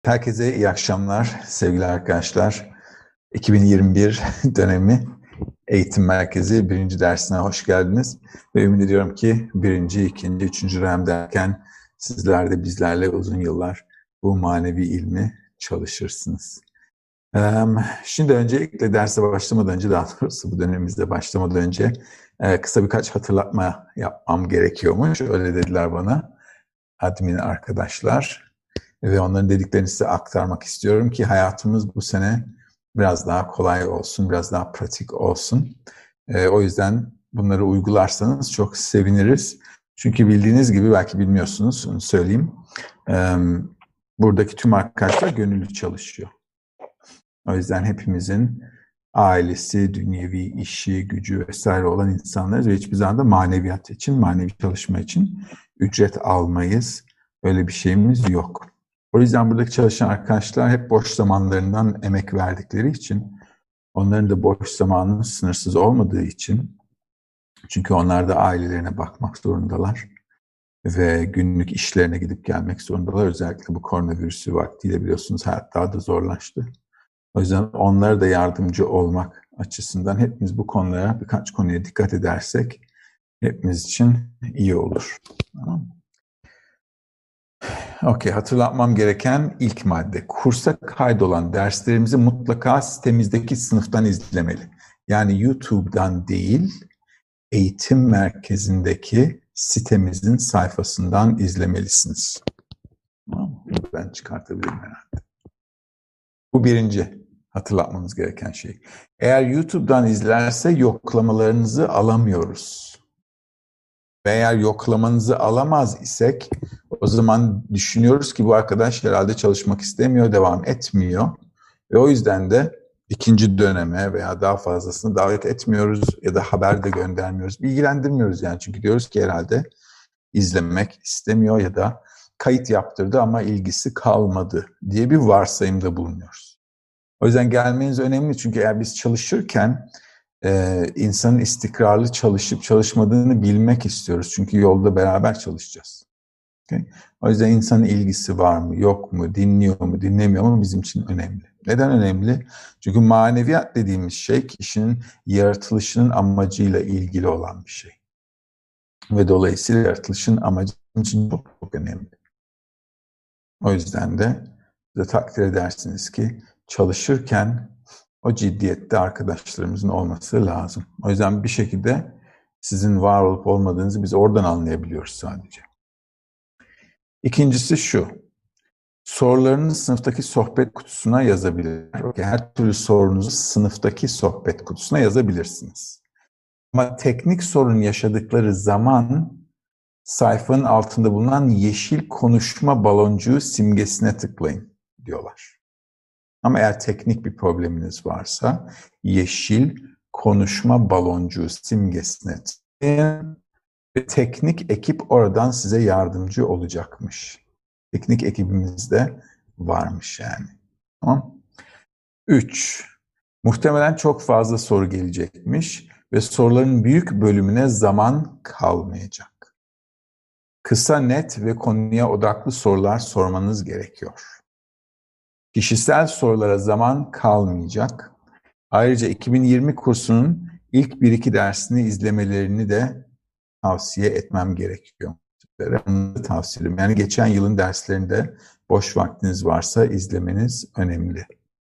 Herkese iyi akşamlar sevgili arkadaşlar. 2021 dönemi Eğitim Merkezi 1. dersine hoş geldiniz. Ve ümit ediyorum ki 1., 2., 3. dönem derken sizler de bizlerle uzun yıllar bu manevi ilmi çalışırsınız. Şimdi öncelikle derse başlamadan önce, daha doğrusu bu dönemimizde başlamadan önce kısa birkaç hatırlatma yapmam gerekiyormuş. Öyle dediler bana admin arkadaşlar. Ve onların dediklerini size aktarmak istiyorum ki hayatımız bu sene biraz daha kolay olsun, biraz daha pratik olsun. O yüzden bunları uygularsanız çok seviniriz. Çünkü bildiğiniz gibi, belki bilmiyorsunuz, onu söyleyeyim. Buradaki tüm arkadaşlar gönüllü çalışıyor. O yüzden hepimizin ailesi, dünyevi işi, gücü vesaire olan insanlarız ve hiçbir zaman da maneviyat için, manevi çalışma için ücret almayız. Öyle bir şeyimiz yok. O yüzden buradaki çalışan arkadaşlar hep boş zamanlarından emek verdikleri için, onların da boş zamanının sınırsız olmadığı için, çünkü onlar da ailelerine bakmak zorundalar ve günlük işlerine gidip gelmek zorundalar. Özellikle bu koronavirüsü vaktiyle biliyorsunuz hayat daha da zorlaştı. O yüzden onlara da yardımcı olmak açısından hepimiz bu konulara, birkaç konuya dikkat edersek hepimiz için iyi olur. Tamam mı? Okey, hatırlatmam gereken ilk madde. Kursa kaydolan derslerimizi mutlaka sitemizdeki sınıftan izlemeli. Yani YouTube'dan değil, eğitim merkezindeki sitemizin sayfasından izlemelisiniz. Tamam, ben çıkartabilirim herhalde. Bu birinci hatırlatmamız gereken şey. Eğer YouTube'dan izlerse yoklamalarınızı alamıyoruz. Ve eğer yoklamanızı alamaz isek, o zaman düşünüyoruz ki bu arkadaş herhalde çalışmak istemiyor, devam etmiyor. Ve o yüzden de 2. döneme veya daha fazlasını davet etmiyoruz ya da haber de göndermiyoruz. Bilgilendirmiyoruz yani, çünkü diyoruz ki herhalde izlemek istemiyor ya da kayıt yaptırdı ama ilgisi kalmadı diye bir varsayımda bulunuyoruz. O yüzden gelmeniz önemli, çünkü eğer biz çalışırken insanın istikrarlı çalışıp çalışmadığını bilmek istiyoruz. Çünkü yolda beraber çalışacağız. Okay? O yüzden insanın ilgisi var mı, yok mu, dinliyor mu, dinlemiyor mu bizim için önemli. Neden önemli? Çünkü maneviyat dediğimiz şey kişinin yaratılışının amacıyla ilgili olan bir şey. Ve dolayısıyla yaratılışın amacı için çok çok önemli. O yüzden de takdir edersiniz ki çalışırken o ciddiyette arkadaşlarımızın olması lazım. O yüzden bir şekilde sizin var olup olmadığınızı biz oradan anlayabiliyoruz sadece. İkincisi şu. Sorularınızı sınıftaki sohbet kutusuna yazabilirsiniz. Her türlü sorunuzu sınıftaki sohbet kutusuna yazabilirsiniz. Ama teknik sorun yaşadıkları zaman sayfanın altında bulunan yeşil konuşma baloncuğu simgesine tıklayın diyorlar. Ama eğer teknik bir probleminiz varsa yeşil konuşma baloncuğu simgesine tıklayın ve teknik ekip oradan size yardımcı olacakmış. Teknik ekibimiz de varmış yani. Tamam. 3. Muhtemelen çok fazla soru gelecekmiş ve soruların büyük bölümüne zaman kalmayacak. Kısa, net ve konuya odaklı sorular sormanız gerekiyor. Kişisel sorulara zaman kalmayacak. Ayrıca 2020 kursunun ilk 1-2 dersini izlemelerini de tavsiye etmem gerekiyor. Onu tavsiye ederim. Yani geçen yılın derslerinde boş vaktiniz varsa izlemeniz önemli.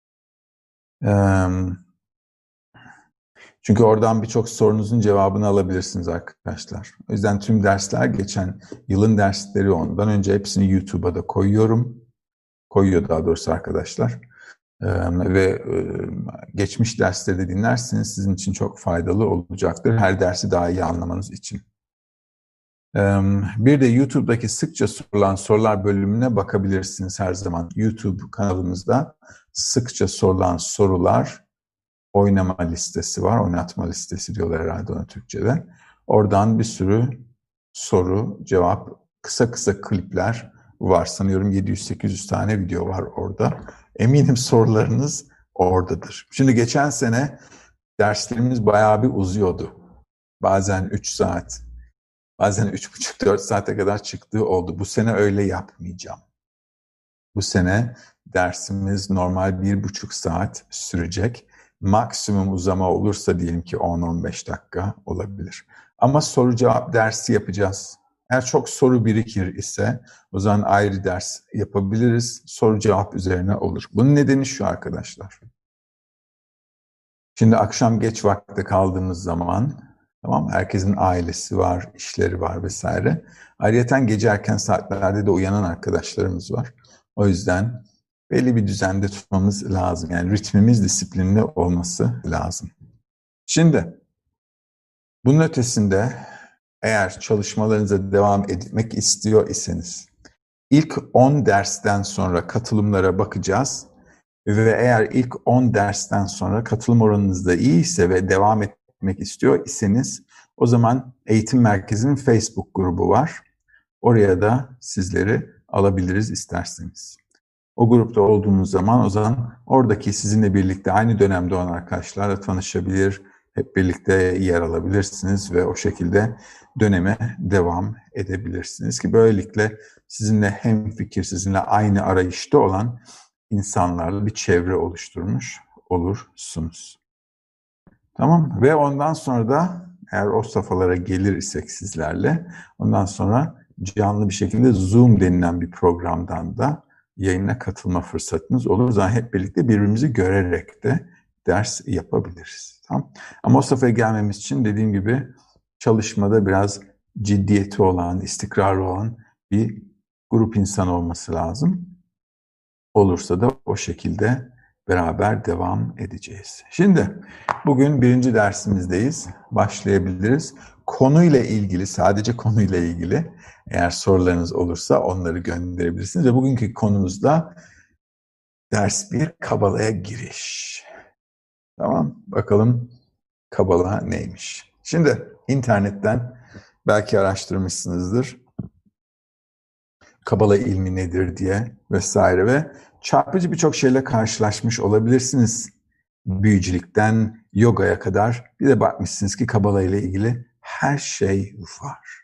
Çünkü oradan birçok sorunuzun cevabını alabilirsiniz arkadaşlar. O yüzden tüm dersler geçen yılın dersleri, ondan önce hepsini YouTube'a da koyuyorum. Koyuyor daha doğrusu arkadaşlar. Ve geçmiş dersleri de dinlerseniz sizin için çok faydalı olacaktır. Her dersi daha iyi anlamanız için. Bir de YouTube'daki sıkça sorulan sorular bölümüne bakabilirsiniz her zaman. YouTube kanalımızda sıkça sorulan sorular oynama listesi var. Oynatma listesi diyorlar herhalde ona Türkçe'de. Oradan bir sürü soru, cevap, kısa kısa klipler var. Sanıyorum 700-800 tane video var orada. Eminim sorularınız oradadır. Şimdi geçen sene derslerimiz bayağı bir uzuyordu. Bazen 3 saat, bazen 3,5-4 saate kadar çıktığı oldu. Bu sene öyle yapmayacağım. Bu sene Dersimiz normal 1,5 saat sürecek. Maksimum uzama olursa diyelim ki 10-15 dakika olabilir. Ama soru cevap dersi yapacağız. Eğer çok soru birikir ise o zaman ayrı ders yapabiliriz. Soru cevap üzerine olur. Bunun nedeni şu arkadaşlar. Şimdi akşam geç vakte kaldığımız zaman, tamam, herkesin ailesi var, işleri var vesaire. Ayrıyeten gece erken saatlerde de uyanan arkadaşlarımız var. O yüzden belli bir düzende tutmamız lazım. Yani ritmimiz disiplinli olması lazım. Şimdi bunun ötesinde eğer çalışmalarınıza devam etmek istiyor iseniz ilk 10 dersten sonra katılımlara bakacağız. Ve eğer ilk 10 dersten sonra katılım oranınız da iyiyse ve devam etmek istiyor iseniz o zaman eğitim merkezinin Facebook grubu var. Oraya da sizleri alabiliriz isterseniz. O grupta olduğunuz zaman o zaman oradaki sizinle birlikte aynı dönemde olan arkadaşlarla tanışabilir, hep birlikte yer alabilirsiniz ve o şekilde döneme devam edebilirsiniz ki böylelikle sizinle hemfikir, sizinle aynı arayışta olan insanlarla bir çevre oluşturmuş olursunuz. Tamam, ve ondan sonra da eğer o safhalara gelir isek sizlerle ondan sonra canlı bir şekilde Zoom denilen bir programdan da yayına katılma fırsatınız olur. O zaman hep birlikte birbirimizi görerek de ders yapabiliriz. Tamam? Ama o safhaya gelmemiz için dediğim gibi çalışmada biraz ciddiyeti olan, istikrarlı olan bir grup insanı olması lazım. Olursa da o şekilde beraber devam edeceğiz. Şimdi bugün 1. dersimizdeyiz. Başlayabiliriz. Konuyla ilgili, sadece konuyla ilgili eğer sorularınız olursa onları gönderebilirsiniz. Ve bugünkü konumuz da ders 1, Kabala'ya giriş. Tamam, bakalım Kabala neymiş? Şimdi internetten belki araştırmışsınızdır. Kabala ilmi nedir diye vesaire ve çarpıcı birçok şeyle karşılaşmış olabilirsiniz. Büyücülükten yogaya kadar bir de bakmışsınız ki Kabala ile ilgili her şey var.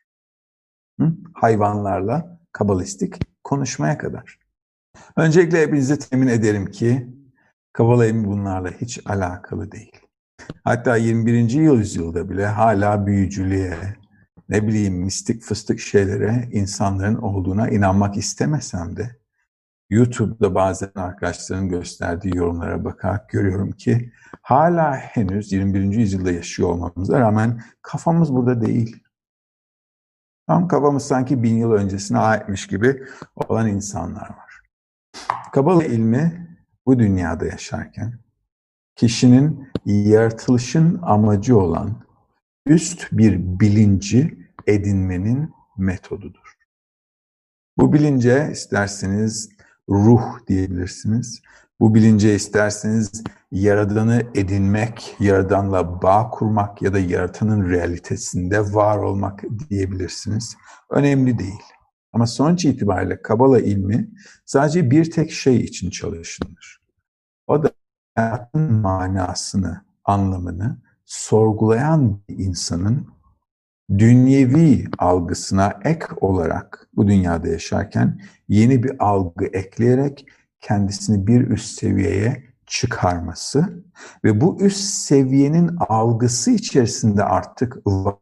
Hayvanlarla kabalistik konuşmaya kadar. Öncelikle hepinize temin ederim ki Kabala ilmi bunlarla hiç alakalı değil. Hatta 21. yüzyılda bile hala büyücülüğe, ne bileyim mistik fıstık şeylere insanların olduğuna inanmak istemesem de YouTube'da bazen arkadaşların gösterdiği yorumlara bakarak görüyorum ki hala henüz 21. yüzyılda yaşıyor olmamıza rağmen kafamız burada değil. Tam kafamız sanki 1000 yıl öncesine aitmiş gibi olan insanlar var. Kabala ilmi bu dünyada yaşarken kişinin yaratılışın amacı olan üst bir bilinci edinmenin metodudur. Bu bilince isterseniz ruh diyebilirsiniz. Bu bilince isterseniz yaradanı edinmek, yaradanla bağ kurmak ya da yaratanın realitesinde var olmak diyebilirsiniz. Önemli değil. Ama sonuç itibariyle Kabala ilmi sadece bir tek şey için çalışılır. O da hayatın manasını, anlamını sorgulayan bir insanın dünyevi algısına ek olarak bu dünyada yaşarken yeni bir algı ekleyerek kendisini bir üst seviyeye çıkarması ve bu üst seviyenin algısı içerisinde artık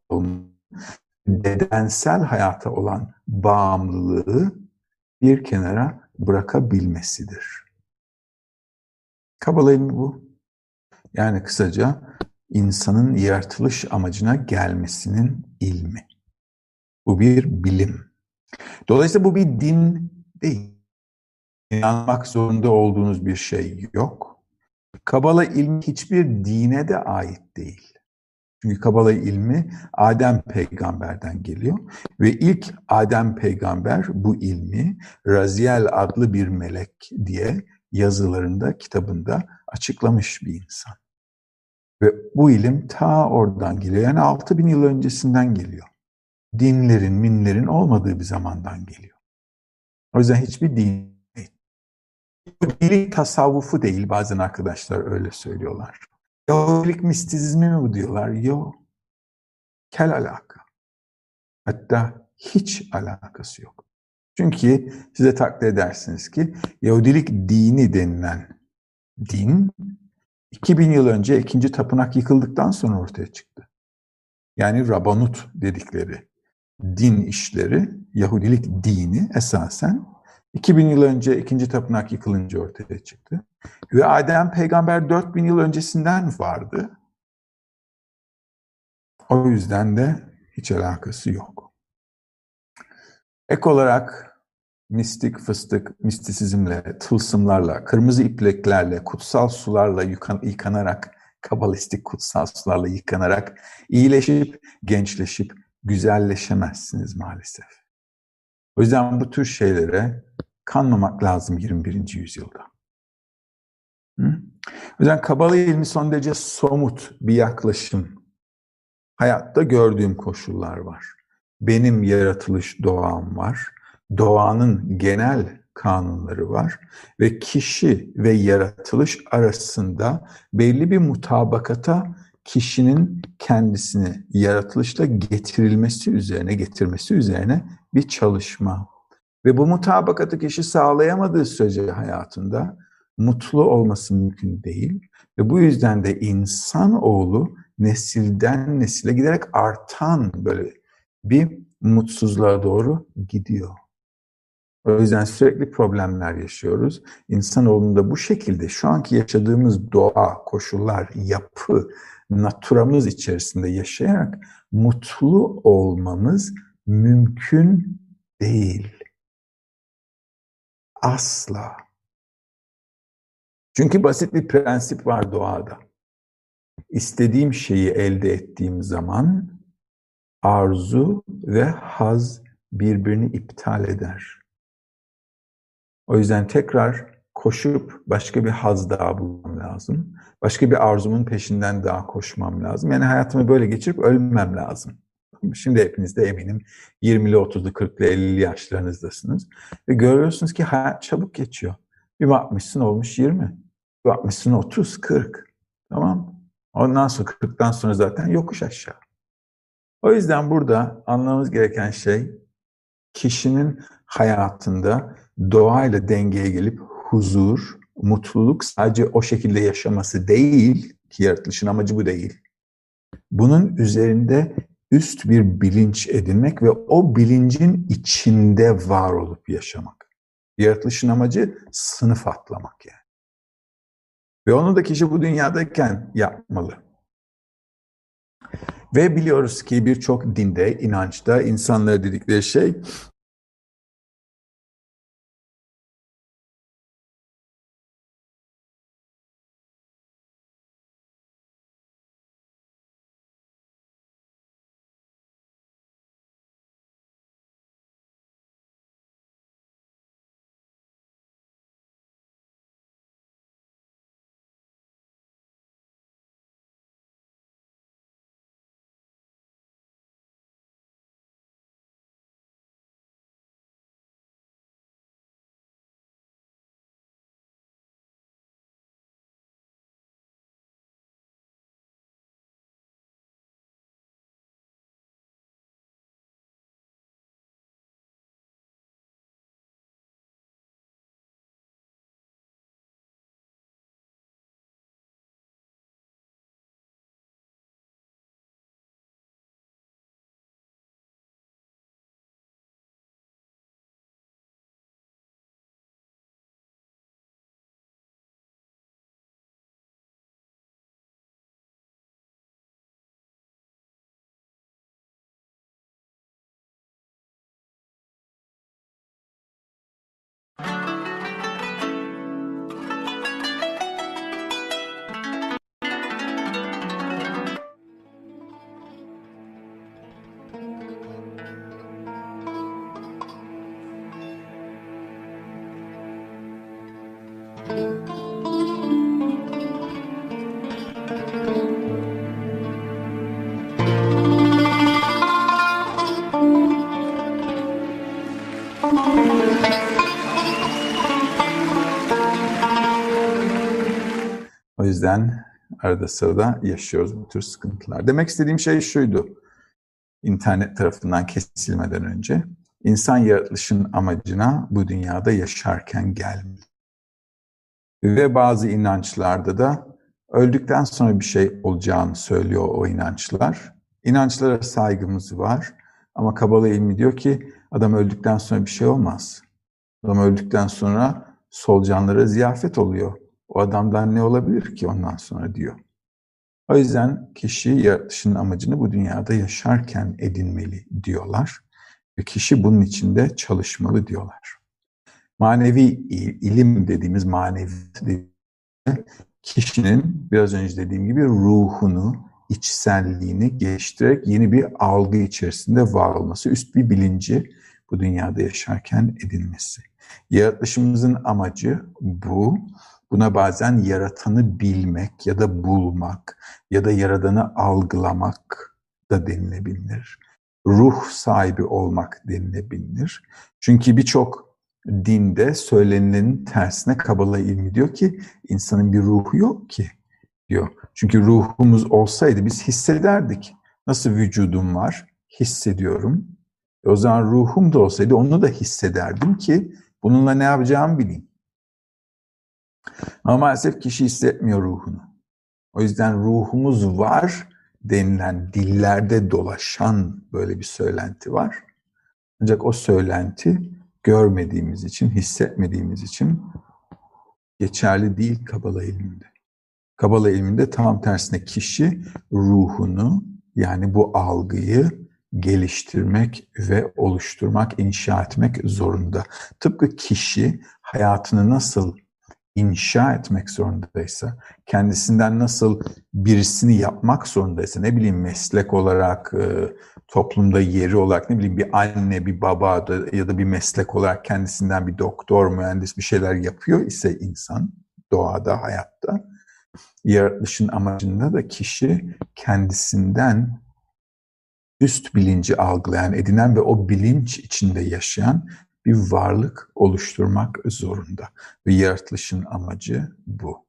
bedensel hayata olan bağımlılığı bir kenara bırakabilmesidir. Kabala ilmi bu. Yani kısaca insanın yaratılış amacına gelmesinin ilmi. Bu bir bilim. Dolayısıyla bu bir din değil. İnanmak zorunda olduğunuz bir şey yok. Kabala ilmi hiçbir dine de ait değil. Çünkü Kabala ilmi Adem peygamberden geliyor ve ilk Adem peygamber bu ilmi Raziel adlı bir melek diye yazılarında, kitabında açıklamış bir insan. Ve bu ilim ta oradan geliyor. Yani 6000 yıl öncesinden geliyor. Dinlerin, minlerin olmadığı bir zamandan geliyor. O yüzden hiçbir din değil. Bu dili tasavvufu değil. Bazen arkadaşlar öyle söylüyorlar. Yahudilik mistizmi mi bu diyorlar? Yok. Kel alaka. Hatta hiç alakası yok. Çünkü size takdir edersiniz ki Yahudilik dini denilen din 2000 yıl önce ikinci tapınak yıkıldıktan sonra ortaya çıktı. Yani Rabanut dedikleri din işleri, Yahudilik dini esasen 2000 yıl önce ikinci tapınak yıkılınca ortaya çıktı. Ve Adem peygamber 4000 yıl öncesinden vardı. O yüzden de hiç alakası yok. Ek olarak mistik fıstık, mistisizmle, tılsımlarla, kırmızı ipliklerle, kutsal sularla yıkanarak, kabalistik kutsal sularla yıkanarak iyileşip, gençleşip, güzelleşemezsiniz maalesef. O yüzden bu tür şeylere kanmamak lazım 21. yüzyılda. Hı? O yüzden Kabala ilmi son derece somut bir yaklaşım. Hayatta gördüğüm koşullar var. Benim yaratılış doğam var. Doğanın genel kanunları var. Ve kişi ve yaratılış arasında belli bir mutabakata kişinin kendisini yaratılışla getirmesi üzerine bir çalışma. Ve bu mutabakatı kişi sağlayamadığı sürece hayatında mutlu olması mümkün değil. Ve bu yüzden de insanoğlu nesilden nesile giderek artan böyle bir mutsuzluğa doğru gidiyor. O yüzden sürekli problemler yaşıyoruz. İnsanoğlunda bu şekilde şu anki yaşadığımız doğa, koşullar, yapı, naturamız içerisinde yaşayarak mutlu olmamız mümkün değil. Asla. Çünkü basit bir prensip var doğada. İstediğim şeyi elde ettiğim zaman arzu ve haz birbirini iptal eder. O yüzden tekrar koşup başka bir haz daha bulmam lazım. Başka bir arzumun peşinden daha koşmam lazım. Yani hayatımı böyle geçirip ölmem lazım. Şimdi hepiniz de eminim 20'li, 30'lu, 40'lı, 50'li yaşlarınızdasınız. Ve görüyorsunuz ki hayat çabuk geçiyor. Bir bakmışsın olmuş 20. Bir bakmışsın 30, 40. Tamam. Ondan sonra 40'tan sonra zaten yokuş aşağı. O yüzden burada anlamamız gereken şey kişinin hayatında doğayla dengeye gelip huzur, mutluluk sadece o şekilde yaşaması değil, ki yaratılışın amacı bu değil. Bunun üzerinde üst bir bilinç edinmek ve o bilincin içinde var olup yaşamak. Yaratılışın amacı sınıf atlamak yani. Ve onu da kişi bu dünyadayken yapmalı. Ve biliyoruz ki birçok dinde, inançta insanlara dedikleri şey o yüzden arada sırada yaşıyoruz bu tür sıkıntılar. Demek istediğim şey şuydu. İnternet tarafından kesilmeden önce. İnsan yaratılışın amacına bu dünyada yaşarken gelmeli. Ve bazı inançlarda da öldükten sonra bir şey olacağını söylüyor o inançlar. İnançlara saygımız var ama Kabala ilmi diyor ki adam öldükten sonra bir şey olmaz. Adam öldükten sonra solucanlara ziyafet oluyor. O adamdan ne olabilir ki ondan sonra diyor. O yüzden kişi yaratılışın amacını bu dünyada yaşarken edinmeli diyorlar. Ve kişi bunun için de çalışmalı diyorlar. Manevi ilim dediğimiz manevi kişinin biraz önce dediğim gibi ruhunu, içselliğini geliştirerek yeni bir algı içerisinde var olması, üst bir bilinci bu dünyada yaşarken edinmesi. Yaratılışımızın amacı bu. Buna bazen yaratanı bilmek ya da bulmak ya da yaradanı algılamak da denilebilir. Ruh sahibi olmak denilebilir. Çünkü birçok dinde söylenilenin tersine Kabala ilmi diyor ki insanın bir ruhu yok ki diyor. Çünkü ruhumuz olsaydı biz hissederdik. Nasıl vücudum var, hissediyorum. O zaman ruhum da olsaydı onu da hissederdim ki bununla ne yapacağımı bileyim. Ama maalesef kişi hissetmiyor ruhunu. O yüzden ruhumuz var denilen dillerde dolaşan böyle bir söylenti var. Ancak o söylenti görmediğimiz için, hissetmediğimiz için geçerli değil Kabala ilminde. Kabala ilminde tam tersine kişi ruhunu yani bu algıyı geliştirmek ve oluşturmak, inşa etmek zorunda. Tıpkı kişi hayatını nasıl inşa etmek zorundaysa, kendisinden nasıl birisini yapmak zorundaysa, ne bileyim meslek olarak, toplumda yeri olarak, ne bileyim bir anne, bir baba ya da bir meslek olarak kendisinden bir doktor, mühendis bir şeyler yapıyor ise insan doğada, hayatta, yaratılışın amacında da kişi kendisinden üst bilinci algılayan, edinen ve o bilinç içinde yaşayan bir varlık oluşturmak zorunda. Ve yaratılışın amacı bu.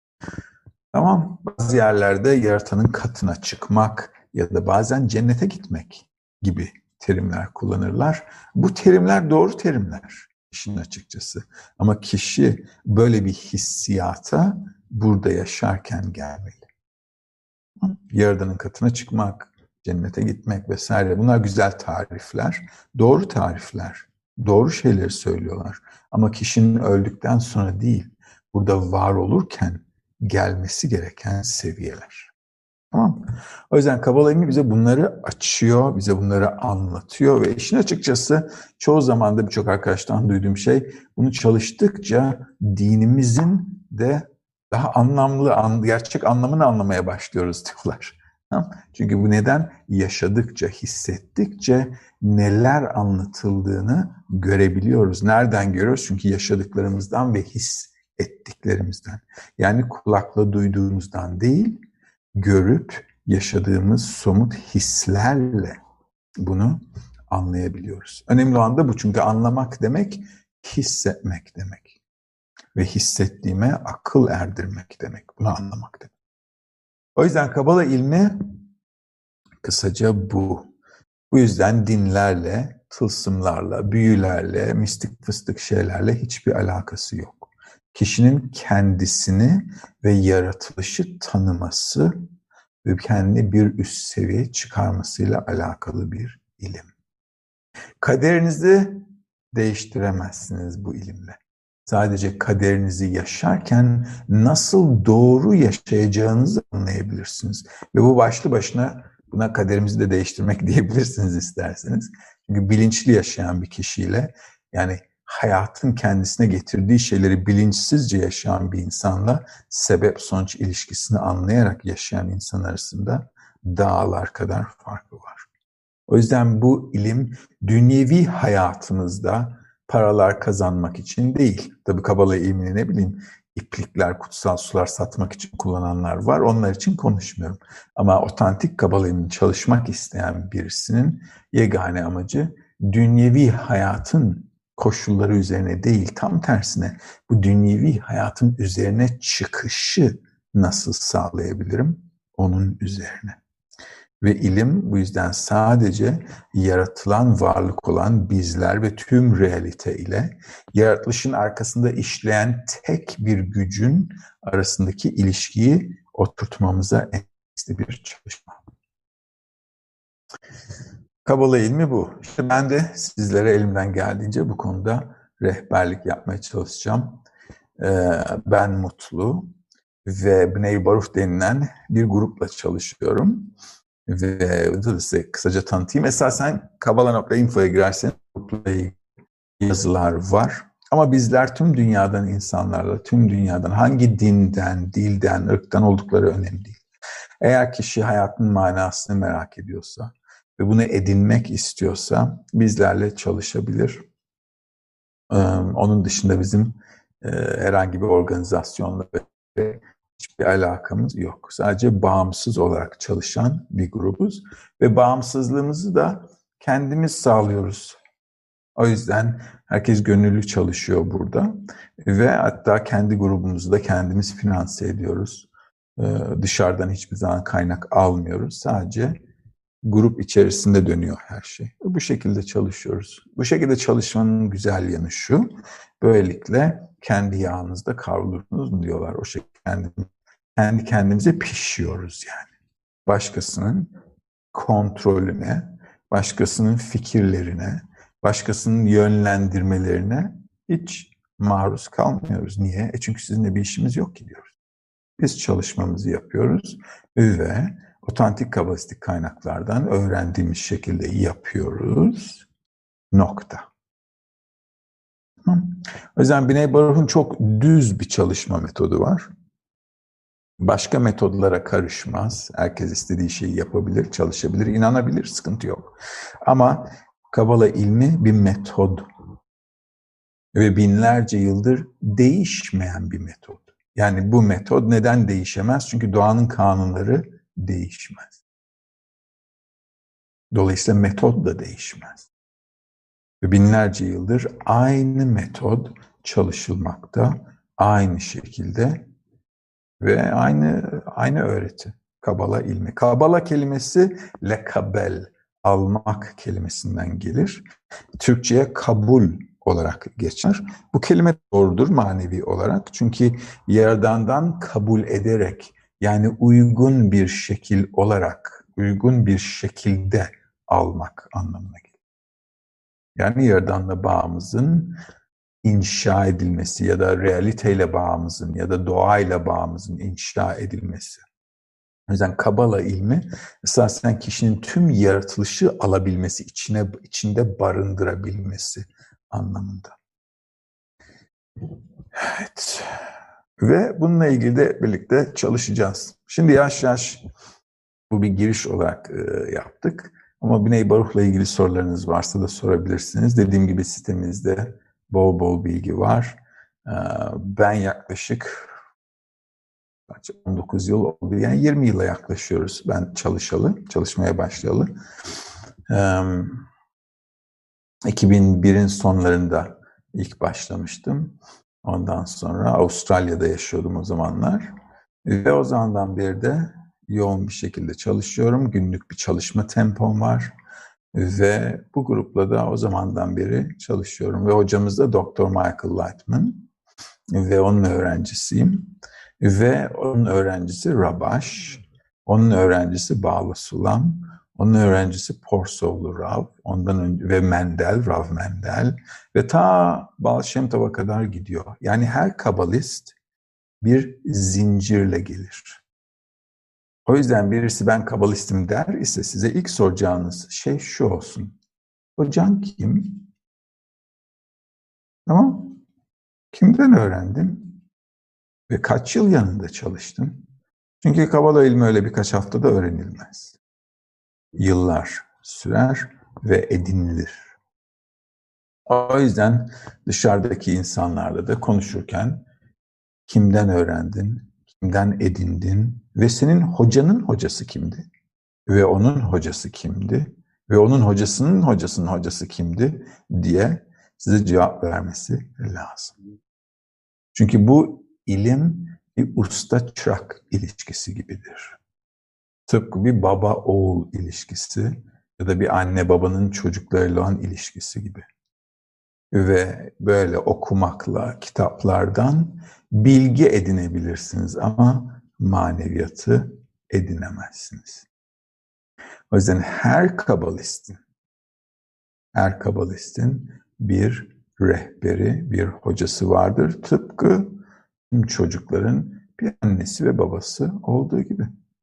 Tamam, bazı yerlerde yaratanın katına çıkmak ya da bazen cennete gitmek gibi terimler kullanırlar. Bu terimler doğru terimler işin açıkçası. Ama kişi böyle bir hissiyata burada yaşarken gelmeli. Yaradanın katına çıkmak, cennete gitmek vesaire bunlar güzel tarifler, doğru tarifler, doğru şeyleri söylüyorlar. Ama kişinin öldükten sonra değil, burada var olurken gelmesi gereken seviyeler. Tamam mı? O yüzden Kabala ilmi bize bunları açıyor, bize bunları anlatıyor ve işin açıkçası çoğu zaman da birçok arkadaştan duyduğum şey bunu çalıştıkça dinimizin de daha anlamlı, gerçek anlamını anlamaya başlıyoruz diyorlar. Çünkü bu neden? Yaşadıkça, hissettikçe neler anlatıldığını görebiliyoruz. Nereden görüyoruz? Çünkü yaşadıklarımızdan ve hissettiklerimizden. Yani kulakla duyduğumuzdan değil, görüp yaşadığımız somut hislerle bunu anlayabiliyoruz. Önemli olan da bu, çünkü anlamak demek hissetmek demek. Ve hissettiğime akıl erdirmek demek. Bunu anlamak demek. O yüzden Kabala ilmi kısaca bu. Bu yüzden dinlerle, tılsımlarla, büyülerle, mistik fıstık şeylerle hiçbir alakası yok. Kişinin kendisini ve yaratılışı tanıması ve kendini bir üst seviyeye çıkarmasıyla alakalı bir ilim. Kaderinizi değiştiremezsiniz bu ilimle. Sadece kaderinizi yaşarken nasıl doğru yaşayacağınızı anlayabilirsiniz. Ve bu başlı başına buna kaderimizi de değiştirmek diyebilirsiniz isterseniz. Çünkü bilinçli yaşayan bir kişiyle, yani hayatın kendisine getirdiği şeyleri bilinçsizce yaşayan bir insanla sebep-sonuç ilişkisini anlayarak yaşayan insan arasında dağlar kadar farkı var. O yüzden bu ilim dünyevi hayatımızda paralar kazanmak için değil. Tabii Kabala ilmini ne bileyim iplikler, kutsal sular satmak için kullananlar var. Onlar için konuşmuyorum. Ama otantik Kabala ilmini çalışmak isteyen birisinin yegane amacı dünyevi hayatın koşulları üzerine değil, tam tersine bu dünyevi hayatın üzerine çıkışı nasıl sağlayabilirim? Onun üzerine. Ve ilim bu yüzden sadece yaratılan varlık olan bizler ve tüm realite ile yaratılışın arkasında işleyen tek bir gücün arasındaki ilişkiyi oturtmamıza endeksli bir çalışma. Kabala ilmi bu. İşte ben de sizlere elimden geldiğince bu konuda rehberlik yapmaya çalışacağım. Ben Mutlu ve Bnei Baruch denilen bir grupla çalışıyorum. Ve size kısaca tanıtayım. Esasen kabala.info'ya girerseniz grupla ilgili yazılar var. Ama bizler tüm dünyadan insanlarla, tüm dünyadan hangi dinden, dilden, ırktan oldukları önemli değil. Eğer kişi hayatın manasını merak ediyorsa ve bunu edinmek istiyorsa bizlerle çalışabilir. Onun dışında bizim herhangi bir organizasyonla ve hiçbir alakamız yok. Sadece bağımsız olarak çalışan bir grubuz ve bağımsızlığımızı da kendimiz sağlıyoruz. O yüzden herkes gönüllü çalışıyor burada ve hatta kendi grubumuzu da kendimiz finanse ediyoruz. Dışarıdan hiçbir zaman kaynak almıyoruz. Sadece grup içerisinde dönüyor her şey. Bu şekilde çalışıyoruz. Bu şekilde çalışmanın güzel yanı şu, böylelikle kendi yağınızda kavrulursunuz mu diyorlar. O şekilde kendi kendimize pişiyoruz yani. Başkasının kontrolüne, başkasının fikirlerine, başkasının yönlendirmelerine hiç maruz kalmıyoruz. Niye? Çünkü sizinle bir işimiz yok ki diyoruz. Biz çalışmamızı yapıyoruz ve otantik kabalistik kaynaklardan öğrendiğimiz şekilde yapıyoruz. Nokta. O yüzden Bnei Baruch'un çok düz bir çalışma metodu var. Başka metodlara karışmaz. Herkes istediği şeyi yapabilir, çalışabilir, inanabilir, sıkıntı yok. Ama Kabala ilmi bir metod ve binlerce yıldır değişmeyen bir metod. Yani bu metod neden değişemez? Çünkü doğanın kanunları değişmez. Dolayısıyla metod da değişmez. Ve binlerce yıldır aynı metod çalışılmakta, aynı şekilde ve aynı öğreti. Kabala ilmi. Kabala kelimesi lekabel, almak kelimesinden gelir. Türkçe'ye kabul olarak geçer. Bu kelime doğrudur manevi olarak. Çünkü Yaradan'dan kabul ederek, yani uygun bir şekil olarak, uygun bir şekilde almak anlamına gelir. Yani Yaradan'la bağımızın inşa edilmesi ya da realiteyle bağımızın ya da doğayla bağımızın inşa edilmesi. O yüzden Kabala ilmi esasen kişinin tüm yaratılışı alabilmesi, içinde barındırabilmesi anlamında. Evet. Ve bununla ilgili de birlikte çalışacağız. Şimdi yavaş yavaş bu bir giriş olarak yaptık. Ama Bnei Baruch'la ilgili sorularınız varsa da sorabilirsiniz. Dediğim gibi sitemizde bol bol bilgi var. Ben yaklaşık 19 yıl oldu. Yani 20 yıla yaklaşıyoruz ben çalışmaya başlayalı. 2001'in sonlarında ilk başlamıştım. Ondan sonra Avustralya'da yaşıyordum o zamanlar. Ve o zamandan beri de yoğun bir şekilde çalışıyorum. Günlük bir çalışma tempom var. Ve bu grupla da o zamandan beri çalışıyorum. Ve hocamız da Dr. Michael Lightman. Ve onun öğrencisiyim. Ve onun öğrencisi Rabash. Onun öğrencisi Bağlı Sulam. Onun öğrencisi Porsovlu Rav. Ondan önce ve Mendel, Rav Mendel. Ve ta Baal Shem Tov'a kadar gidiyor. Yani her kabalist bir zincirle gelir. O yüzden birisi ben kabalistim der ise size ilk soracağınız şey şu olsun. Hocan kim? Tamam. Kimden öğrendin? Ve kaç yıl yanında çalıştın? Çünkü Kabala ilmi öyle birkaç haftada öğrenilmez. Yıllar sürer ve edinilir. O yüzden dışarıdaki insanlarla da konuşurken kimden öğrendin, kimden edindin ve senin hocanın hocası kimdi? Ve onun hocası kimdi? Ve onun hocasının hocasının hocası kimdi? Diye size cevap vermesi lazım. Çünkü bu ilim bir usta-çırak ilişkisi gibidir. Tıpkı bir baba-oğul ilişkisi ya da bir anne babanın çocuklarıyla olan ilişkisi gibi. Ve böyle okumakla, kitaplardan bilgi edinebilirsiniz ama maneviyatı edinemezsiniz. O yüzden her kabalistin bir rehberi, bir hocası vardır. Tıpkı tüm çocukların bir annesi ve babası olduğu gibi.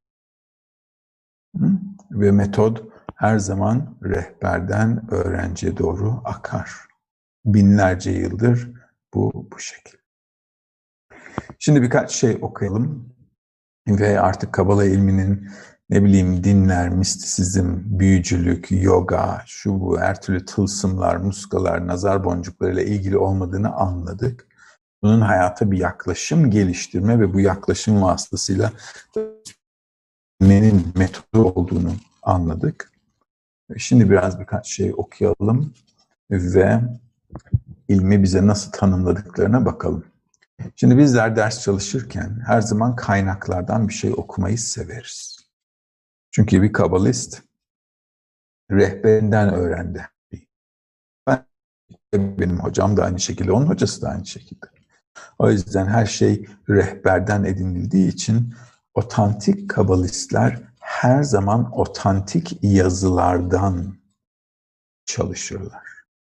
Ve metod her zaman rehberden öğrenciye doğru akar. Binlerce yıldır bu şekil. Şimdi birkaç şey okuyalım ve artık Kabala ilminin dinler, mistisizm, büyücülük, yoga, şu bu her türlü tılsımlar, muskalar, nazar boncuklarıyla ilgili olmadığını anladık. Bunun hayata bir yaklaşım geliştirme ve bu yaklaşım vasıtasıyla neyin metodu olduğunu anladık. Şimdi birkaç şey okuyalım ve ilmi bize nasıl tanımladıklarına bakalım. Şimdi bizler ders çalışırken her zaman kaynaklardan bir şey okumayı severiz. Çünkü bir kabalist rehberinden öğrendi. Benim hocam da aynı şekilde, onun hocası da aynı şekilde. O yüzden her şey rehberden edinildiği için otantik kabalistler her zaman otantik yazılardan çalışıyorlar.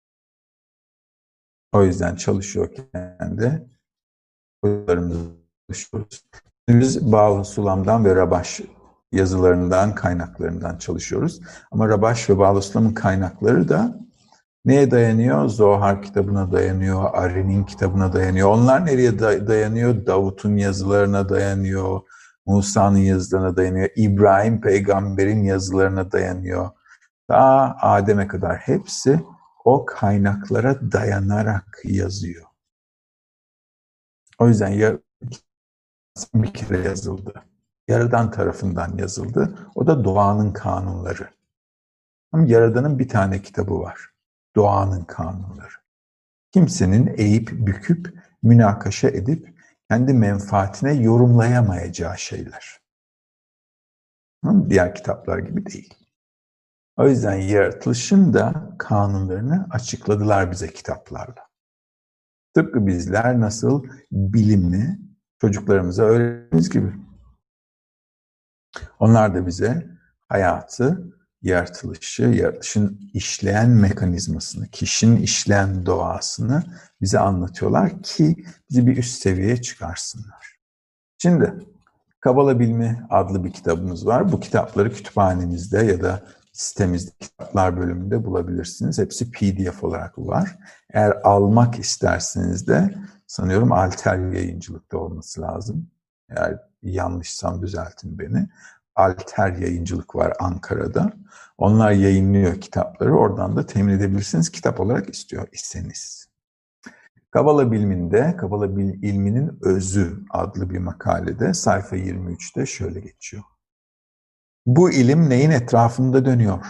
O yüzden çalışıyorken de hocalarımızla çalışıyoruz. Biz Bağlı Sulam'dan ve Rabaş yazılarından, kaynaklarından çalışıyoruz. Ama Rabaş ve Bağlı Sulam'ın kaynakları da neye dayanıyor? Zohar kitabına dayanıyor, Ari'nin kitabına dayanıyor. Onlar nereye dayanıyor? Davut'un yazılarına dayanıyor, Musa'nın yazılarına dayanıyor, İbrahim peygamberin yazılarına dayanıyor. Daha Adem'e kadar hepsi o kaynaklara dayanarak yazıyor. O yüzden bir kere yazıldı. Yaradan tarafından yazıldı. O da doğanın kanunları. Ama Yaradan'ın bir tane kitabı var. Doğanın kanunları. Kimsenin eğip büküp münakaşa edip kendi menfaatine yorumlayamayacağı şeyler. Ama diğer kitaplar gibi değil. O yüzden yaratılışın da kanunlarını açıkladılar bize kitaplarla. Tıpkı bizler nasıl bilimi çocuklarımıza öğrettiğimiz gibi. Onlar da bize hayatı, yaratılışın işleyen mekanizmasını, kişinin işleyen doğasını bize anlatıyorlar ki bizi bir üst seviyeye çıkarsınlar. Şimdi Kabala Bilimi adlı bir kitabımız var. Bu kitapları kütüphanemizde ya da sitemizde kitaplar bölümünde bulabilirsiniz. Hepsi PDF olarak var. Eğer almak isterseniz de sanıyorum Alter Yayıncılık'ta olması lazım. Eğer yanlışsam düzeltin beni. Alter Yayıncılık var Ankara'da. Onlar yayınlıyor kitapları. Oradan da temin edebilirsiniz kitap olarak istiyor iseniz. Kabala Biliminde, Kabala ilminin özü adlı bir makalede sayfa 23'te şöyle geçiyor. Bu ilim neyin etrafında dönüyor?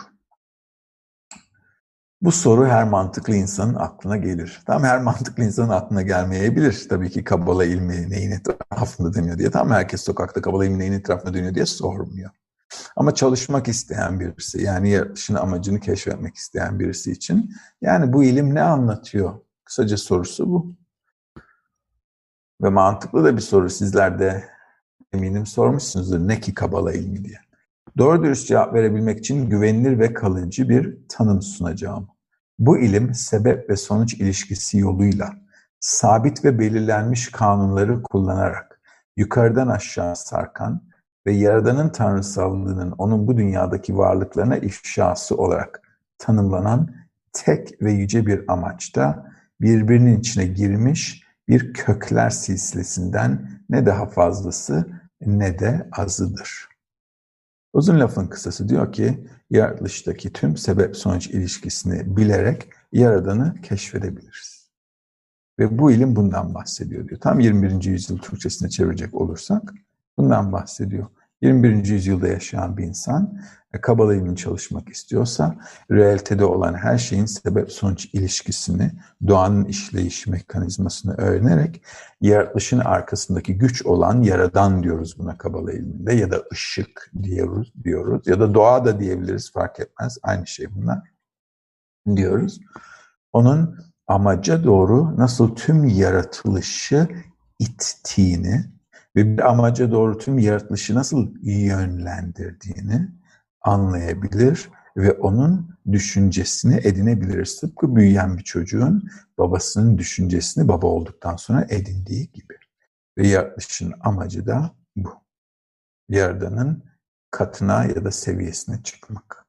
Bu soru her mantıklı insanın aklına gelir. Tam her mantıklı insanın aklına gelmeyebilir. Tabii ki Kabala ilmi neyin etrafında dönüyor diye. Tam herkes sokakta Kabala ilmi neyin etrafında dönüyor diye sormuyor. Ama çalışmak isteyen birisi, yani yaratılışın amacını keşfetmek isteyen birisi için, yani bu ilim ne anlatıyor? Kısaca sorusu bu. Ve mantıklı da bir soru. Sizler de eminim sormuşsunuzdur ne ki Kabala ilmi diye. Doğru dürüst cevap verebilmek için güvenilir ve kalıcı bir tanım sunacağım. Bu ilim sebep ve sonuç ilişkisi yoluyla sabit ve belirlenmiş kanunları kullanarak yukarıdan aşağı sarkan ve Yaradan'ın tanrısallığının onun bu dünyadaki varlıklarına ifşası olarak tanımlanan tek ve yüce bir amaçta birbirinin içine girmiş bir kökler silsilesinden ne daha fazlası ne de azıdır. Uzun lafın kısası diyor ki, yaratılıştaki tüm sebep-sonuç ilişkisini bilerek Yaradan'ı keşfedebiliriz. Ve bu ilim bundan bahsediyor diyor. Tam 21. yüzyıl Türkçesine çevirecek olursak bundan bahsediyor. 21. yüzyılda yaşayan bir insan Kabala ilmini çalışmak istiyorsa realitede olan her şeyin sebep-sonuç ilişkisini, doğanın işleyiş mekanizmasını öğrenerek yaratılışın arkasındaki güç olan yaradan diyoruz buna Kabala ilminde, ya da ışık diyoruz ya da doğa da diyebiliriz, fark etmez, aynı şey bunlar diyoruz. Onun amaca doğru nasıl tüm yaratılışı ittiğini ve bir amaca doğru tüm yaratılışı nasıl yönlendirdiğini anlayabilir ve onun düşüncesini edinebiliriz. Tıpkı büyüyen bir çocuğun babasının düşüncesini baba olduktan sonra edindiği gibi. Ve yaratılışın amacı da bu. Yaradanın katına ya da seviyesine çıkmak.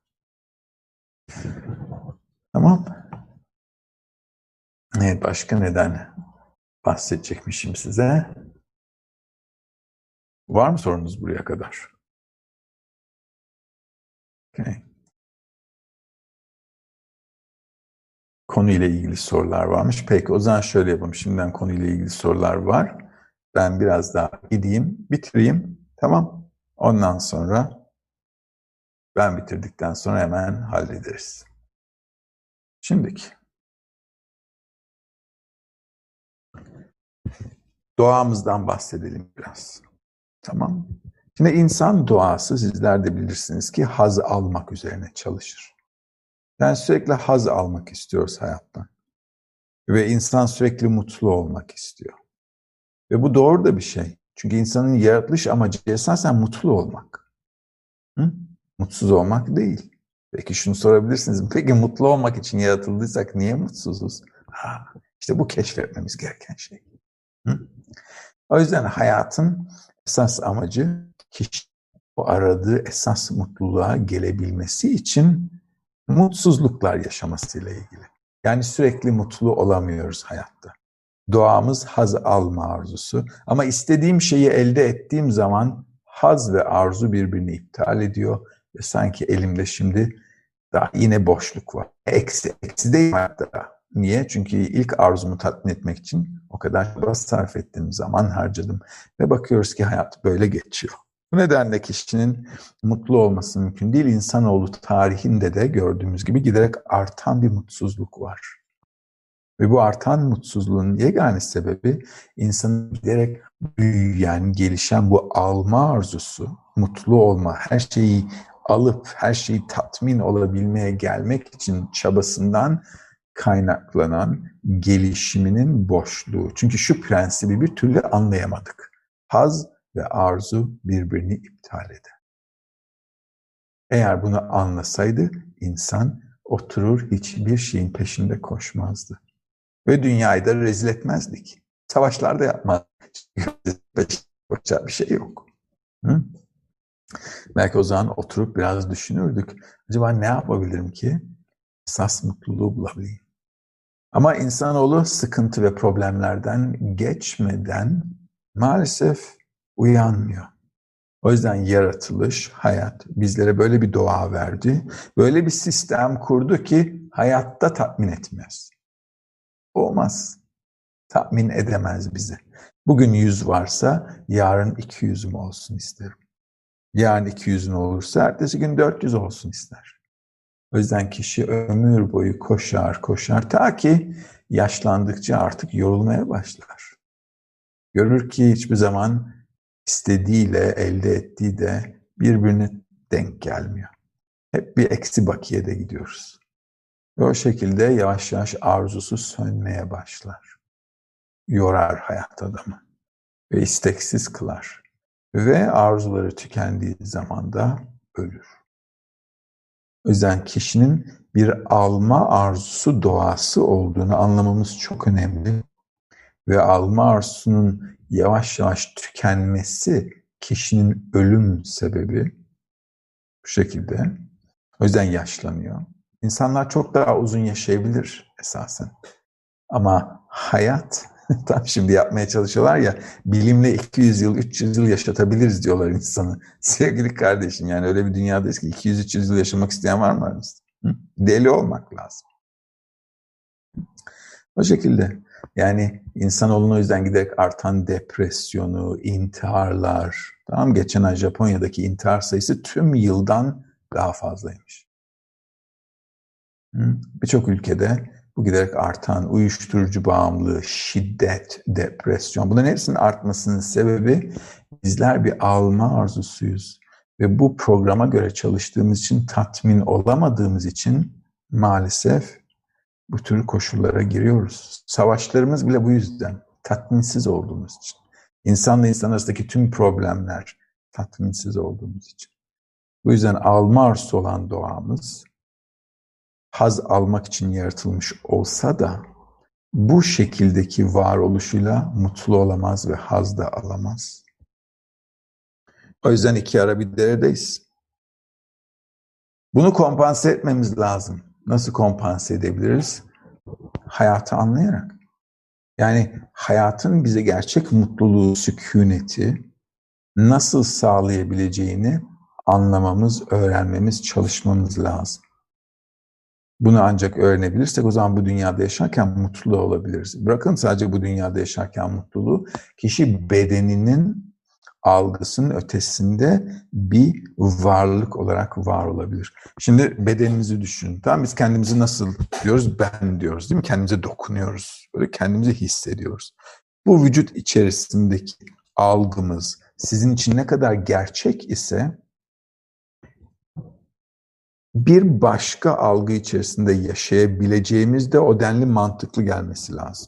Tamam. Evet, başka neden bahsedecekmişim size? Var mı sorunuz buraya kadar? Okay. Konuyla ilgili sorular varmış. Peki o zaman şöyle yapalım. Şimdiden konuyla ilgili sorular var. Ben biraz daha gideyim, bitireyim. Tamam. Ondan sonra ben bitirdikten sonra hemen hallederiz. Şimdiki. Doğamızdan bahsedelim biraz. Tamam. Şimdi insan doğası, sizler de bilirsiniz ki, haz almak üzerine çalışır. Yani sürekli haz almak istiyoruz hayattan. Ve insan sürekli mutlu olmak istiyor. Ve bu doğru da bir şey. Çünkü insanın yaratılış amacı esasen mutlu olmak. Hı? Mutsuz olmak değil. Peki şunu sorabilirsiniz. Peki mutlu olmak için yaratıldıysak niye mutsuzuz? İşte bu keşfetmemiz gereken şey. Hı? O yüzden hayatın esas amacı kişi o aradığı esas mutluluğa gelebilmesi için mutsuzluklar yaşamasıyla ilgili. Yani sürekli mutlu olamıyoruz hayatta. Doğamız haz alma arzusu. Ama istediğim şeyi elde ettiğim zaman haz ve arzu birbirini iptal ediyor. Ve sanki elimde şimdi daha yine boşluk var. Eksi değil hatta. Niye? Çünkü ilk arzumu tatmin etmek için o kadar çaba sarf ettim, zaman harcadım. Ve bakıyoruz ki hayat böyle geçiyor. Bu nedenle kişinin mutlu olması mümkün değil. İnsanoğlu tarihinde de gördüğümüz gibi giderek artan bir mutsuzluk var. Ve bu artan mutsuzluğun yegane sebebi insanın giderek büyüyen, gelişen bu alma arzusu, mutlu olma, her şeyi alıp her şeyi tatmin olabilmeye gelmek için çabasından kaynaklanan gelişiminin boşluğu. Çünkü şu prensibi bir türlü anlayamadık. Haz ve arzu birbirini iptal eder. Eğer bunu anlasaydı insan oturur hiçbir şeyin peşinde koşmazdı. Ve dünyayı da rezil etmezdik. Savaşlarda yapmazdık. Yapacak bir şey yok. Hı? Belki o zaman oturup biraz düşünürdük. Acaba ne yapabilirim ki esas mutluluğu bulabileyim? Ama insanoğlu sıkıntı ve problemlerden geçmeden maalesef uyanmıyor. O yüzden yaratılış, hayat bizlere böyle bir doğa verdi. Böyle bir sistem kurdu ki hayatta tatmin etmez. Olmaz. Tatmin edemez bizi. Bugün 100 varsa yarın 200'üm olsun isterim. Yarın 200'ün olursa ertesi gün 400 olsun ister. O yüzden kişi ömür boyu koşar koşar ta ki yaşlandıkça artık yorulmaya başlar. Görür ki hiçbir zaman istediğiyle elde ettiği de birbirine denk gelmiyor. Hep bir eksi bakiyede gidiyoruz. Ve o şekilde yavaş yavaş arzusu sönmeye başlar. Yorar hayat adamı ve isteksiz kılar. Ve arzuları tükendiği zaman da ölür. O yüzden kişinin bir alma arzusu doğası olduğunu anlamamız çok önemli. Ve alma arzusunun yavaş yavaş tükenmesi kişinin ölüm sebebi. Bu şekilde. O yüzden yaşlanıyor. İnsanlar çok daha uzun yaşayabilir esasen. Ama hayat, tam şimdi yapmaya çalışıyorlar ya, bilimle 200 yıl, 300 yıl yaşatabiliriz diyorlar insanı. Sevgili kardeşim, yani öyle bir dünyadayız ki 200-300 yıl yaşamak isteyen var mı aranızda? Deli olmak lazım. O şekilde. Yani insanoğlunun o yüzden giderek artan depresyonu, intiharlar, tamam, geçen ay Japonya'daki intihar sayısı tüm yıldan daha fazlaymış. Birçok ülkede bu giderek artan uyuşturucu bağımlılığı, şiddet, depresyon, bunların hepsinin artmasının sebebi bizler bir alma arzusuyuz. Ve bu programa göre çalıştığımız için, tatmin olamadığımız için maalesef bu tür koşullara giriyoruz. Savaşlarımız bile bu yüzden, tatminsiz olduğumuz için. İnsanla insan arasındaki tüm problemler tatminsiz olduğumuz için. Bu yüzden alma arzusu olan doğamız, haz almak için yaratılmış olsa da bu şekildeki varoluşuyla mutlu olamaz ve haz da alamaz. O yüzden iki ara bir deredeyiz. Bunu kompanse etmemiz lazım. Nasıl kompanse edebiliriz? Hayatı anlayarak. Yani hayatın bize gerçek mutluluğu, sükuneti nasıl sağlayabileceğini anlamamız, öğrenmemiz, çalışmamız lazım. Bunu ancak öğrenebilirsek o zaman bu dünyada yaşarken mutlu olabiliriz. Bırakın sadece bu dünyada yaşarken mutluluğu, kişi bedeninin algısının ötesinde bir varlık olarak var olabilir. Şimdi bedenimizi düşünün. Tamam, biz kendimizi nasıl diyoruz? Ben diyoruz, değil mi? Kendimize dokunuyoruz. Böyle kendimizi hissediyoruz. Bu vücut içerisindeki algımız sizin için ne kadar gerçek ise bir başka algı içerisinde yaşayabileceğimiz de o denli mantıklı gelmesi lazım.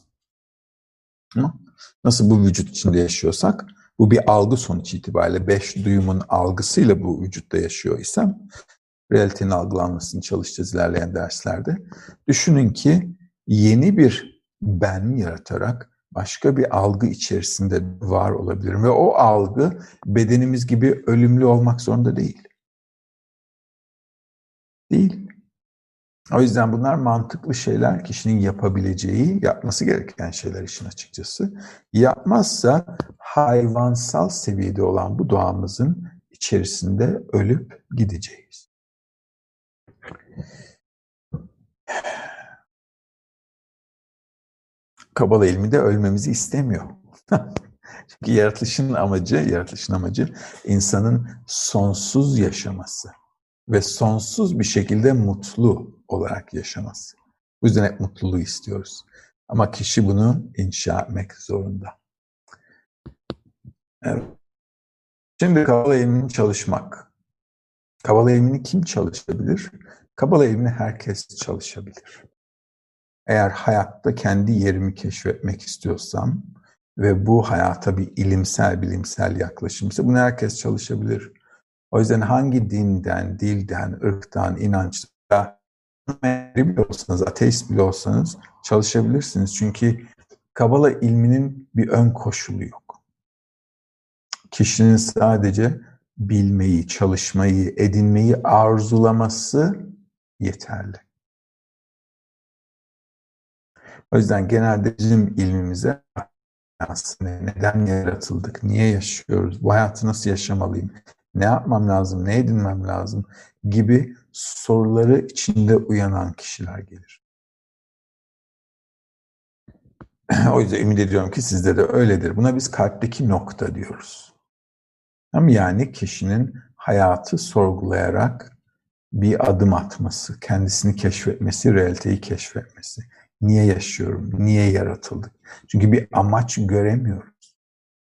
Nasıl bu vücut içinde yaşıyorsak, bu bir algı sonuç itibariyle, 5 duyumun algısıyla bu vücutta yaşıyor isem, realitenin algılanmasını çalışacağız ilerleyen derslerde. Düşünün ki yeni bir ben yaratarak başka bir algı içerisinde var olabilirim ve o algı bedenimiz gibi ölümlü olmak zorunda değil. Değil. O yüzden bunlar mantıklı şeyler, kişinin yapabileceği, yapması gereken şeyler işin açıkçası. Yapmazsa hayvansal seviyede olan bu doğamızın içerisinde ölüp gideceğiz. Kabala ilmi de ölmemizi istemiyor. Çünkü yaratılışın amacı insanın sonsuz yaşaması ve sonsuz bir şekilde mutlu olarak yaşaması. Bu yüzden hep mutluluğu istiyoruz. Ama kişi bunu inşa etmek zorunda. Evet. Şimdi Kabala ilmini çalışmak. Kabala ilmini kim çalışabilir? Kabala ilmini herkes çalışabilir. Eğer hayatta kendi yerimi keşfetmek istiyorsam ve bu hayata bir bilimsel yaklaşımsa bunu herkes çalışabilir. O yüzden hangi dinden, dilden, ırktan, inançtan bile olsanız, ateist bile olsanız çalışabilirsiniz. Çünkü Kabala ilminin bir ön koşulu yok. Kişinin sadece bilmeyi, çalışmayı, edinmeyi arzulaması yeterli. O yüzden genelde bizim ilmimize aslında neden yaratıldık, niye yaşıyoruz, bu hayatı nasıl yaşamalıyım, ne yapmam lazım, ne edinmem lazım gibi soruları içinde uyanan kişiler gelir. O yüzden ümit ediyorum ki sizde de öyledir. Buna biz kalpteki nokta diyoruz. Yani kişinin hayatı sorgulayarak bir adım atması, kendisini keşfetmesi, realiteyi keşfetmesi. Niye yaşıyorum? Niye yaratıldık? Çünkü bir amaç göremiyoruz.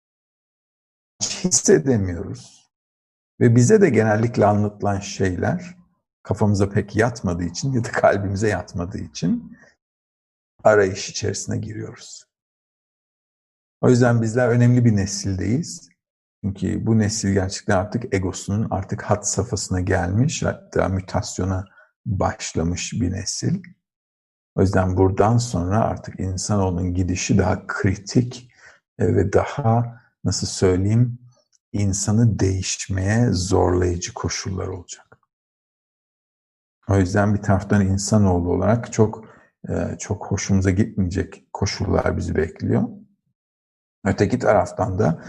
Hissedemiyoruz. Ve bize de genellikle anlatılan şeyler kafamıza pek yatmadığı için ya da kalbimize yatmadığı için arayış içerisine giriyoruz. O yüzden bizler önemli bir nesildeyiz. Çünkü bu nesil gerçekten artık egosunun artık had safhasına gelmiş, hatta mütasyona başlamış bir nesil. O yüzden buradan sonra artık insanoğlunun gidişi daha kritik ve daha, nasıl söyleyeyim, insanı değişmeye zorlayıcı koşullar olacak. O yüzden bir taraftan insanoğlu olarak çok hoşumuza gitmeyecek koşullar bizi bekliyor. Öteki taraftan da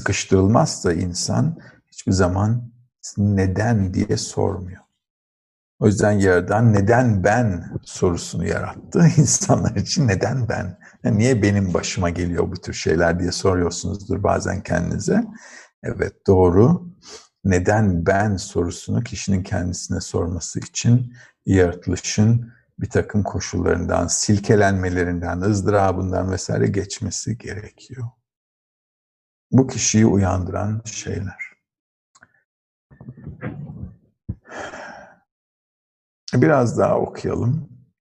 sıkıştırılmazsa insan hiçbir zaman neden diye sormuyor. O yüzden Yaradan neden ben sorusunu yarattı. İnsanlar için neden ben? Yani niye benim başıma geliyor bu tür şeyler diye soruyorsunuzdur bazen kendinize. Evet, doğru. Neden ben sorusunu kişinin kendisine sorması için yaratılışın bir takım koşullarından, silkelenmelerinden, ızdırabından vesaire geçmesi gerekiyor. Bu kişiyi uyandıran şeyler. Biraz daha okuyalım.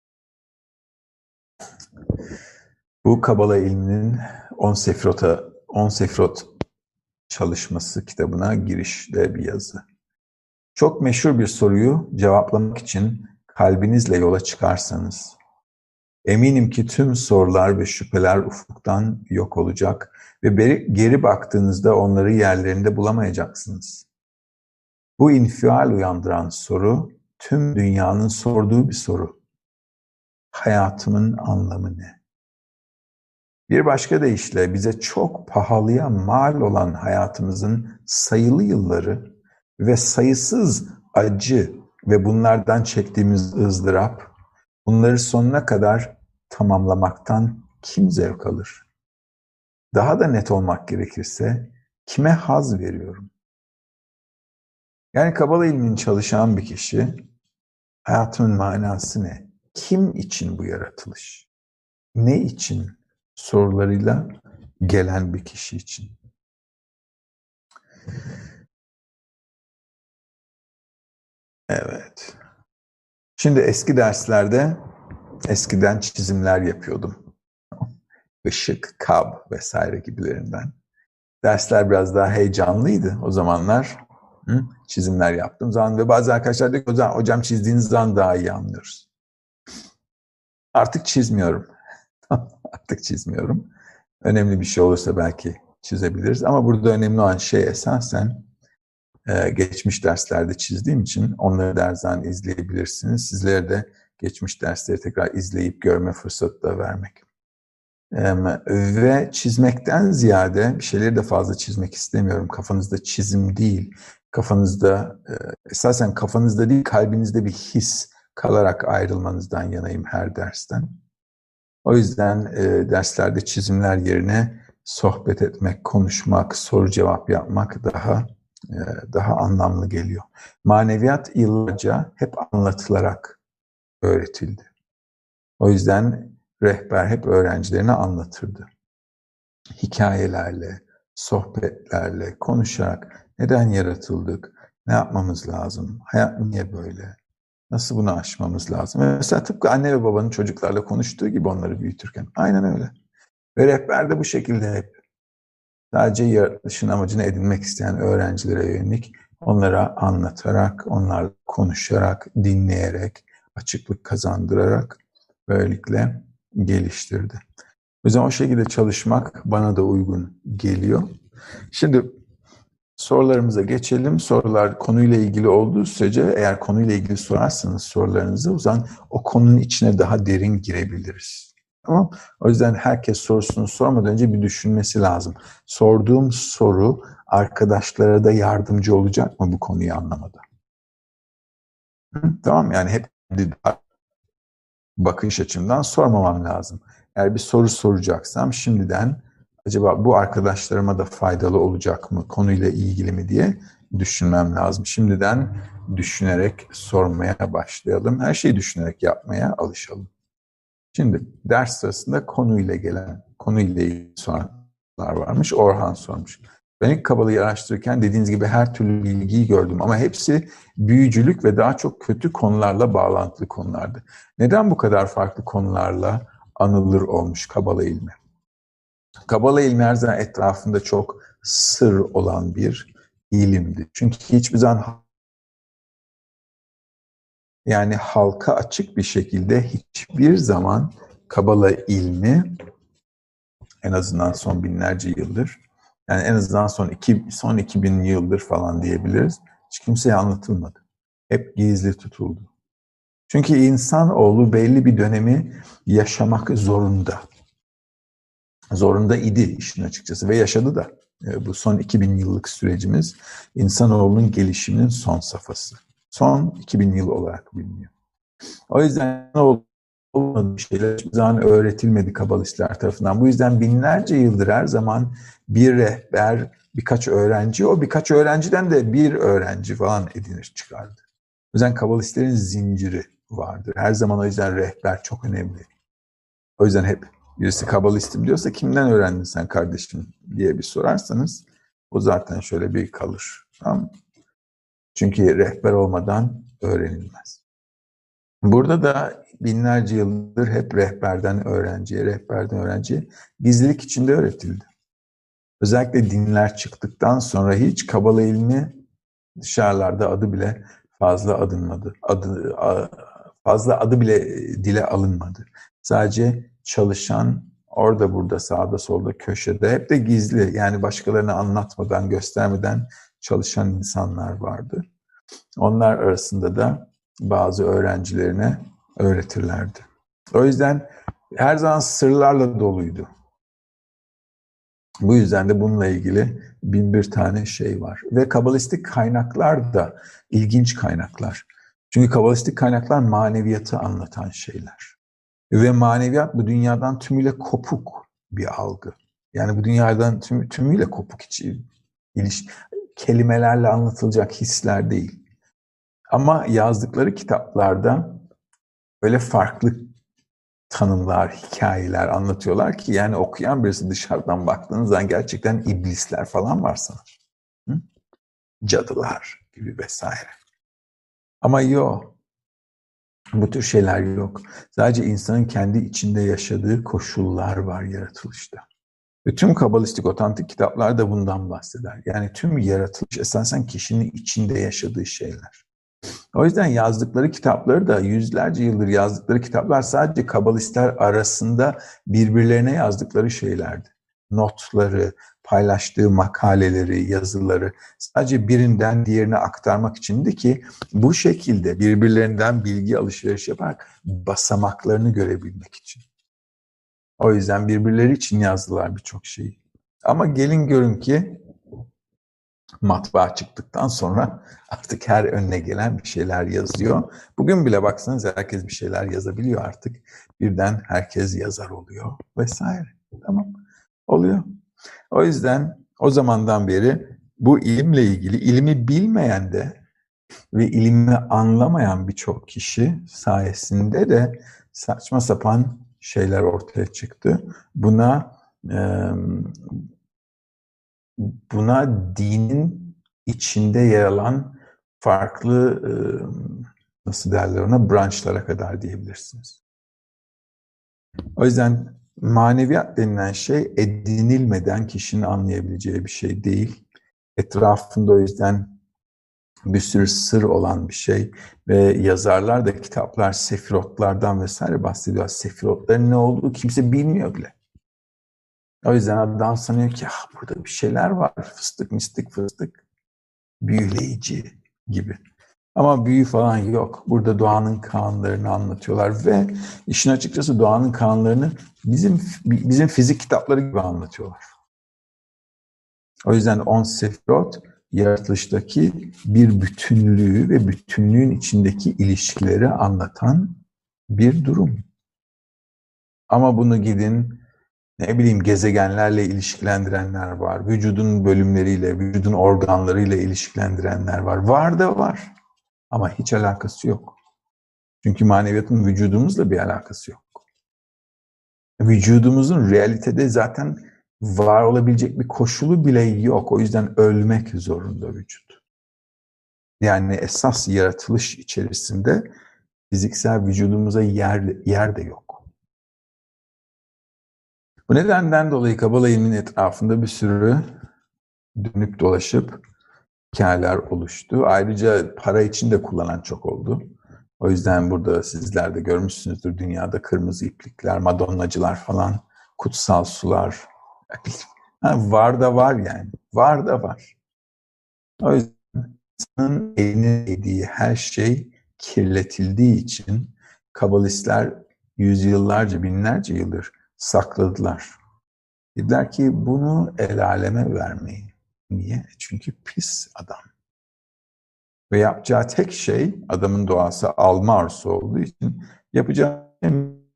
Bu Kabala ilminin 10 Sefirot çalışması kitabına girişte bir yazı. Çok meşhur bir soruyu cevaplamak için kalbinizle yola çıkarsanız, eminim ki tüm sorular ve şüpheler ufuktan yok olacak ve geri baktığınızda onları yerlerinde bulamayacaksınız. Bu infial uyandıran soru, tüm dünyanın sorduğu bir soru. Hayatımın anlamı ne? Bir başka deyişle bize çok pahalıya mal olan hayatımızın sayılı yılları ve sayısız acı ve bunlardan çektiğimiz ızdırap, bunları sonuna kadar tamamlamaktan kim zevk alır? Daha da net olmak gerekirse kime haz veriyorum? Yani Kabala ilmini çalışan bir kişi, hayatımın manası ne? Kim için bu yaratılış? Ne için sorularıyla gelen bir kişi için. Evet. Şimdi eski derslerde eskiden çizimler yapıyordum. Işık, kab vesaire gibilerinden. Dersler biraz daha heyecanlıydı o zamanlar. Çizimler yaptığım zaman ve bazı arkadaşlar diyor ki hocam çizdiğiniz zaman daha iyi anlıyoruz. Artık çizmiyorum. Artık çizmiyorum. Önemli bir şey olursa belki çizebiliriz. Ama burada önemli olan şey esasen geçmiş derslerde çizdiğim için onları derzan izleyebilirsiniz. Sizlere de geçmiş dersleri tekrar izleyip görme fırsatı da vermek. Ve çizmekten ziyade bir şeyleri de fazla çizmek istemiyorum. Kafanızda çizim değil, kafanızda esasen kafanızda değil kalbinizde bir his kalarak ayrılmanızdan yanayım her dersten. O yüzden derslerde çizimler yerine sohbet etmek, konuşmak, soru cevap yapmak daha anlamlı geliyor. Maneviyat yıllarca hep anlatılarak öğretildi. O yüzden rehber hep öğrencilerine anlatırdı. Hikayelerle, sohbetlerle, konuşarak neden yaratıldık, ne yapmamız lazım, hayat niye böyle, nasıl bunu aşmamız lazım. Mesela tıpkı anne ve babanın çocuklarla konuştuğu gibi onları büyütürken. Aynen öyle. Ve rehber de bu şekilde hep sadece yaratılışın amacını edinmek isteyen öğrencilere yönelik onlara anlatarak, onlarla konuşarak, dinleyerek, açıklık kazandırarak böylelikle geliştirdi. O yüzden o şekilde çalışmak bana da uygun geliyor. Şimdi sorularımıza geçelim. Sorular konuyla ilgili olduğu sürece eğer konuyla ilgili sorarsanız sorularınızı o zaman o konunun içine daha derin girebiliriz. Tamam. O yüzden herkes sorusunu sormadan önce bir düşünmesi lazım. Sorduğum soru arkadaşlara da yardımcı olacak mı bu konuyu anlamada? Tamam, yani hep bakış açımdan sormamam lazım. Eğer bir soru soracaksam şimdiden acaba bu arkadaşlarıma da faydalı olacak mı, konuyla ilgili mi diye düşünmem lazım. Şimdiden düşünerek sormaya başlayalım. Her şeyi düşünerek yapmaya alışalım. Şimdi ders sırasında konuyla ilgili sorular varmış. Orhan sormuş. Ben ilk Kabala'yı araştırırken dediğiniz gibi her türlü bilgiyi gördüm ama hepsi büyücülük ve daha çok kötü konularla bağlantılı konulardı. Neden bu kadar farklı konularla anılır olmuş Kabala ilmi? Kabala ilmi her zaman etrafında çok sır olan bir ilimdi. Çünkü hiçbir zaman yani halka açık bir şekilde hiçbir zaman Kabala ilmi en azından son binlerce yıldır, yani en azından son 2000 yıldır falan diyebiliriz. Hiç kimseye anlatılmadı. Hep gizli tutuldu. Çünkü insanoğlu belli bir dönemi yaşamak zorunda. Zorunda idi işin açıkçası ve yaşadı da. Bu son 2000 yıllık sürecimiz insanoğlunun gelişiminin son safhası. Son 2000 yıl olarak biliniyor. O yüzden olmadığı şeyler hiçbir zaman öğretilmedi kabalistler tarafından. Bu yüzden binlerce yıldır her zaman bir rehber, birkaç öğrenci, o birkaç öğrenciden de bir öğrenci falan edinir çıkardı. O yüzden kabalistlerin zinciri vardır. Her zaman o yüzden rehber çok önemli. O yüzden hep birisi kabalistim diyorsa kimden öğrendin sen kardeşim diye bir sorarsanız o zaten şöyle bir kalır. Tamam. Çünkü rehber olmadan öğrenilmez. Burada da binlerce yıldır hep rehberden öğrenciye, rehberden öğrenciye gizlilik içinde öğretildi. Özellikle dinler çıktıktan sonra hiç Kabala ilmi dışarılarda adı bile fazla adınmadı. Fazla adı bile dile alınmadı. Sadece çalışan orada burada sağda solda köşede hep de gizli yani başkalarına anlatmadan göstermeden çalışan insanlar vardı. Onlar arasında da bazı öğrencilerine öğretirlerdi. O yüzden her zaman sırlarla doluydu. Bu yüzden de bununla ilgili bin bir tane şey var. Ve kabalistik kaynaklar da ilginç kaynaklar. Çünkü kabalistik kaynaklar maneviyatı anlatan şeyler. Ve maneviyat bu dünyadan tümüyle kopuk bir algı. Yani bu dünyadan tümüyle kopuk kelimelerle anlatılacak hisler değil. Ama yazdıkları kitaplarda öyle farklı tanımlar, hikayeler anlatıyorlar ki yani okuyan birisi dışarıdan baktığınız zaman gerçekten iblisler falan var sanır. Cadılar gibi vesaire. Ama yok. Bu tür şeyler yok. Sadece insanın kendi içinde yaşadığı koşullar var yaratılışta. Ve tüm kabalistik otantik kitaplar da bundan bahseder. Yani tüm yaratılış esasen kişinin içinde yaşadığı şeyler. O yüzden yazdıkları kitapları da yüzlerce yıldır yazdıkları kitaplar sadece kabalistler arasında birbirlerine yazdıkları şeylerdi. Notları, paylaştığı makaleleri, yazıları sadece birinden diğerine aktarmak içindi ki bu şekilde birbirlerinden bilgi alışveriş yaparak basamaklarını görebilmek için. O yüzden birbirleri için yazdılar birçok şeyi. Ama gelin görün ki matbaa çıktıktan sonra artık her önüne gelen bir şeyler yazıyor. Bugün bile baksanız herkes bir şeyler yazabiliyor artık. Birden herkes yazar oluyor vesaire. Tamam, oluyor. O yüzden o zamandan beri bu ilimle ilgili ilmi bilmeyen de ve ilmi anlamayan birçok kişi sayesinde de saçma sapan şeyler ortaya çıktı. Buna dinin içinde yer alan farklı nasıl derler ona branşlara kadar diyebilirsiniz. O yüzden maneviyat denilen şey edinilmeden kişinin anlayabileceği bir şey değil. Etrafında o yüzden bir sürü sır olan bir şey ve yazarlar da kitaplar sefirotlardan vesaire bahsediyor. Sefirotların ne olduğu kimse bilmiyor bile. O yüzden adam sanıyor ki burada bir şeyler var. Fıstık mistik fıstık. Büyüleyici gibi. Ama büyü falan yok. Burada doğanın kanunlarını anlatıyorlar ve işin açıkçası doğanın kanunlarını bizim fizik kitapları gibi anlatıyorlar. O yüzden 10 sefirot yaratılıştaki bir bütünlüğü ve bütünlüğün içindeki ilişkileri anlatan bir durum. Ama bunu gidin ne bileyim gezegenlerle ilişkilendirenler var. Vücudun bölümleriyle, vücudun organlarıyla ilişkilendirenler var. Var da var. Ama hiç alakası yok. Çünkü maneviyatın vücudumuzla bir alakası yok. Vücudumuzun realitede zaten var olabilecek bir koşulu bile yok. O yüzden ölmek zorunda vücut. Yani esas yaratılış içerisinde fiziksel vücudumuza yer de yok. Bu nedenden dolayı Kabala ilminin etrafında bir sürü dönüp dolaşıp hikayeler oluştu. Ayrıca para için de kullanan çok oldu. O yüzden burada sizler de görmüşsünüzdür dünyada kırmızı iplikler, madonnacılar falan, kutsal sular. Var da var yani. Var da var. O yüzden insanın eline değdiği her şey kirletildiği için kabalistler yüzyıllarca, binlerce yıldır sakladılar. Dediler ki bunu el aleme vermeyin. Niye? Çünkü pis adam. Ve yapacağı tek şey, adamın doğası alma arzusu olduğu için yapacağı şey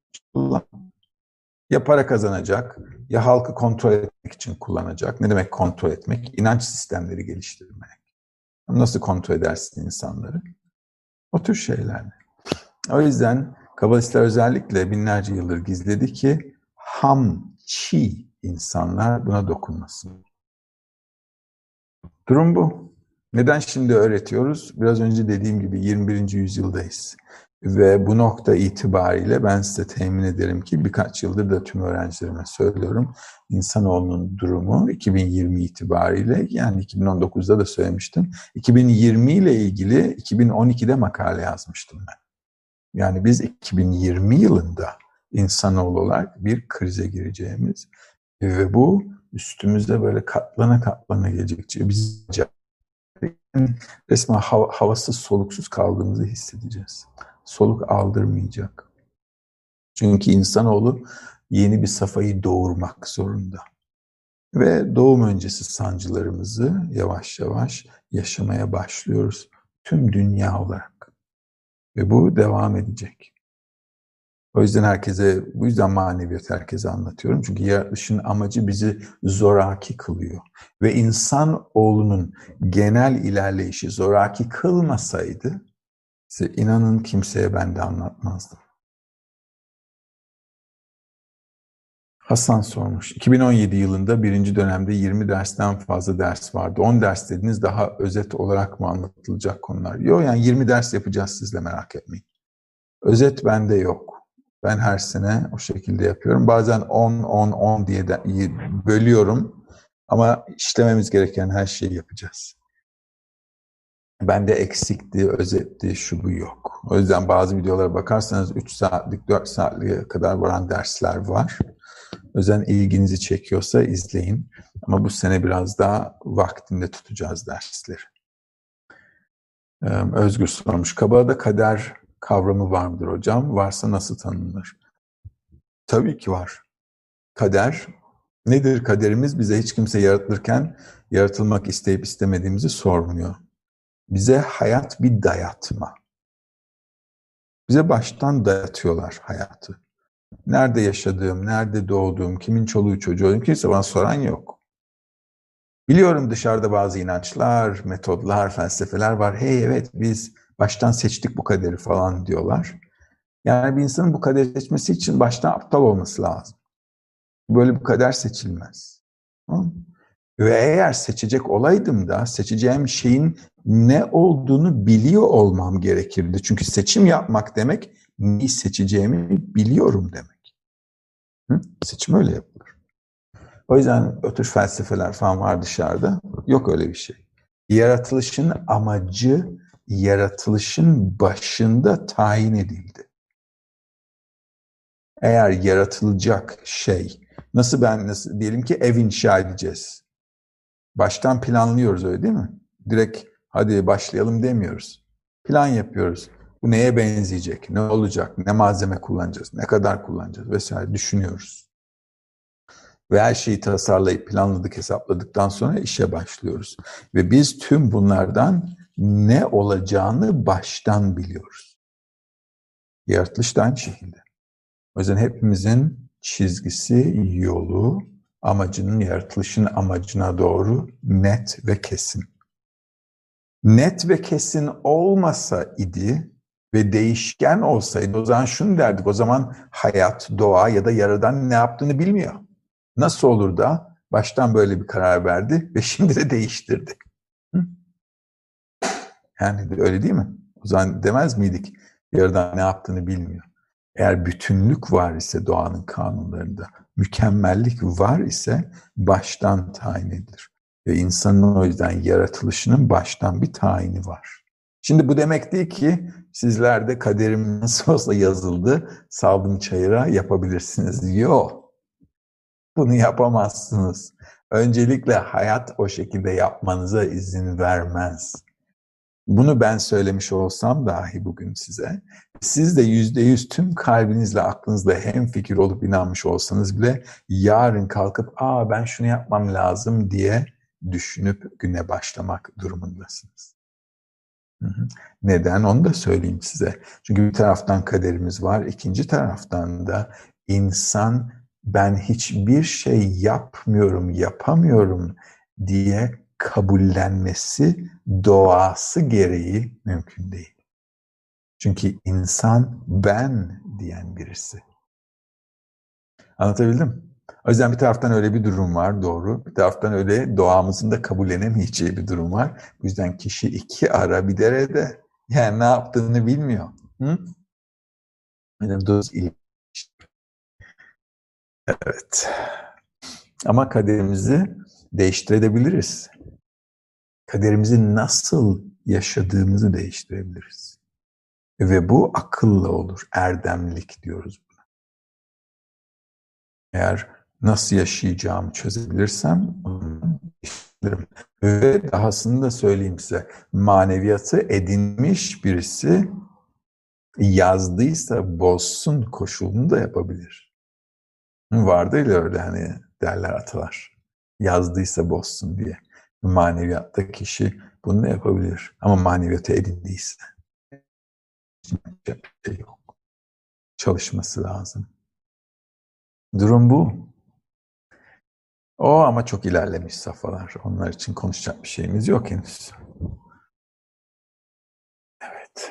ya para kazanacak, ya halkı kontrol etmek için kullanacak. Ne demek kontrol etmek? İnanç sistemleri geliştirmek. Nasıl kontrol edersin insanları? O tür şeylerle. O yüzden Kabalistler özellikle binlerce yıldır gizledi ki ham, çiğ insanlar buna dokunmasın. Durum bu. Neden şimdi öğretiyoruz? Biraz önce dediğim gibi 21. yüzyıldayız. Ve bu nokta itibariyle ben size temin ederim ki birkaç yıldır da tüm öğrencilerime söylüyorum. İnsanoğlunun durumu 2020 itibariyle, yani 2019'da da söylemiştim. 2020 ile ilgili 2012'de makale yazmıştım ben. Yani biz 2020 yılında insanoğlu olarak bir krize gireceğimiz ve bu üstümüzde böyle katlana katlana gelecek. Biz resmen havasız soluksuz kaldığımızı hissedeceğiz. Soluk aldırmayacak. Çünkü insanoğlu yeni bir safhayı doğurmak zorunda. Ve doğum öncesi sancılarımızı yavaş yavaş yaşamaya başlıyoruz. Tüm dünya olarak. Ve bu devam edecek. O yüzden bu yüzden maneviyat herkese anlatıyorum. Çünkü yaratılışın amacı bizi zoraki kılıyor. Ve insanoğlunun genel ilerleyişi zoraki kılmasaydı, size inanın kimseye ben de anlatmazdım. Hasan sormuş. 2017 yılında birinci dönemde 20 dersten fazla ders vardı. 10 ders dediniz, daha özet olarak mı anlatılacak konular? Yok, yani 20 ders yapacağız, sizle merak etmeyin. Özet bende yok. Ben her sene o şekilde yapıyorum. Bazen 10 diye de bölüyorum. Ama işlememiz gereken her şeyi yapacağız. Bende eksikti, özetti, şu bu yok. O yüzden bazı videolara bakarsanız 3 saatlik, 4 saatliğe kadar varan dersler var. O yüzden ilginizi çekiyorsa izleyin. Ama bu sene biraz daha vaktinde tutacağız dersleri. Özgür sormuş. Kabağda kader kavramı var mıdır hocam? Varsa nasıl tanınır? Tabii ki var. Kader nedir? Kaderimiz bize hiç kimse yaratılırken yaratılmak isteyip istemediğimizi sormuyor. Bize hayat bir dayatma. Bize baştan dayatıyorlar hayatı. Nerede yaşadığım, nerede doğduğum, kimin çoluğu çocuğu olduğum kimse bana soran yok. Biliyorum dışarıda bazı inançlar, metodlar, felsefeler var. Hey evet biz baştan seçtik bu kaderi falan diyorlar. Yani bir insanın bu kaderi seçmesi için baştan aptal olması lazım. Böyle bir kader seçilmez. Ve eğer seçecek olaydım da seçeceğim şeyin ne olduğunu biliyor olmam gerekirdi. Çünkü seçim yapmak demek neyi seçeceğimi biliyorum demek. Seçim öyle yapılır. O yüzden o tür felsefeler falan var dışarıda. Yok öyle bir şey. Yaratılışın amacı yaratılışın başında tayin edildi. Eğer yaratılacak şey, nasıl diyelim ki ev inşa edeceğiz. Baştan planlıyoruz, öyle değil mi? Direkt hadi başlayalım demiyoruz. Plan yapıyoruz. Bu neye benzeyecek, ne olacak, ne malzeme kullanacağız, ne kadar kullanacağız vesaire düşünüyoruz. Ve her şeyi tasarlayıp planladık, hesapladıktan sonra işe başlıyoruz. Ve biz tüm bunlardan ne olacağını baştan biliyoruz. Yaratılış da aynı şekilde. O yüzden hepimizin çizgisi, yolu, yaratılışın amacına doğru net ve kesin. Net ve kesin olmasa idi ve değişken olsaydı o zaman şunu derdik: o zaman hayat, doğa ya da yaradan ne yaptığını bilmiyor. Nasıl olur da baştan böyle bir karar verdi ve şimdi de değiştirdi? Yani öyle değil mi? O zaman demez miydik yaradan ne yaptığını bilmiyor? Eğer bütünlük var ise doğanın kanunlarında, mükemmellik var ise baştan tayin edilir. Ve insanın o yüzden yaratılışının baştan bir tayini var. Şimdi bu demek değil ki sizler de kaderim nasıl olsa yazıldı, saldım çayıra yapabilirsiniz. Yok. Bunu yapamazsınız. Öncelikle hayat o şekilde yapmanıza izin vermez. Bunu ben söylemiş olsam dahi bugün size, siz de %100 tüm kalbinizle, aklınızla hemfikir olup inanmış olsanız bile yarın kalkıp ben şunu yapmam lazım diye düşünüp güne başlamak durumundasınız. Hı hı. Neden? Onu da söyleyeyim size. Çünkü bir taraftan kaderimiz var, ikinci taraftan da insan ben hiçbir şey yapmıyorum, yapamıyorum diye kabullenmesi doğası gereği mümkün değil. Çünkü insan ben diyen birisi. Anlatabildim? O yüzden bir taraftan öyle bir durum var, doğru. Bir taraftan öyle doğamızın da kabullenemeyeceği bir durum var. Bu yüzden kişi iki ara bir derede. Yani ne yaptığını bilmiyor. Hı? Evet. Ama kaderimizi değiştirebiliriz. Kaderimizi nasıl yaşadığımızı değiştirebiliriz. Ve bu akılla olur. Erdemlik diyoruz buna. Eğer nasıl yaşayacağımı çözebilirsem onu değiştiririm. Ve dahasını da söyleyeyim size. Maneviyatı edinmiş birisi yazdıysa bozsun koşulunu da yapabilir. Vardı öyle öyle hani derler atalar. Yazdıysa bozsun diye. Maneviyatta kişi bunu da yapabilir. Ama maneviyatı edindiyse yapacak bir şey yok. Çalışması lazım. Durum bu. O ama çok ilerlemiş safhalar. Onlar için konuşacak bir şeyimiz yok henüz. Evet.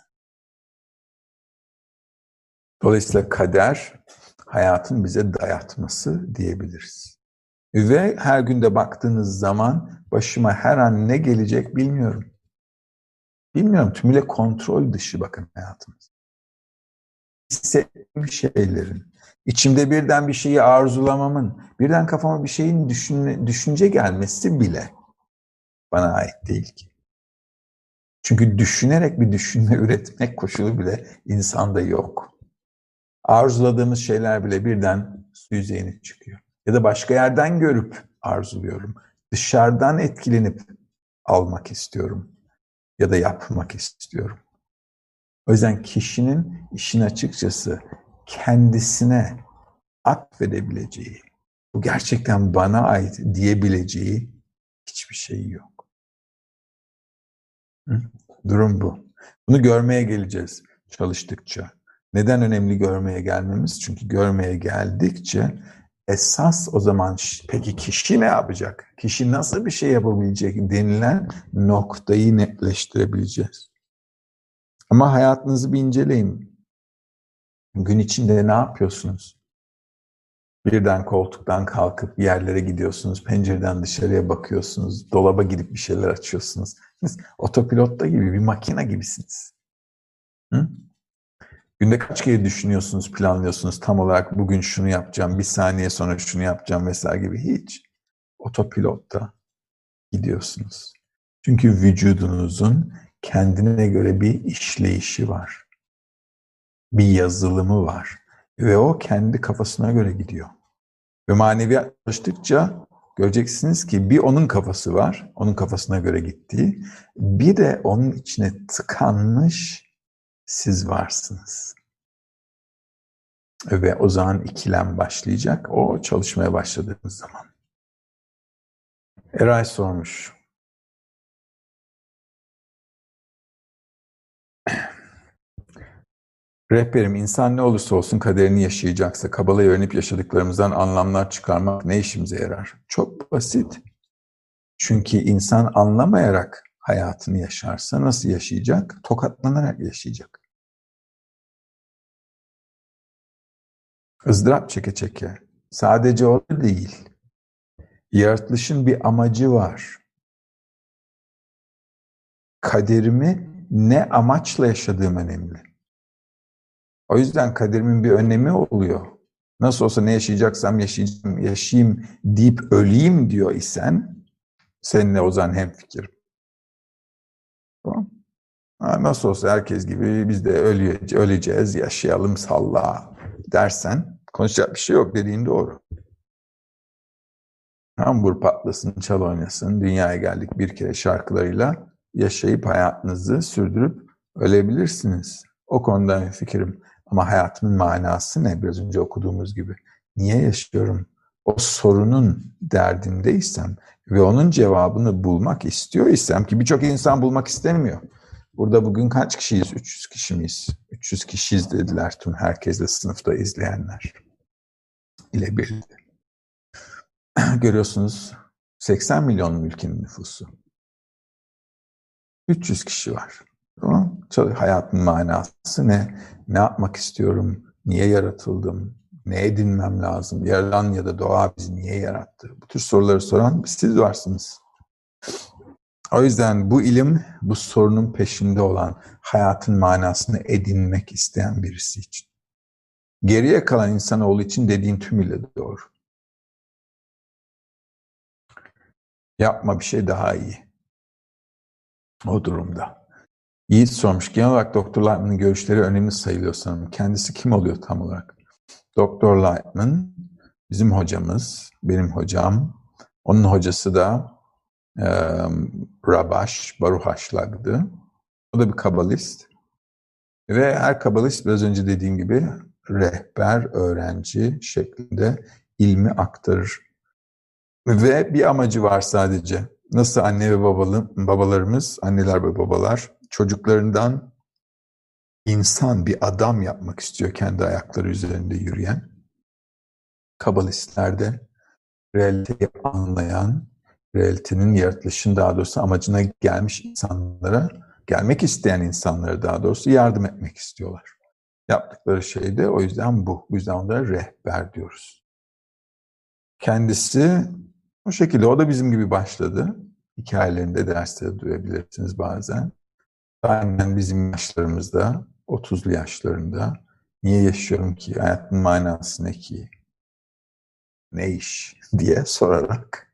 Dolayısıyla kader hayatın bize dayatması diyebiliriz. Ve her günde baktığınız zaman başıma her an ne gelecek bilmiyorum. Bilmiyorum, tümüyle kontrol dışı bakın hayatımız. Hissettiğim şeylerin, içimde birden bir şeyi arzulamamın, birden kafama bir şeyin düşünce gelmesi bile bana ait değil ki. Çünkü düşünerek bir düşünme üretmek koşulu bile insanda yok. Arzuladığımız şeyler bile birden su yüzeyine çıkıyor. Ya da başka yerden görüp arzuluyorum. Dışarıdan etkilenip almak istiyorum ya da yapmak istiyorum. O yüzden kişinin işin açıkçası kendisine atfedebileceği, bu gerçekten bana ait diyebileceği hiçbir şey yok. Durum bu. Bunu görmeye geleceğiz çalıştıkça. Neden önemli görmeye gelmemiz? Çünkü görmeye geldikçe esas o zaman peki kişi ne yapacak? Kişi nasıl bir şey yapabilecek denilen noktayı netleştirebileceğiz. Ama hayatınızı bir inceleyin. Gün içinde ne yapıyorsunuz? Birden koltuktan kalkıp yerlere gidiyorsunuz, pencereden dışarıya bakıyorsunuz, dolaba gidip bir şeyler açıyorsunuz. Siz otopilotta gibi bir makine gibisiniz. Hı? Günde kaç kere düşünüyorsunuz, planlıyorsunuz tam olarak bugün şunu yapacağım, bir saniye sonra şunu yapacağım vesaire gibi hiç. Otopilotta gidiyorsunuz. Çünkü vücudunuzun kendine göre bir işleyişi var. Bir yazılımı var. Ve o kendi kafasına göre gidiyor. Ve maneviyat çalıştıkça göreceksiniz ki bir onun kafası var, onun kafasına göre gittiği. Bir de onun içine tıkanmış siz varsınız. Ve o zaman ikilem başlayacak. O çalışmaya başladığımız zaman. Eray sormuş. Rehberim, insan ne olursa olsun kaderini yaşayacaksa Kabala'yı öğrenip yaşadıklarımızdan anlamlar çıkarmak ne işimize yarar? Çok basit. Çünkü insan anlamayarak hayatını yaşarsa nasıl yaşayacak? Tokatlanarak yaşayacak. ızdırap çeke çeke. Sadece o da değil. Yaratılışın bir amacı var. Kaderimi ne amaçla yaşadığım önemli. O yüzden kaderimin bir önemi oluyor. Nasıl olsa ne yaşayacaksam yaşayayım deyip öleyim diyor isen seninle o zaman hemfikirim. Tamam. Nasıl olsa herkes gibi biz de öleceğiz, yaşayalım salla dersen konuşacak bir şey yok, dediğin doğru. Tambur patlasın, çal oynasın, dünyaya geldik bir kere şarkılarıyla yaşayıp hayatınızı sürdürüp ölebilirsiniz. O konuda fikrim. Ama hayatımın manası ne? Biraz önce okuduğumuz gibi. Niye yaşıyorum? O sorunun derdindeysem ve onun cevabını bulmak istiyor isem ki birçok insan bulmak istemiyor. Burada bugün kaç kişiyiz? 300 kişi miyiz? 300 kişiyiz dediler tüm herkesle sınıfta izleyenler ile birlikte. Görüyorsunuz 80 milyon ülkenin nüfusu. 300 kişi var. Tamam. Hayatın manası ne? Ne yapmak istiyorum? Niye yaratıldım? Ne edinmem lazım? Yaradan ya da doğa bizi niye yarattı? Bu tür soruları soran siz varsınız. O yüzden bu ilim, bu sorunun peşinde olan, hayatın manasını edinmek isteyen birisi için. Geriye kalan insanoğlu için dediğin tümüyle doğru. Yapma, bir şey daha iyi. O durumda. Yiğit sormuş, genel olarak Dr. Lightman'ın görüşleri önemli sayılıyor sanırım. Kendisi kim oluyor tam olarak? Dr. Lightman bizim hocamız, benim hocam. Onun hocası da Rabash, Baruch Haşlag'dı. O da bir kabalist. Ve her kabalist biraz önce dediğim gibi rehber, öğrenci şeklinde ilmi aktarır. Ve bir amacı var sadece. Nasıl anne ve babalarımız, anneler ve babalar çocuklarından insan, bir adam yapmak istiyor kendi ayakları üzerinde yürüyen. Kabalistler de realiteyi anlayan, realitenin yaratılışın daha doğrusu amacına gelmiş insanlara, gelmek isteyen insanlara daha doğrusu yardım etmek istiyorlar. Yaptıkları şey de o yüzden bu. Bu yüzden onlara rehber diyoruz. Kendisi o şekilde, o da bizim gibi başladı. Hikayelerinde, derslerde duyabilirsiniz bazen. Aynen bizim yaşlarımızda, 30'lu yaşlarında niye yaşıyorum ki, hayatın manası ne ki, ne iş diye sorarak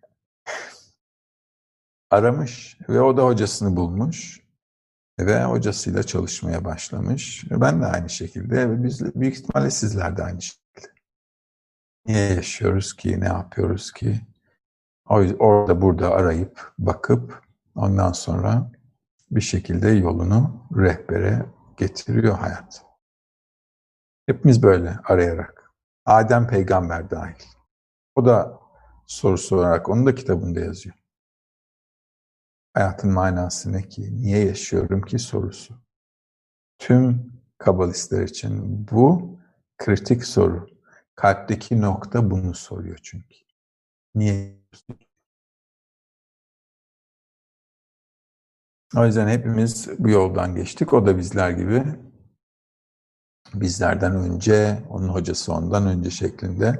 aramış ve o da hocasını bulmuş ve hocasıyla çalışmaya başlamış. Ben de aynı şekilde ve biz büyük ihtimalle sizler de aynı şekilde. Niye yaşıyoruz ki, ne yapıyoruz ki? Orada burada arayıp, bakıp ondan sonra bir şekilde yolunu rehbere getiriyor hayat. Hepimiz böyle arayarak. Adem peygamber dahil. O da soru sorarak, onun da kitabında yazıyor. Hayatın manası ne ki? Niye yaşıyorum ki sorusu. Tüm kabalistler için bu kritik soru. Kalpteki nokta bunu soruyor çünkü. Niye? O yüzden hepimiz bu yoldan geçtik. O da bizler gibi. Bizlerden önce, onun hocası ondan önce şeklinde.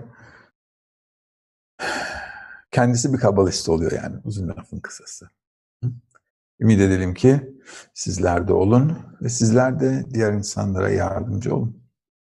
Kendisi bir kabalist oluyor yani, uzun lafın kısası. Ümit edelim ki sizler de olun ve sizler de diğer insanlara yardımcı olun.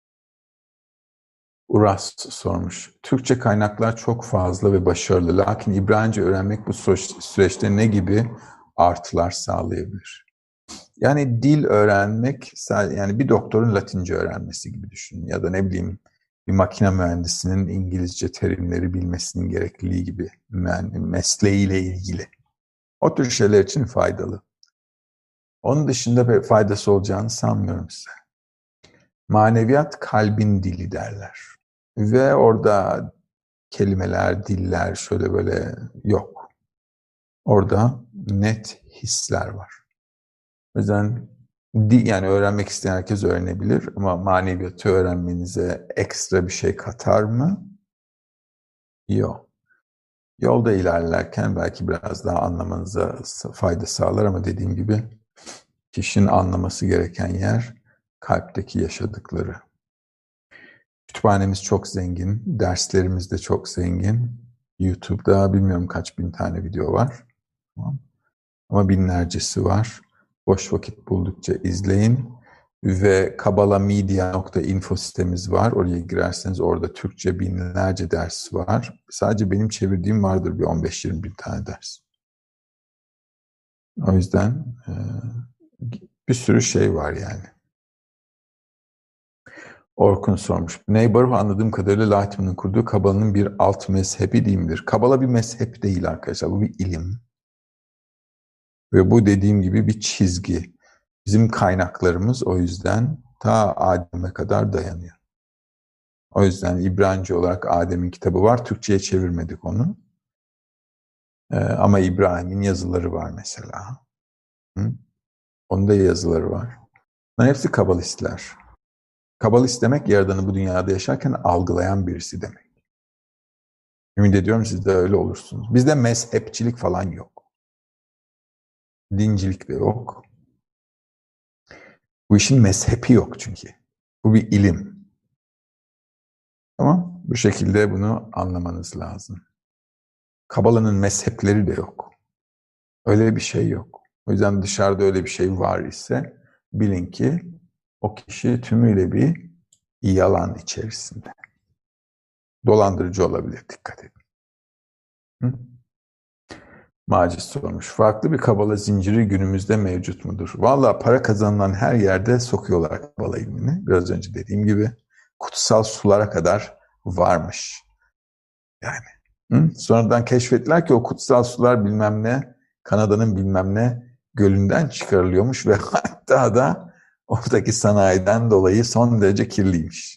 Uras sormuş. Türkçe kaynaklar çok fazla ve başarılı. Lakin İbranice öğrenmek bu süreçte ne gibi artılar sağlayabilir? Yani dil öğrenmek, yani bir doktorun Latince öğrenmesi gibi düşünün. Ya da ne bileyim bir makine mühendisinin İngilizce terimleri bilmesinin gerekliliği gibi, mesleğiyle ilgili. O tür şeyler için faydalı. Onun dışında bir faydası olacağını sanmıyorum size. Maneviyat kalbin dili derler. Ve orada kelimeler, diller şöyle böyle yok. Orada net hisler var. O yüzden yani öğrenmek isteyen herkes öğrenebilir ama maneviyatı öğrenmenize ekstra bir şey katar mı? Yok. Yolda ilerlerken belki biraz daha anlamanıza fayda sağlar ama dediğim gibi kişinin anlaması gereken yer kalpteki yaşadıkları. Kütüphanemiz çok zengin, derslerimiz de çok zengin. YouTube'da bilmiyorum kaç bin tane video var. Tamam. Ama binlercesi var. Boş vakit buldukça izleyin. Ve kabalamedia.info sitemiz var. Oraya girerseniz orada Türkçe binlerce ders var. Sadece benim çevirdiğim vardır bir 15-20 bin tane ders. O yüzden bir sürü şey var yani. Orkun sormuş. Neybaruh anladığım kadarıyla Lightman'ın kurduğu Kabala'nın bir alt mezhebi değil midir? Kabala bir mezhep değil arkadaşlar. Bu bir ilim. Ve bu dediğim gibi bir çizgi. Bizim kaynaklarımız o yüzden ta Adem'e kadar dayanıyor. O yüzden İbranice olarak Adem'in kitabı var. Türkçe'ye çevirmedik onu. Ama İbrahim'in yazıları var mesela. Onun da yazıları var. Bunların hepsi kabalistler. Kabalist demek Yaradan'ı bu dünyada yaşarken algılayan birisi demek. Ümit ediyorum siz de öyle olursunuz. Bizde mezhepçilik falan yok. Dincilik de yok. Bu işin mezhepi yok çünkü. Bu bir ilim. Tamam? Bu şekilde bunu anlamanız lazım. Kabala'nın mezhepleri de yok. Öyle bir şey yok. O yüzden dışarıda öyle bir şey var ise bilin ki o kişi tümüyle bir yalan içerisinde. Dolandırıcı olabilir, dikkat edin. Hı? Macit sormuş. Farklı bir kabala zinciri günümüzde mevcut mudur? Vallahi para kazanılan her yerde sokuyorlar kabala ilmini. Biraz önce dediğim gibi kutsal sulara kadar varmış. Yani. Hı? Sonradan keşfettiler ki o kutsal sular bilmem ne, Kanada'nın bilmem ne gölünden çıkarılıyormuş ve hatta da oradaki sanayiden dolayı son derece kirliymiş.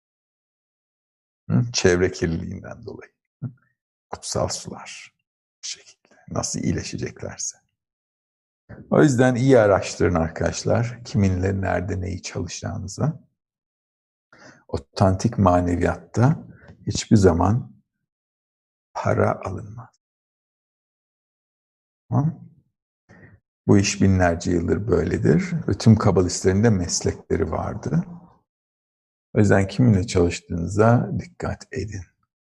Hı? Çevre kirliliğinden dolayı. Hı? Kutsal sular. Bu şekilde. Nasıl iyileşeceklerse. O yüzden iyi araştırın arkadaşlar. Kiminle, nerede, neyi çalışacağınızı. Otantik maneviyatta hiçbir zaman para alınmaz. Tamam? Bu iş binlerce yıldır böyledir. Ve tüm kabalistlerin de meslekleri vardı. O yüzden kiminle çalıştığınıza dikkat edin.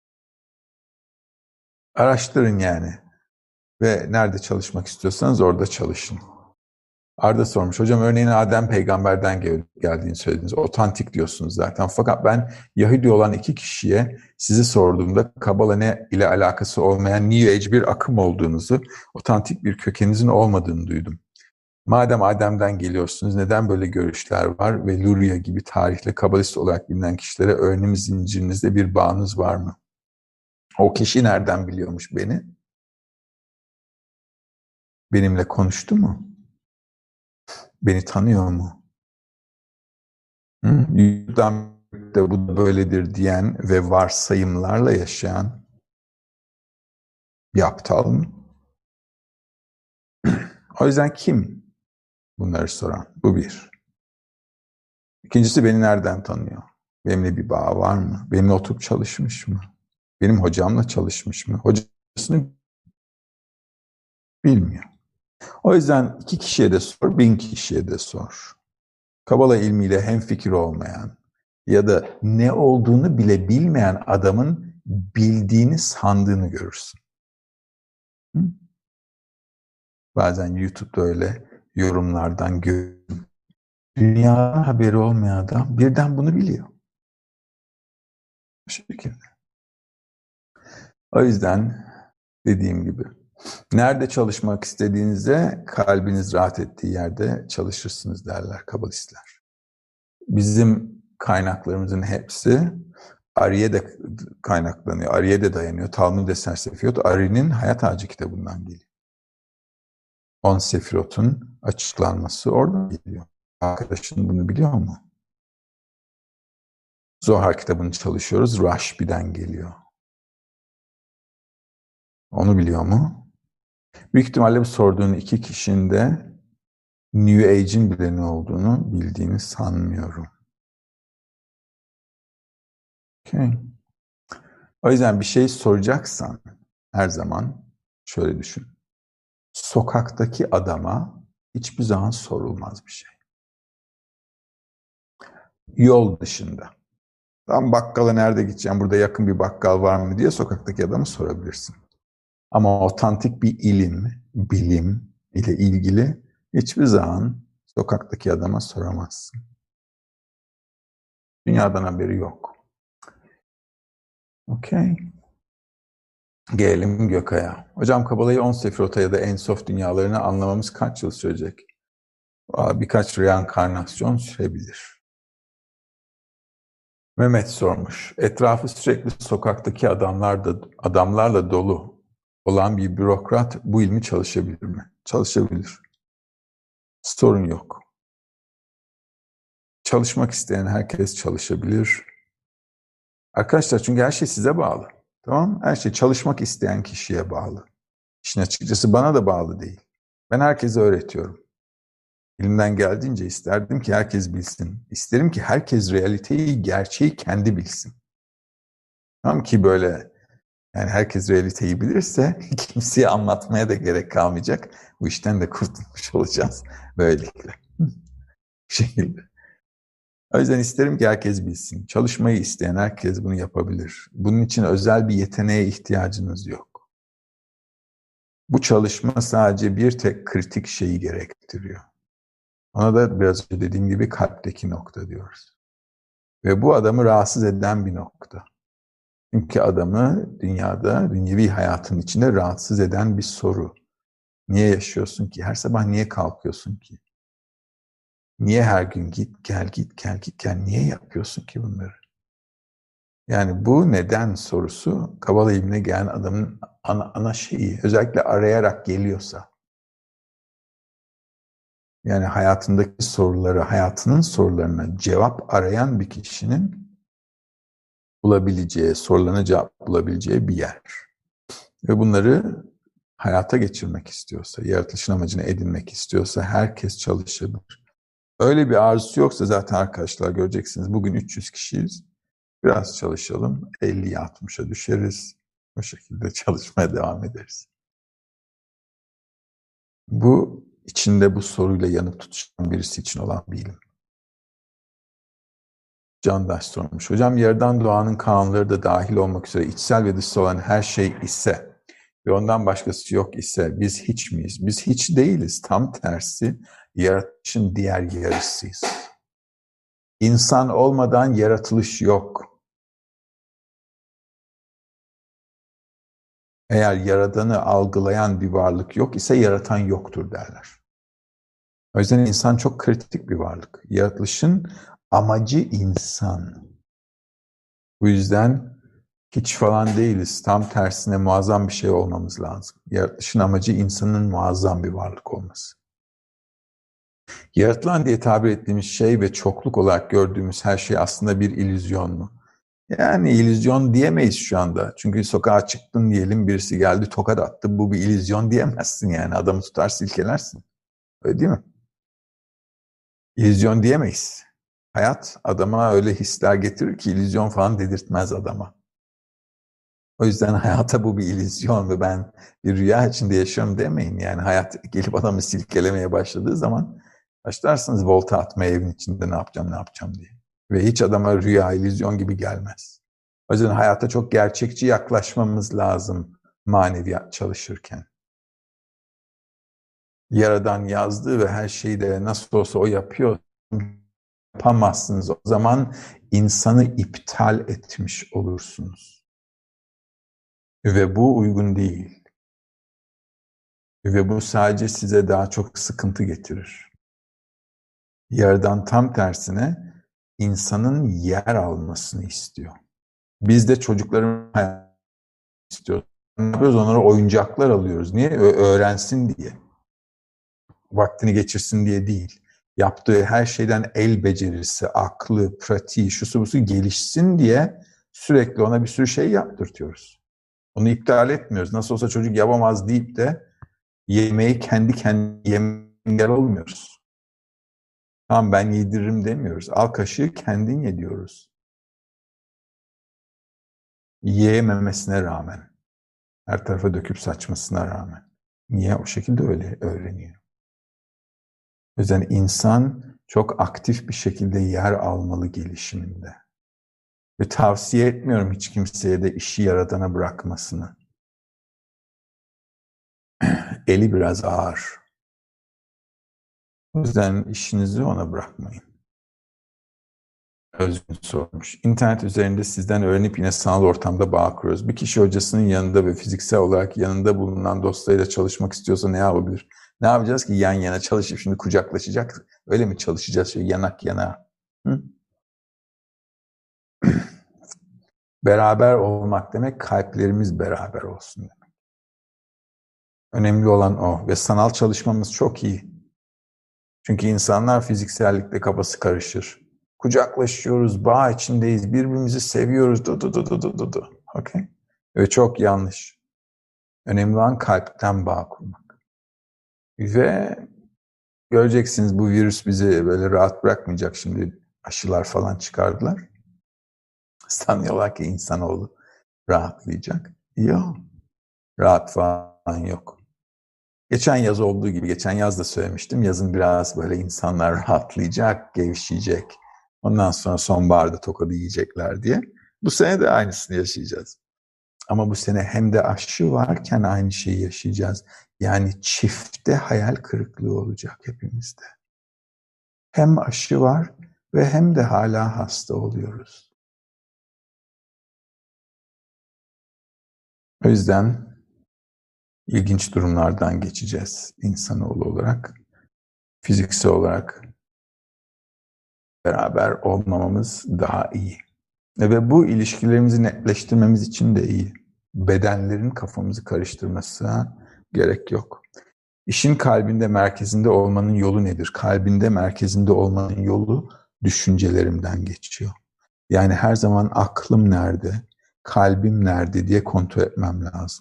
Araştırın yani. Ve nerede çalışmak istiyorsanız orada çalışın. Arda sormuş. Hocam örneğin Adem peygamberden geldiğini söylediniz. Otantik diyorsunuz zaten. Fakat ben Yahudi olan iki kişiye sizi sorduğumda Kabala ne ile alakası olmayan New Age bir akım olduğunuzu, otantik bir kökeninizin olmadığını duydum. Madem Adem'den geliyorsunuz neden böyle görüşler var ve Luria gibi tarihli kabalist olarak bilinen kişilere öğrenim zincirinizde bir bağınız var mı? O kişi nereden biliyormuş beni? Benimle konuştu mu? Beni tanıyor mu? Yudan de bu da böyledir diyen ve varsayımlarla yaşayan bir aptal mı? O yüzden kim bunları soran? Bu bir. İkincisi beni nereden tanıyor? Benimle bir bağ var mı? Benimle oturup çalışmış mı? Benim hocamla çalışmış mı? Hocasını bilmiyor. O yüzden 2 kişiye de sor, 1000 kişiye de sor. Kabala ilmiyle hemfikir olmayan ya da ne olduğunu bile bilmeyen adamın bildiğini sandığını görürsün. Hı? Bazen YouTube'da öyle yorumlardan görüyorum. Dünyadan haberi olmayan adam birden bunu biliyor. Bu şekilde. O yüzden dediğim gibi nerede çalışmak istediğinizde kalbiniz rahat ettiği yerde çalışırsınız derler kabalistler. Bizim kaynaklarımızın hepsi Ariye'de kaynaklanıyor. Ariye'de dayanıyor. Talmud Eser Sefirot Ari'nin Hayat Ağacı kitabından geliyor. 10 Sefirot'un açıklanması oradan geliyor. Arkadaşın bunu biliyor mu? Zohar kitabını çalışıyoruz. Rashbi'den geliyor. Onu biliyor mu? Büyük ihtimalle bu sorduğun 2 kişinin de New Age'in bile ne olduğunu bildiğini sanmıyorum. Okay. O yüzden bir şey soracaksan her zaman şöyle düşün. Sokaktaki adama hiçbir zaman sorulmaz bir şey. Yol dışında. Tam bakkala nerede gideceğim, burada yakın bir bakkal var mı diye sokaktaki adamı sorabilirsin. Ama otantik bir ilim, bilim ile ilgili hiçbir zaman sokaktaki adama soramazsın. Dünyadan haberi yok. Okey. Gelelim Gökay'a. Hocam Kabala'yı 10 Sefirot'a ya da En-Sof dünyalarını anlamamız kaç yıl sürecek? Birkaç reenkarnasyon sürebilir. Mehmet sormuş. Etrafı sürekli sokaktaki adamlarla dolu olan bir bürokrat bu ilmi çalışabilir mi? Çalışabilir. Sorun yok. Çalışmak isteyen herkes çalışabilir. Arkadaşlar çünkü her şey size bağlı. Tamam mı? Her şey çalışmak isteyen kişiye bağlı. İşin açıkçası bana da bağlı değil. Ben herkese öğretiyorum. Elimden geldiğince isterdim ki herkes bilsin. İsterim ki herkes realiteyi, gerçeği kendi bilsin. Tamam ki böyle, yani herkes realiteyi bilirse kimseye anlatmaya da gerek kalmayacak. Bu işten de kurtulmuş olacağız böylelikle. Bu şekilde. O yüzden isterim ki herkes bilsin. Çalışmayı isteyen herkes bunu yapabilir. Bunun için özel bir yeteneğe ihtiyacınız yok. Bu çalışma sadece bir tek kritik şeyi gerektiriyor. Ona da biraz önce dediğim gibi kalpteki nokta diyoruz. Ve bu adamı rahatsız eden bir nokta. Çünkü adamı dünyada, dünyevi hayatın içinde rahatsız eden bir soru. Niye yaşıyorsun ki? Her sabah niye kalkıyorsun ki? Niye her gün git gel git gel git gel? Niye yapıyorsun ki bunları? Yani bu neden sorusu Kabala ilmine gelen adamın ana şeyi. Özellikle arayarak geliyorsa. Yani hayatındaki soruları, hayatının sorularına cevap arayan bir kişinin bulabileceği, sorularına cevap bulabileceği bir yer. Ve bunları hayata geçirmek istiyorsa, yaratılışın amacını edinmek istiyorsa herkes çalışabilir. Öyle bir arzusu yoksa zaten arkadaşlar göreceksiniz. Bugün 300 kişiyiz. Biraz çalışalım. 50'ye 60'a düşeriz. O şekilde çalışmaya devam ederiz. Bu içinde bu soruyla yanıp tutuşan birisi için olan bir ilim. Candaş sormuş. Hocam yaradan doğanın kanunları da dahil olmak üzere içsel ve dışsal olan her şey ise ve ondan başkası yok ise biz hiç miyiz? Biz hiç değiliz. Tam tersi yaratılışın diğer yarısıyız. İnsan olmadan yaratılış yok. Eğer yaradanı algılayan bir varlık yok ise yaratan yoktur derler. O yüzden insan çok kritik bir varlık. Yaratılışın amacı insan. Bu yüzden hiç falan değiliz. Tam tersine muazzam bir şey olmamız lazım. Yaratılışın amacı insanın muazzam bir varlık olması. Yaratılan diye tabir ettiğimiz şey ve çokluk olarak gördüğümüz her şey aslında bir illüzyon mu? Yani illüzyon diyemeyiz şu anda. Çünkü sokağa çıktın diyelim, birisi geldi tokat attı. Bu bir illüzyon diyemezsin yani. Adamı tutar silkelersin. Öyle değil mi? İllüzyon diyemeyiz. Hayat adama öyle hisler getirir ki illüzyon falan dedirtmez adama. O yüzden hayata bu bir illüzyon ve ben bir rüya içinde yaşıyorum demeyin. Yani hayat gelip adamı silkelemeye başladığı zaman başlarsınız volta atmaya evin içinde ne yapacağım diye. Ve hiç adama rüya, illüzyon gibi gelmez. O yüzden hayata çok gerçekçi yaklaşmamız lazım maneviyat çalışırken. Yaradan yazdığı ve her şeyi de nasıl olsa o yapıyor, yapamazsınız. O zaman insanı iptal etmiş olursunuz. Ve bu uygun değil. Ve bu sadece size daha çok sıkıntı getirir. Yaradan tam tersine insanın yer almasını istiyor. Biz de çocukların hayatını istiyoruz. Ne yapıyoruz? Onlara oyuncaklar alıyoruz. Niye? Öğrensin diye. Vaktini geçirsin diye değil. Yaptığı her şeyden el becerisi, aklı, pratiği, şusu busu gelişsin diye sürekli ona bir sürü şey yaptırtıyoruz. Onu iptal etmiyoruz. Nasıl olsa çocuk yapamaz deyip de yemeği kendi kendine engel olmuyoruz. Tamam ben yediririm demiyoruz. Al kaşığı kendin ye diyoruz. Yiyememesine rağmen. Her tarafa döküp saçmasına rağmen. Niye? O şekilde öyle öğreniyor. O yüzden insan çok aktif bir şekilde yer almalı gelişiminde. Ve tavsiye etmiyorum hiç kimseye de işi yaradana bırakmasını. Eli biraz ağır. O yüzden işinizi ona bırakmayın. Özgün sormuş. İnternet üzerinde sizden öğrenip yine sanal ortamda bağ kuruyoruz. Bir kişi hocasının yanında ve fiziksel olarak yanında bulunan dostlarıyla çalışmak istiyorsa ne yapabilir? Ne yapacağız ki yan yana çalışıp şimdi kucaklaşacak? Öyle mi çalışacağız şöyle yanak yana? Hı? Beraber olmak demek kalplerimiz beraber olsun demek. Önemli olan o ve sanal çalışmamız çok iyi. Çünkü insanlar fiziksellikle kafası karışır. Kucaklaşıyoruz, bağ içindeyiz, birbirimizi seviyoruz. Okay? Ve çok yanlış. Önemli olan kalpten bağ kurmak. Ve Göreceksiniz bu virüs bizi böyle rahat bırakmayacak. Şimdi aşılar falan çıkardılar. Sanıyorlar ki insanoğlu rahatlayacak. Yok. Rahat falan yok. Geçen yaz olduğu gibi, geçen yaz da söylemiştim. Yazın biraz böyle insanlar rahatlayacak, gevşeyecek. Ondan sonra sonbaharda tokadı yiyecekler diye. Bu sene de aynısını yaşayacağız. Ama bu sene hem de aşı varken aynı şeyi yaşayacağız. Yani çifte hayal kırıklığı olacak hepimizde. Hem aşı var ve hem de hala hasta oluyoruz. O yüzden ilginç durumlardan geçeceğiz insanoğlu olarak. Fiziksel olarak beraber olmamamız daha iyi. Ve bu ilişkilerimizi netleştirmemiz için de iyi. Bedenlerin kafamızı karıştırmasına gerek yok. İşin kalbinde, merkezinde olmanın yolu nedir? Kalbinde, merkezinde olmanın yolu düşüncelerimden geçiyor. Yani her zaman aklım nerede, kalbim nerede diye kontrol etmem lazım.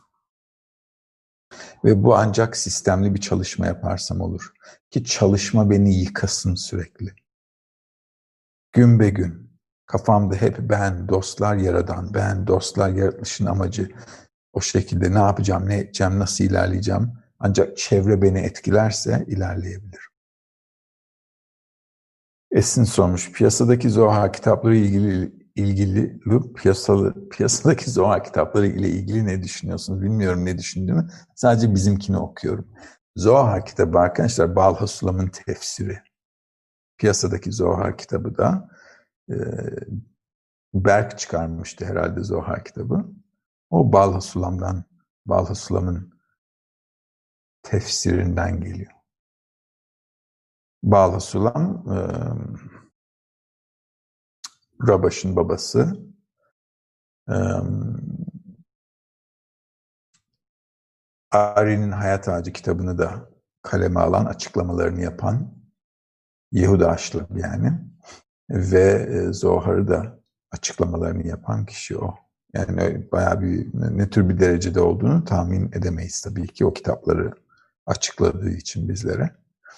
Ve bu ancak sistemli bir çalışma yaparsam olur. Ki çalışma beni yıkasın sürekli. Gün be gün. Kafamda hep ben, dostlar yaradan, ben, dostlar yaratılışın amacı. O şekilde ne yapacağım, ne edeceğim, nasıl ilerleyeceğim. Ancak çevre beni etkilerse ilerleyebilirim. Esin sormuş, piyasadaki Zohar kitapları piyasadaki Zohar kitapları ile ilgili ne düşünüyorsunuz? Bilmiyorum ne düşündüğümü. Sadece bizimkini okuyorum. Zohar kitabı arkadaşlar Balha Sulam'ın tefsiri. Piyasadaki Zohar kitabı da Berk çıkarmıştı herhalde Zohar kitabı. O Balha Sulam'ın tefsirinden geliyor. Balha Sulam, Rabaş'ın babası. Ari'nin Hayat Ağacı kitabını da kaleme alan, açıklamalarını yapan Yehuda Aşlab yani. Ve Zohar'ı da açıklamalarını yapan kişi o. Yani bayağı bir ne tür bir derecede olduğunu tahmin edemeyiz tabii ki o kitapları açıkladığı için bizlere.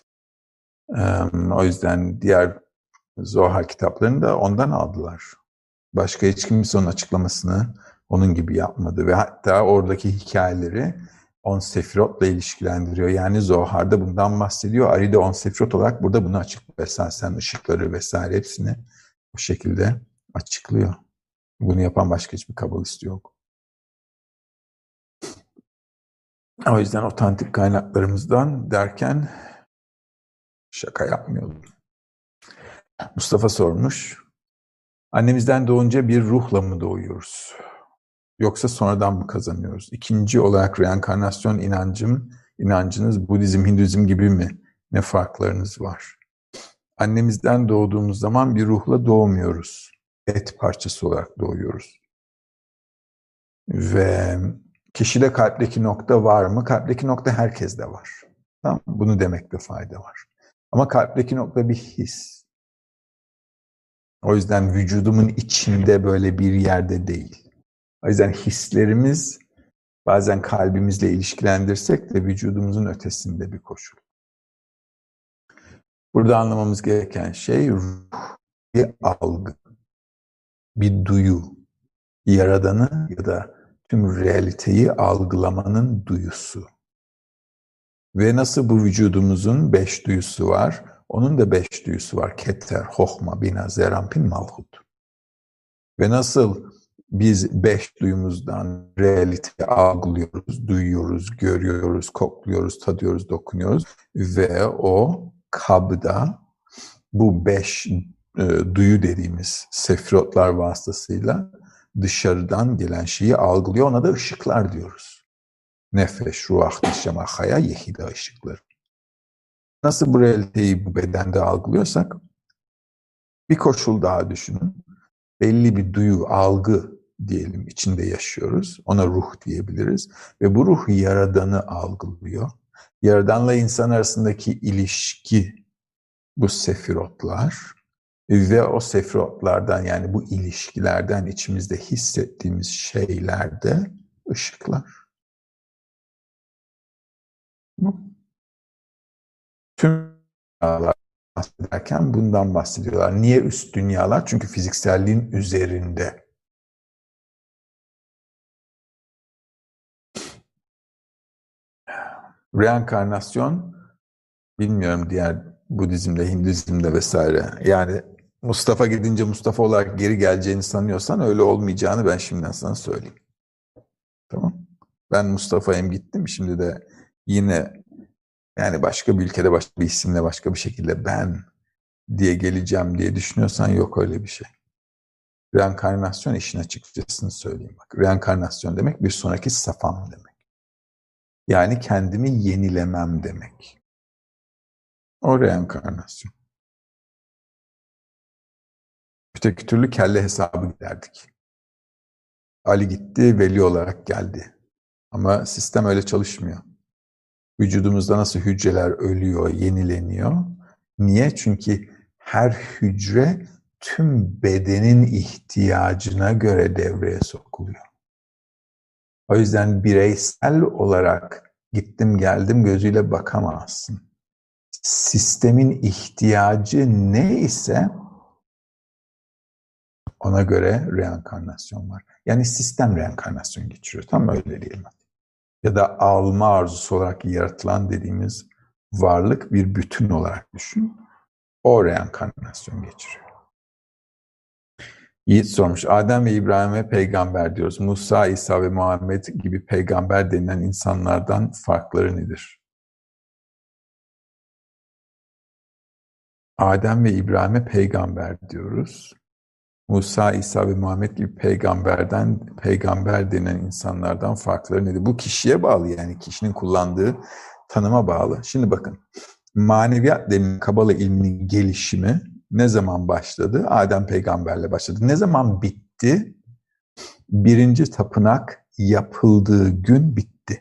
O yüzden diğer Zohar kitaplarını da ondan aldılar. Başka hiç kimse onun açıklamasını onun gibi yapmadı ve hatta oradaki hikayeleri On Sefirot'la ilişkilendiriyor. Yani Zohar'da bundan bahsediyor. Ari de On Sefirot olarak burada bunu açıklıyor. Esasen ışıkları vesaire hepsini bu şekilde açıklıyor. Bunu yapan başka hiçbir kabalist yok. O yüzden otantik kaynaklarımızdan derken şaka yapmıyordum. Mustafa sormuş. Annemizden doğunca bir ruhla mı doğuyoruz? Yoksa sonradan mı kazanıyoruz? İkinci olarak reenkarnasyon inancınız Budizm, Hinduizm gibi mi? Ne farklarınız var? Annemizden doğduğumuz zaman bir ruhla doğmuyoruz. Et parçası olarak doğuyoruz. Ve kişide kalpteki nokta var mı? Kalpteki nokta herkeste var. Tamam, bunu demekte fayda var. Ama kalpteki nokta bir his. O yüzden vücudumun içinde böyle bir yerde değil. O yüzden hislerimiz bazen kalbimizle ilişkilendirsek de vücudumuzun ötesinde bir koşul. Burada anlamamız gereken şey ruh, bir algı, bir duyu, yaradanı ya da tüm realiteyi algılamanın duyusu. Ve nasıl bu vücudumuzun 5 duyusu var, onun da 5 duyusu var. Keter, Hohma, Bina, Zerampin, Malhut. Ve nasıl biz 5 duyumuzdan realiteyi algılıyoruz, duyuyoruz, görüyoruz, kokluyoruz, tadıyoruz, dokunuyoruz ve o kabda bu 5 duyu dediğimiz sefirotlar vasıtasıyla dışarıdan gelen şeyi algılıyor. Ona da ışıklar diyoruz. Nefeş, ruah, neşema, haya, yehida ışıkları. Nasıl bu realiteyi bu bedende algılıyorsak bir koşul daha düşünün. Belli bir duyu, algı diyelim içinde yaşıyoruz. Ona ruh diyebiliriz. Ve bu ruh yaradanı algılıyor. Yaradanla insan arasındaki ilişki bu sefirotlar. Ve o sefirotlardan yani bu ilişkilerden içimizde hissettiğimiz şeylerde ışıklar. Tüm dünyalar bahsederken bundan bahsediyorlar. Niye üst dünyalar? Çünkü fizikselliğin üzerinde. Reenkarnasyon, bilmiyorum diğer Budizm'de, Hinduizm'de vesaire. Yani Mustafa gidince Mustafa olarak geri geleceğini sanıyorsan öyle olmayacağını ben şimdiden sana söyleyeyim. Tamam. Ben Mustafa'yım, gittim. Şimdi de yine yani başka bir ülkede başka bir isimle başka bir şekilde ben diye geleceğim diye düşünüyorsan yok öyle bir şey. Reenkarnasyon, işin açıkçasını söyleyeyim bak. Reenkarnasyon demek bir sonraki safham demek. Yani kendimi yenilemem demek. O reenkarnasyon. Öteki türlü kelle hesabı giderdik. Ali gitti, veli olarak geldi. Ama sistem öyle çalışmıyor. Vücudumuzda nasıl hücreler ölüyor, yenileniyor. Niye? Çünkü her hücre tüm bedenin ihtiyacına göre devreye sokuluyor. O yüzden bireysel olarak gittim geldim gözüyle bakamazsın. Sistemin ihtiyacı ne ise ona göre reenkarnasyon var. Yani sistem reenkarnasyon geçiriyor. Tam öyle diyelim. Ya da alma arzusu olarak yaratılan dediğimiz varlık bir bütün olarak düşün. O reenkarnasyon geçiriyor. Yiğit sormuş. Adem ve İbrahim'e peygamber diyoruz. Musa, İsa ve Muhammed gibi peygamber denilen insanlardan farkları nedir? Adem ve İbrahim'e peygamber diyoruz. Musa, İsa ve Muhammed gibi peygamber denilen insanlardan farkları nedir? Bu kişiye bağlı, yani kişinin kullandığı tanıma bağlı. Şimdi bakın, maneviyat denilen Kabala ilminin gelişimi ne zaman başladı? Adem peygamberle başladı. Ne zaman bitti? Birinci tapınak yapıldığı gün bitti.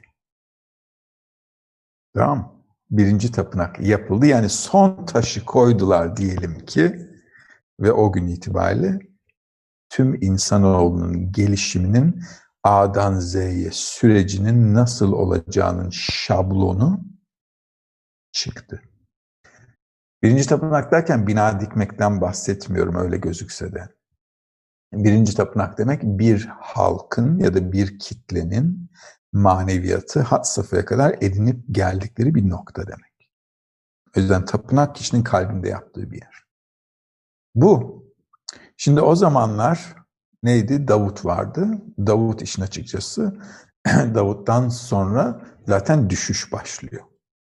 Tamam mı? Birinci tapınak yapıldı. Yani son taşı koydular diyelim ki ve o gün itibariyle tüm insanoğlunun gelişiminin A'dan Z'ye sürecinin nasıl olacağının şablonu çıktı. Birinci tapınak derken bina dikmekten bahsetmiyorum öyle gözükse de. Birinci tapınak demek bir halkın ya da bir kitlenin maneviyatı had safhaya kadar edinip geldikleri bir nokta demek. O yüzden tapınak kişinin kalbinde yaptığı bir yer. Bu. Şimdi o zamanlar neydi? Davut vardı. Davut işin açıkçası Davut'tan sonra zaten düşüş başlıyor.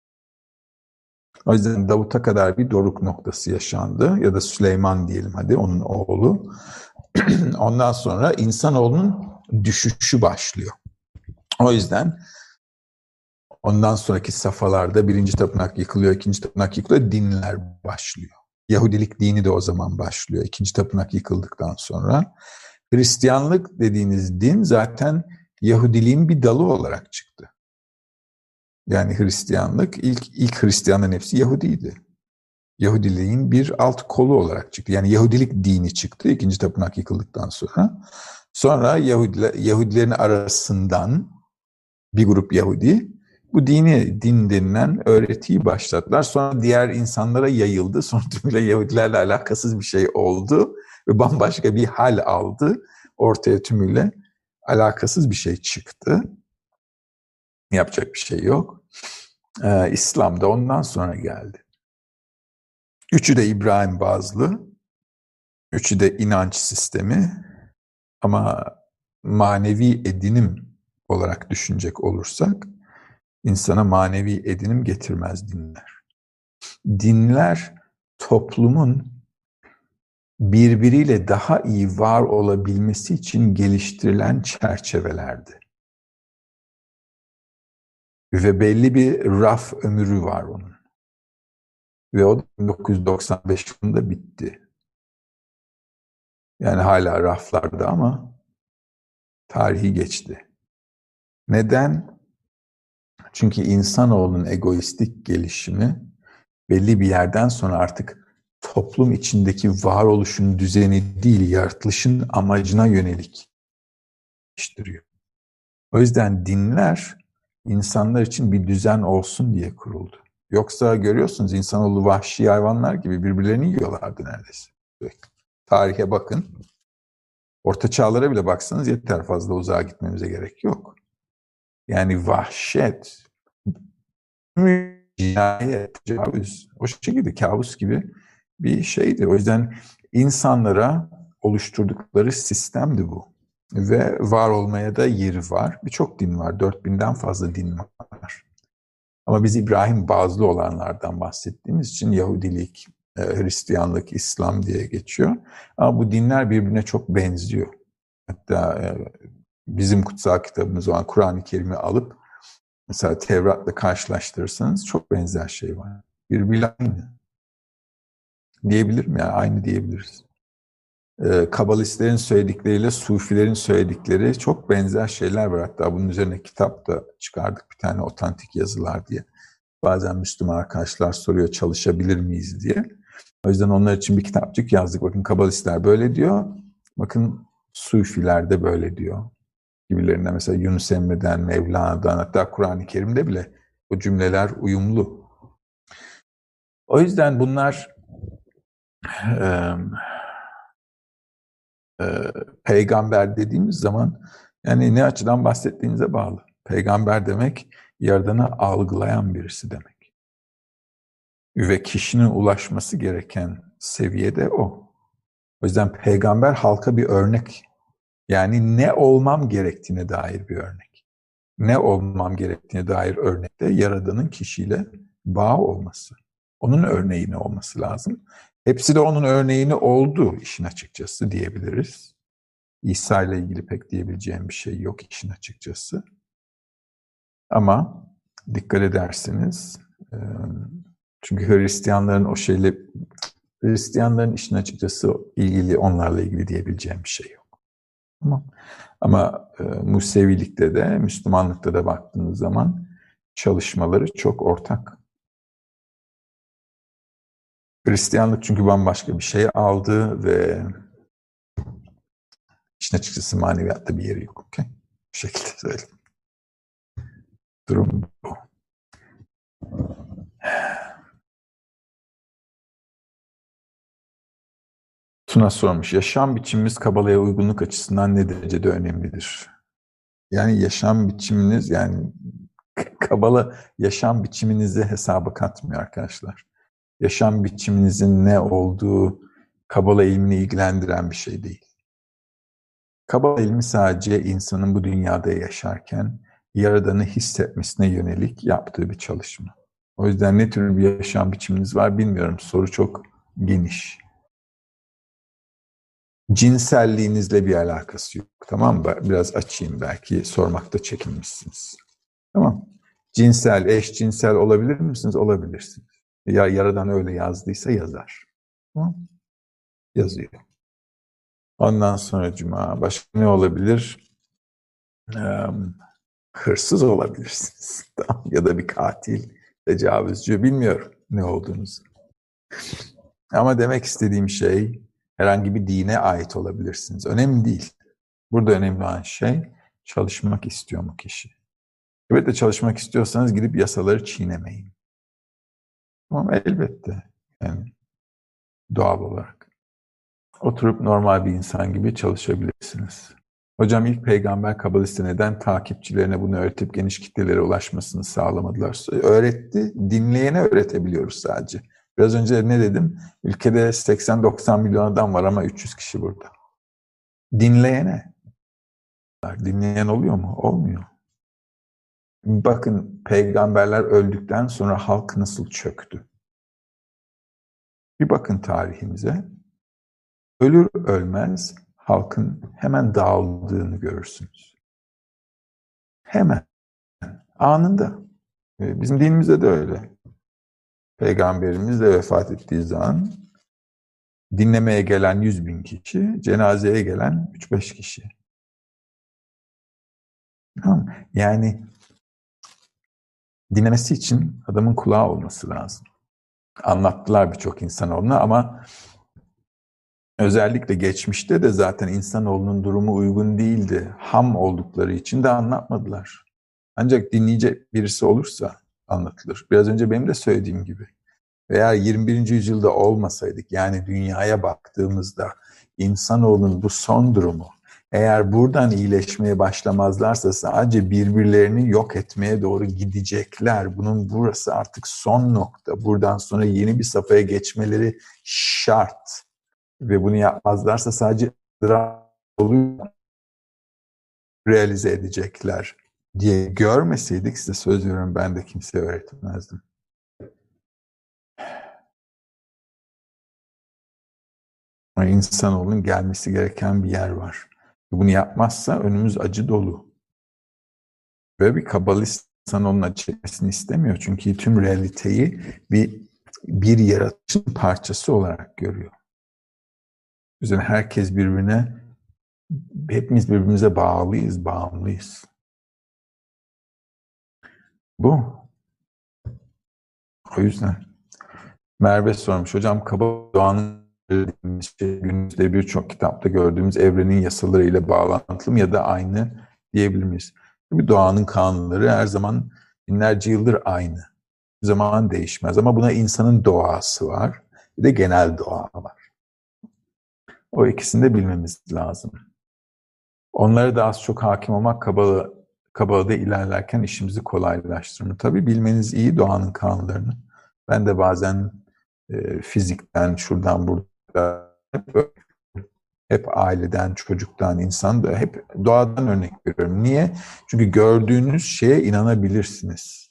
O yüzden Davut'a kadar bir doruk noktası yaşandı. Ya da Süleyman diyelim hadi, onun oğlu. Ondan sonra insanoğlunun düşüşü başlıyor. O yüzden ondan sonraki safhalarda birinci tapınak yıkılıyor, ikinci tapınak yıkılıyor, dinler başlıyor. Yahudilik dini de o zaman başlıyor. İkinci tapınak yıkıldıktan sonra. Hristiyanlık dediğiniz din zaten Yahudiliğin bir dalı olarak çıktı. Yani Hristiyanlık, ilk Hristiyanların hepsi Yahudiydi. Yahudiliğin bir alt kolu olarak çıktı. Yani Yahudilik dini çıktı ikinci tapınak yıkıldıktan sonra. Sonra Yahudilerin arasından bir grup Yahudi bu din denilen öğretiyi başlattılar. Sonra diğer insanlara yayıldı. Sonra tümüyle Yahudilerle alakasız bir şey oldu ve bambaşka bir hal aldı. Ortaya tümüyle alakasız bir şey çıktı. Yapacak bir şey yok. İslam da ondan sonra geldi. Üçü de İbrahim bazlı, üçü de inanç sistemi ama manevi edinim olarak düşünecek olursak insana manevi edinim getirmez dinler. Dinler toplumun birbiriyle daha iyi var olabilmesi için geliştirilen çerçevelerdi. Ve belli bir raf ömrü var onun. Ve o 1995 yılında bitti. Yani hala raflarda ama tarihi geçti. Neden? Çünkü insanoğlunun egoistik gelişimi belli bir yerden sonra artık toplum içindeki varoluşun düzeni değil, yaratılışın amacına yönelik iştiriyor. O yüzden dinler insanlar için bir düzen olsun diye kuruldu. Yoksa görüyorsunuz insanoğlu vahşi hayvanlar gibi birbirlerini yiyorlardı neredeyse. Tarihe bakın. Orta çağlara bile baksanız yeter, fazla uzağa gitmemize gerek yok. Yani vahşet, cinayet, tecavüz, o şekilde kabus gibi bir şeydi. O yüzden insanlara oluşturdukları sistemdi bu. Ve var olmaya da yeri var. Birçok din var. 4000'den fazla din var. Ama biz İbrahim bazlı olanlardan bahsettiğimiz için Yahudilik, Hristiyanlık, İslam diye geçiyor. Ama bu dinler birbirine çok benziyor. Hatta bizim kutsal kitabımız olan Kur'an-ı Kerim'i alıp mesela Tevrat'la karşılaştırırsanız çok benzer şey var. Birbiriyle aynı. Diyebilirim ya, aynı diyebiliriz. Kabalistlerin söyledikleriyle Sufilerin söyledikleri çok benzer şeyler var. Hatta bunun üzerine kitap da çıkardık, bir tane otantik yazılar diye. Bazen Müslüman arkadaşlar soruyor çalışabilir miyiz diye. O yüzden onlar için bir kitapçık yazdık. Bakın kabalistler böyle diyor. Bakın Sufiler de böyle diyor. Gibilerine mesela Yunus Emre'den, Mevlana'dan, hatta Kur'an-ı Kerim'de bile bu cümleler uyumlu. O yüzden bunlar peygamber dediğimiz zaman yani ne açıdan bahsettiğinize bağlı. Peygamber demek Yaradan'ı algılayan birisi demek. Ve kişinin ulaşması gereken seviyede o. O yüzden peygamber halka bir örnek. Yani ne olmam gerektiğine dair bir örnek. Ne olmam gerektiğine dair örnekte Yaradan'ın kişiyle bağ olması. Onun örneğini olması lazım. Hepsi de onun örneğini oldu işin açıkçası diyebiliriz. İsa ile ilgili pek diyebileceğim bir şey yok işin açıkçası. Ama dikkat ederseniz, çünkü Hristiyanların işin açıkçası onlarla ilgili diyebileceğim bir şey yok. Ama Musevilikte de, Müslümanlıkta da baktığınız zaman çalışmaları çok ortak. Hristiyanlık çünkü bambaşka bir şey aldı ve işin açıkçası maneviyatta bir yeri yok. Okay? Bu şekilde söyleyeyim. Durum bu. Tuna sormuş. Yaşam biçimimiz Kabala'ya uygunluk açısından ne derecede önemlidir? Yani yaşam biçiminiz, yani Kabala yaşam biçiminizi hesaba katmıyor arkadaşlar. Yaşam biçiminizin ne olduğu Kabala ilmini ilgilendiren bir şey değil. Kabala ilmi sadece insanın bu dünyada yaşarken Yaradan'ı hissetmesine yönelik yaptığı bir çalışma. O yüzden ne tür bir yaşam biçiminiz var bilmiyorum. Soru çok geniş. Cinselliğinizle bir alakası yok. Tamam mı? Biraz açayım, belki sormakta çekinmişsiniz. Tamam. Cinsel, eşcinsel olabilir misiniz? Olabilirsiniz. Ya Yaradan öyle yazdıysa yazar. Tamam. Yazıyor. Ondan sonra başka ne olabilir? Hırsız olabilirsiniz. Tamam. Ya da bir katil, tecavüzcü, bilmiyorum ne olduğunuzu. Ama demek istediğim şey, herhangi bir dine ait olabilirsiniz. Önemli değil. Burada önemli olan şey, çalışmak istiyor mu kişi? Evet de çalışmak istiyorsanız gidip yasaları çiğnemeyin. Ama elbette yani doğal olarak oturup normal bir insan gibi çalışabilirsiniz. Hocam ilk peygamber Kabalist'e neden takipçilerine bunu öğretip geniş kitlelere ulaşmasını sağlamadılar? Öğretti, dinleyene öğretebiliyoruz sadece. Biraz önce ne dedim? Ülkede 80-90 milyon adam var ama 300 kişi burada. Dinleyene. Dinleyen oluyor mu? Olmuyor. Bakın peygamberler öldükten sonra halk nasıl çöktü? Bir bakın tarihimize. Ölür ölmez halkın hemen dağıldığını görürsünüz. Hemen. Anında. Bizim dinimizde de öyle. Peygamberimiz de vefat ettiği zaman dinlemeye gelen 100.000 kişi, cenazeye gelen 3-5 kişi. Yani dinlemesi için adamın kulağı olması lazım. Anlattılar birçok insanoğluna ama özellikle geçmişte de zaten insanoğlunun durumu uygun değildi. Ham oldukları için de anlatmadılar. Ancak dinleyecek birisi olursa, anlatılır. Biraz önce benim de söylediğim gibi. Eğer 21. yüzyılda olmasaydık, yani dünyaya baktığımızda insanoğlunun bu son durumu, eğer buradan iyileşmeye başlamazlarsa sadece birbirlerini yok etmeye doğru gidecekler. Bunun burası artık son nokta. Buradan sonra yeni bir safhaya geçmeleri şart. Ve bunu yapmazlarsa sadece realize edecekler diye görmeseydik, size söz veriyorum, ben de kimseye öğretmezdim. İnsanoğlunun gelmesi gereken bir yer var. Bunu yapmazsa önümüz acı dolu. Böyle bir kabalist insanoğlunun acı çekmesini istemiyor. Çünkü tüm realiteyi bir yaratışın parçası olarak görüyor. O yüzden herkes birbirine, hepimiz birbirimize bağlıyız, bağımlıyız. Bu. O yüzden. Merve sormuş. Hocam, kaba doğanın günümüzde birçok kitapta gördüğümüz evrenin yasalarıyla bağlantılı mı ya da aynı diyebilir miyiz? Tabii doğanın kanunları her zaman binlerce yıldır aynı. Bir zaman değişmez ama buna insanın doğası var. Bir de genel doğa var. O ikisini de bilmemiz lazım. Onlara da az çok hakim olmak Kabala'da ilerlerken işimizi kolaylaştırır. Tabii bilmeniz iyi doğanın kanunlarını. Ben de bazen fizikten, şuradan burada hep aileden, çocuktan, insan da hep doğadan örnek veriyorum. Niye? Çünkü gördüğünüz şeye inanabilirsiniz.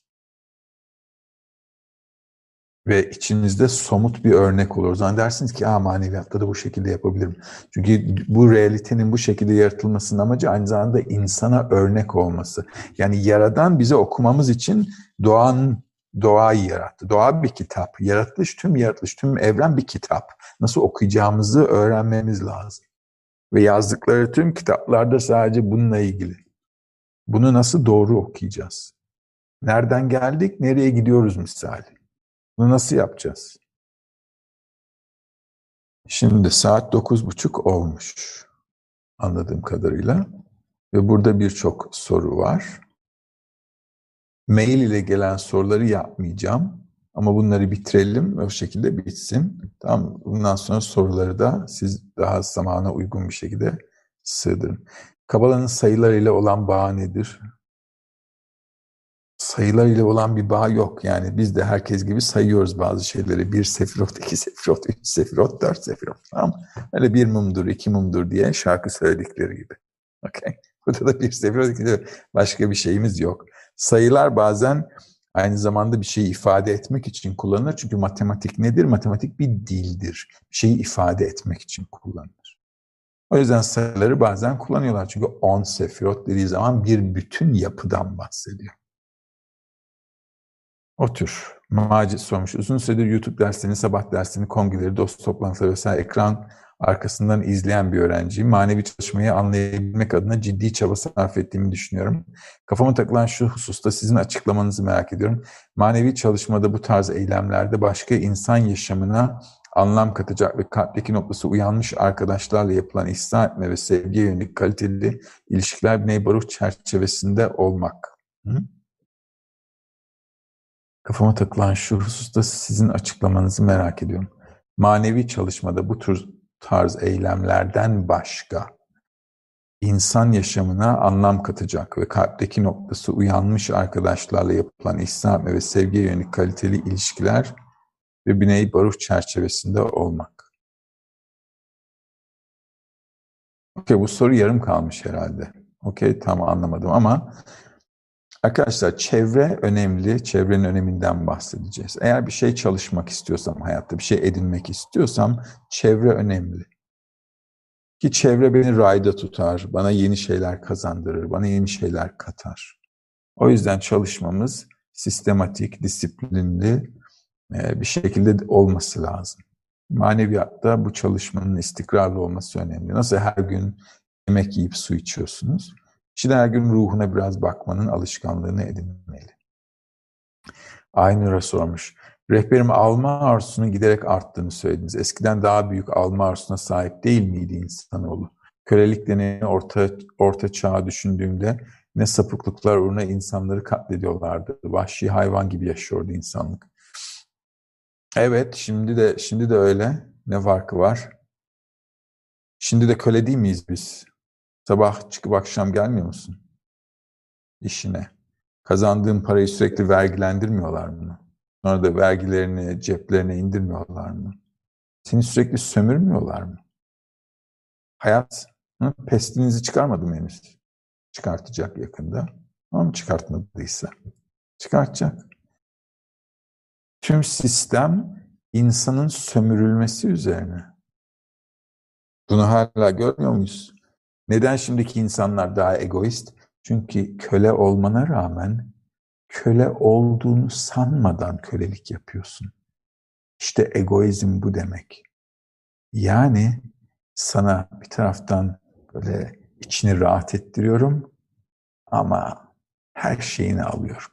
Ve içinizde somut bir örnek olur. O zaman dersiniz ki maneviyatta da bu şekilde yapabilirim. Çünkü bu realitenin bu şekilde yaratılmasının amacı aynı zamanda insana örnek olması. Yani Yaradan bize okumamız için doğayı yarattı. Doğa bir kitap. Yaratılış, tüm evren bir kitap. Nasıl okuyacağımızı öğrenmemiz lazım. Ve yazdıkları tüm kitaplarda sadece bununla ilgili. Bunu nasıl doğru okuyacağız? Nereden geldik, nereye gidiyoruz misali? Bunu nasıl yapacağız? Şimdi saat 9:30 olmuş anladığım kadarıyla. Ve burada birçok soru var. Mail ile gelen soruları yapmayacağım. Ama bunları bitirelim ve o şekilde bitsin. Tamam. Bundan sonra soruları da siz daha zamana uygun bir şekilde sığdırın. Kabala'nın sayılarıyla olan bağı nedir? Sayılarıyla olan bir bağ yok. Yani biz de herkes gibi sayıyoruz bazı şeyleri. 1 sefirot, 2 sefirot, 3 sefirot, 4 sefirot. Tamam. Öyle 1 mumdur, 2 mumdur diye şarkı söyledikleri gibi. Okay. Burada da 1 sefirot, 2 sefirot. Başka bir şeyimiz yok. Sayılar bazen aynı zamanda bir şeyi ifade etmek için kullanılır. Çünkü matematik nedir? Matematik bir dildir. Bir şeyi ifade etmek için kullanılır. O yüzden sayıları bazen kullanıyorlar. Çünkü 10 sefirot dediği zaman bir bütün yapıdan bahsediyor. O tür. Macit sormuş. Uzun süredir YouTube derslerini, sabah derslerini, kongreleri, dost toplantıları vesaire ekran arkasından izleyen bir öğrenciyim. Manevi çalışmayı anlayabilmek adına ciddi çaba sarf ettiğimi düşünüyorum. Kafama takılan şu hususta sizin açıklamanızı merak ediyorum. Manevi çalışmada bu tarz eylemlerde başka insan yaşamına anlam katacak ve kalpteki noktası uyanmış arkadaşlarla yapılan ihsan etme ve sevgiye yönelik kaliteli ilişkiler Bnei Baruch çerçevesinde olmak. Hı? Kafama takılan şu hususta sizin açıklamanızı merak ediyorum. Manevi çalışmada bu tarz eylemlerden başka insan yaşamına anlam katacak ve kalpteki noktası uyanmış arkadaşlarla yapılan ihsan ve sevgiye yönelik kaliteli ilişkiler ve Bnei Baruch çerçevesinde olmak. Okey, bu soru yarım kalmış herhalde. Okey, tam anlamadım ama arkadaşlar, çevre önemli, çevrenin öneminden bahsedeceğiz. Eğer bir şey çalışmak istiyorsam, hayatta bir şey edinmek istiyorsam çevre önemli. Ki çevre beni rayda tutar, bana yeni şeyler kazandırır, bana yeni şeyler katar. O yüzden çalışmamız sistematik, disiplinli bir şekilde olması lazım. Maneviyatta bu çalışmanın istikrarlı olması önemli. Nasıl her gün yemek yiyip su içiyorsunuz? Kişi de her gün ruhuna biraz bakmanın alışkanlığını edinmeli. Aynur'a sormuş. Rehberim, alma arzusunun giderek arttığını söylediniz. Eskiden daha büyük alma arzusuna sahip değil miydi insanoğlu? Kölelik deneyimi orta çağı düşündüğümde Ne sapıklıklar uğruna insanları katlediyorlardı. Vahşi hayvan gibi yaşıyordu insanlık. Evet, şimdi de öyle. Ne farkı var? Şimdi de köle değil miyiz biz? Sabah çıkıp akşam gelmiyor musun işine? Kazandığın parayı sürekli vergilendirmiyorlar mı? Sonra da vergilerini ceplerine indirmiyorlar mı? Seni sürekli sömürmüyorlar mı? Hayat pestinizi çıkarmadı mı henüz? Çıkartacak yakında. Ama çıkartmadıysa çıkartacak. Tüm sistem insanın sömürülmesi üzerine. Bunu hala görmüyor muyuz? Neden şimdiki insanlar daha egoist? Çünkü köle olmana rağmen köle olduğunu sanmadan kölelik yapıyorsun. İşte egoizm bu demek. Yani sana bir taraftan böyle içini rahat ettiriyorum ama her şeyini alıyorum.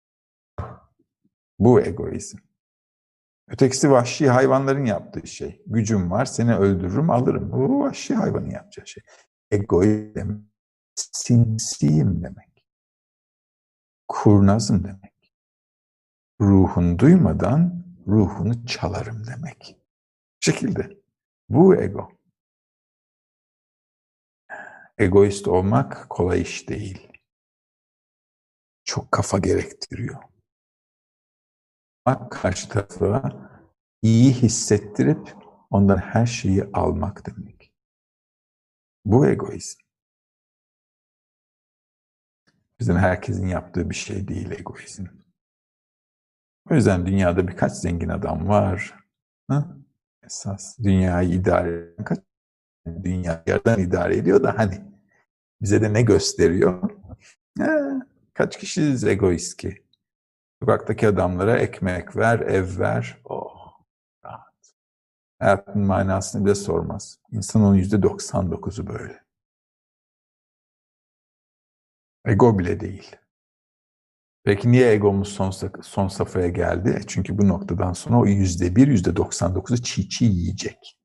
Bu egoizm. Ötekisi vahşi hayvanların yaptığı şey. Gücüm var, seni öldürürüm, alırım. Bu vahşi hayvanın yapacağı şey. Egoizm, sinsiyim demek. Kurnazım demek. Ruhun duymadan ruhunu çalarım demek. Bu şekilde. Bu ego. Egoist olmak kolay iş değil. Çok kafa gerektiriyor. Bak karşı tarafa iyi hissettirip ondan her şeyi almak demek. Bu egoizm. Bizim herkesin yaptığı bir şey değil egoizm. O yüzden dünyada birkaç zengin adam var. Ha? Esas dünyayı idare eden kaç dünya yerden idare ediyor da hani bize de ne gösteriyor? Kaç kişiyiz egoist ki? Sokaktaki adamlara ekmek ver, ev ver. Oh, rahat. Hayatın manasını bile sormaz. İnsanın %99'u böyle. Ego bile değil. Peki niye egomuz son safhaya geldi? Çünkü bu noktadan sonra o %1, %99'u çiğ çiğ yiyecek.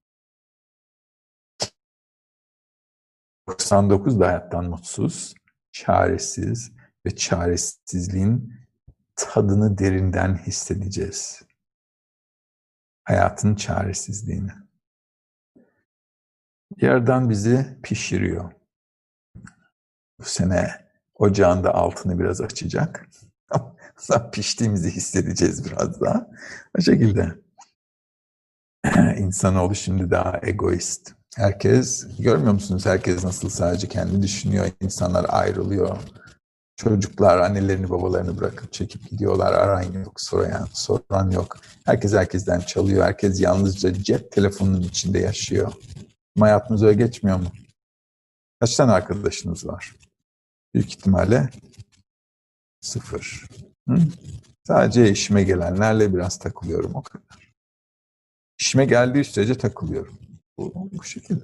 99 da hayattan mutsuz, çaresiz ve çaresizliğin tadını derinden hissedeceğiz. Hayatın çaresizliğini. Yerden bizi pişiriyor. Bu sene ocağın da altını biraz açacak. Piştiğimizi hissedeceğiz biraz daha. O şekilde. İnsanoğlu şimdi daha egoist. Herkes, görmüyor musunuz? Herkes nasıl sadece kendi düşünüyor. İnsanlar ayrılıyor. Çocuklar annelerini babalarını bırakıp çekip gidiyorlar. Aran yok, soran yok. Herkes herkesten çalıyor. Herkes yalnızca cep telefonunun içinde yaşıyor. Ama hayatınız öyle geçmiyor mu? Kaç tane arkadaşınız var? Büyük ihtimalle 0. Hı? Sadece işime gelenlerle biraz takılıyorum o kadar. İşime geldiği sürece takılıyorum. Bu şekilde.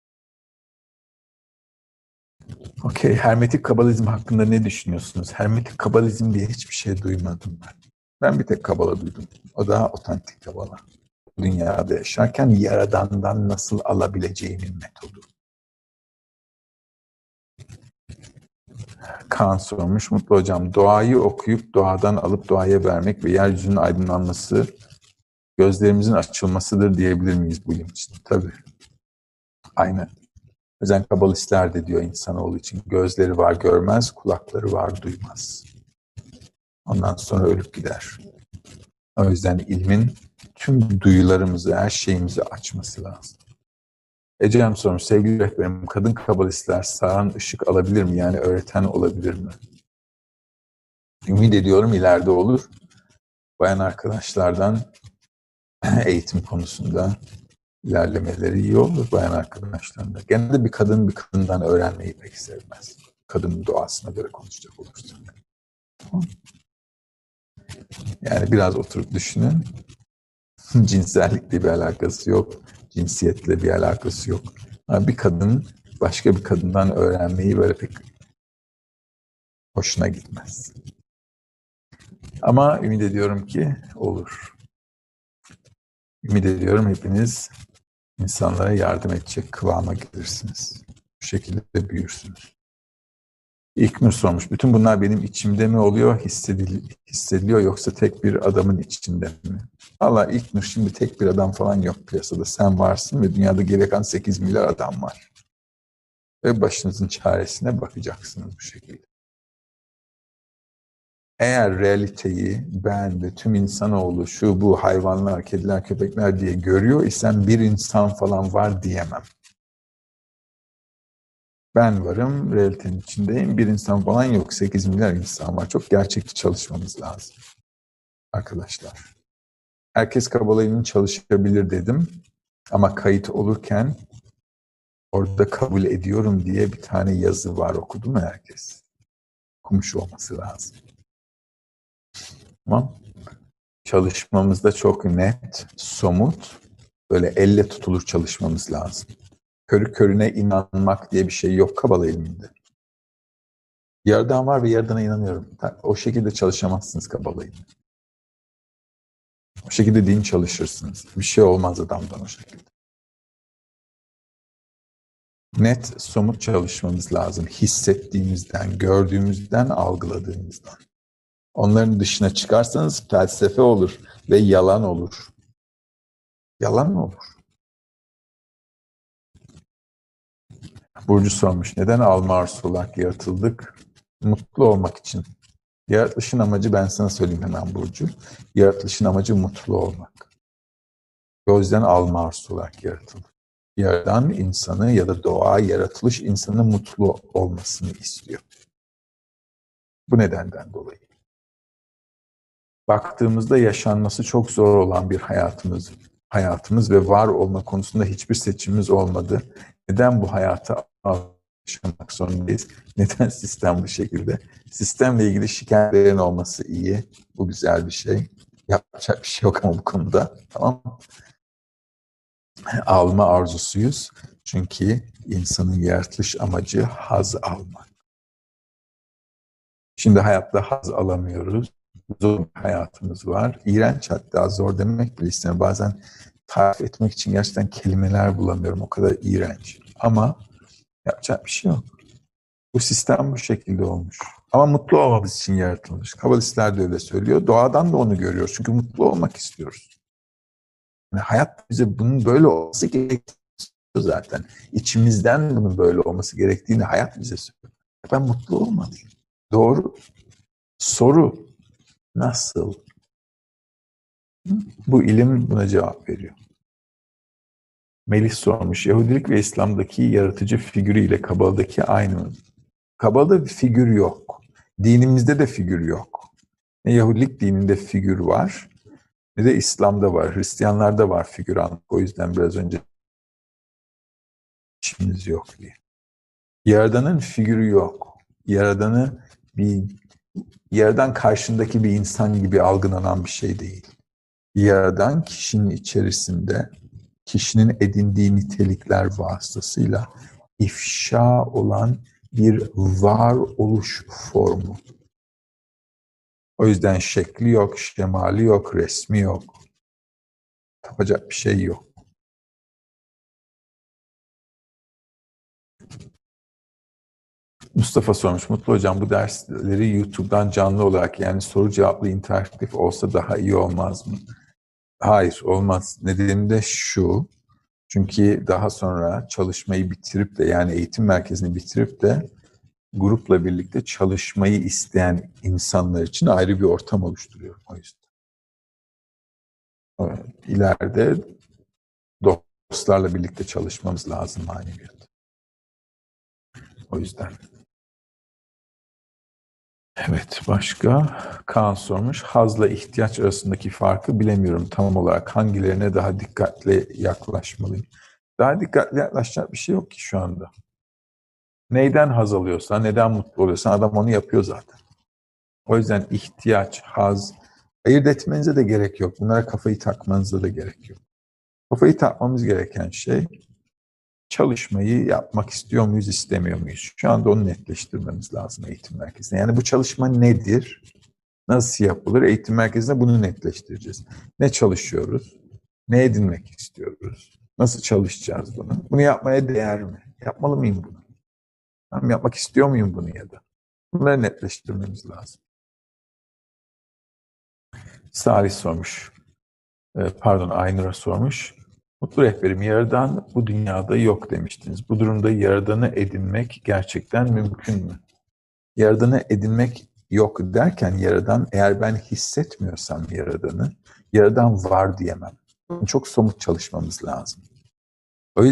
Okey, hermetik kabalizm hakkında ne düşünüyorsunuz? Hermetik kabalizm diye hiçbir şey duymadım ben. Ben bir tek kabala duydum. O da otantik kabala. Dünyada yaşarken yaradandan nasıl alabileceğinin metodu. Kaan sormuş. Mutlu hocam, doğayı okuyup doğadan alıp doğaya vermek ve yeryüzünün aydınlanması gözlerimizin açılmasıdır diyebilir miyiz bu ilim için? Tabii. Aynen. O yüzden kabalistler de diyor insanoğlu için gözleri var görmez, kulakları var duymaz. Ondan sonra ölüp gider. O yüzden ilmin tüm duyularımızı, her şeyimizi açması lazım. Ecem sormuş, sevgili rehberim, kadın kabalistler sağan ışık alabilir mi? Yani öğreten olabilir mi? Ümit ediyorum ileride olur. Bayan arkadaşlardan eğitim konusunda ilerlemeleri iyi olur bayan arkadaşlarında. Genelde bir kadın bir kadından öğrenmeyi pek sevmez. Kadının doğasına göre konuşacak olursak. Yani biraz oturup düşünün. Cinsellikle bir alakası yok. Cinsiyetle bir alakası yok. Ama bir kadın başka bir kadından öğrenmeyi böyle pek hoşuna gitmez. Ama ümit ediyorum ki olur. Ümit ediyorum hepiniz insanlara yardım edecek kıvama gelirsiniz. Bu şekilde büyürsünüz. İlknur sormuş. Bütün bunlar benim içimde mi oluyor, hissediliyor yoksa tek bir adamın içinde mi? Valla İlknur, şimdi tek bir adam falan yok piyasada. Sen varsın ve dünyada geri kalan 8 milyar adam var. Ve başınızın çaresine bakacaksınız bu şekilde. Eğer realiteyi ben ve tüm insanoğlu şu bu hayvanlar, kediler, köpekler diye görüyor isem bir insan falan var diyemem. Ben varım, realitenin içindeyim. Bir insan falan yok. 8 milyar insan var. Çok gerçekçi çalışmamız lazım arkadaşlar. Herkes Kabala'nın çalışabilir dedim. Ama kayıt olurken orada kabul ediyorum diye bir tane yazı var. Okudu mu herkes? Okumuş olması lazım. Tamam. Çalışmamızda çok net, somut, böyle elle tutulur çalışmamız lazım. Körü körüne inanmak diye bir şey yok Kabala ilminde. Yaradan var ve Yaradan'a inanıyorum. O şekilde çalışamazsınız Kabala ilminde. O şekilde din çalışırsınız. Bir şey olmaz adamdan o şekilde. Net, somut çalışmamız lazım. Hissettiğimizden, gördüğümüzden, algıladığımızdan. Onların dışına çıkarsanız felsefe olur ve yalan olur. Yalan mı olur? Burcu sormuş. Neden alma arzusu olarak yaratıldık? Mutlu olmak için. Yaratılışın amacı, ben sana söyleyeyim hemen Burcu. Yaratılışın amacı mutlu olmak. O yüzden alma arzusu olarak yaratıldı. Yaradan insanı ya da doğa, yaratılış insanın mutlu olmasını istiyor. Bu nedenden dolayı. Baktığımızda yaşanması çok zor olan bir hayatımız ve var olma konusunda hiçbir seçimimiz olmadı. Neden bu hayata yaşamak zorundayız? Neden sistem bu şekilde? Sistemle ilgili şikayetlerin olması iyi. Bu güzel bir şey. Yapacak bir şey yok ama bu konuda. Tamam mı? Alma arzusuyuz. Çünkü insanın yaratılış amacı haz almak. Şimdi hayatta haz alamıyoruz. Zor bir hayatımız var. İğrenç, hatta zor demek bile istemiyorum. Bazen tarif etmek için gerçekten kelimeler bulamıyorum. O kadar iğrenç. Ama yapacak bir şey yok. Bu sistem bu şekilde olmuş. Ama mutlu olmamız için yaratılmış. Kabalistler de öyle söylüyor. Doğadan da onu görüyoruz. Çünkü mutlu olmak istiyoruz. Yani hayat bize bunun böyle olması gerekiyor zaten. İçimizden bunun böyle olması gerektiğini hayat bize söylüyor. Ben mutlu olmalıyım. Doğru. Soru nasıl? Bu ilim buna cevap veriyor. Melih sormuş. Yahudilik ve İslam'daki yaratıcı figürüyle Kabala'daki aynı mı? Kabala'da bir figür yok. Dinimizde de figür yok. Ne Yahudilik dininde figür var, ne de İslam'da var. Hristiyanlarda var figür anlık. O yüzden biraz önce işimiz yok diye. Yaradan'ın figürü yok. Yaradan karşındaki bir insan gibi algılanan bir şey değil. Yaradan kişinin içerisinde, kişinin edindiği nitelikler vasıtasıyla ifşa olan bir varoluş formu. O yüzden şekli yok, şemali yok, resmi yok. Yapacak bir şey yok. Mustafa sormuş. Mutlu hocam, bu dersleri YouTube'dan canlı olarak, yani soru cevaplı interaktif olsa daha iyi olmaz mı? Hayır, olmaz. Nedeni de şu. Çünkü daha sonra çalışmayı bitirip de, yani eğitim merkezini bitirip de grupla birlikte çalışmayı isteyen insanlar için ayrı bir ortam oluşturuyorum o yüzden. İleride dostlarla birlikte çalışmamız lazım maneviyat. O yüzden. Evet, başka? Kaan sormuş. Hazla ihtiyaç arasındaki farkı bilemiyorum tam olarak. Hangilerine daha dikkatli yaklaşmalıyım? Daha dikkatli yaklaşacak bir şey yok ki şu anda. Neyden haz alıyorsan, neden mutlu oluyorsan adam onu yapıyor zaten. O yüzden ihtiyaç, haz, ayırt etmenize de gerek yok. Bunlara kafayı takmanıza da gerek yok. Kafayı takmamız gereken şey, çalışmayı yapmak istiyor muyuz, istemiyor muyuz? Şu anda onu netleştirmemiz lazım eğitim merkezinde. Yani bu çalışma nedir? Nasıl yapılır? Eğitim merkezinde bunu netleştireceğiz. Ne çalışıyoruz? Ne edinmek istiyoruz? Nasıl çalışacağız bunu? Bunu yapmaya değer mi? Yapmalı mıyım bunu? Ben yapmak istiyor muyum bunu ya da? Bunları netleştirmemiz lazım. Salih sormuş. Aynur'a sormuş. Mutlu rehberim, Yaradan bu dünyada yok demiştiniz. Bu durumda Yaradan'ı edinmek gerçekten mümkün mü? Yaradan'ı edinmek yok derken Yaradan, eğer ben hissetmiyorsam Yaradan var diyemem. Çok somut çalışmamız lazım. O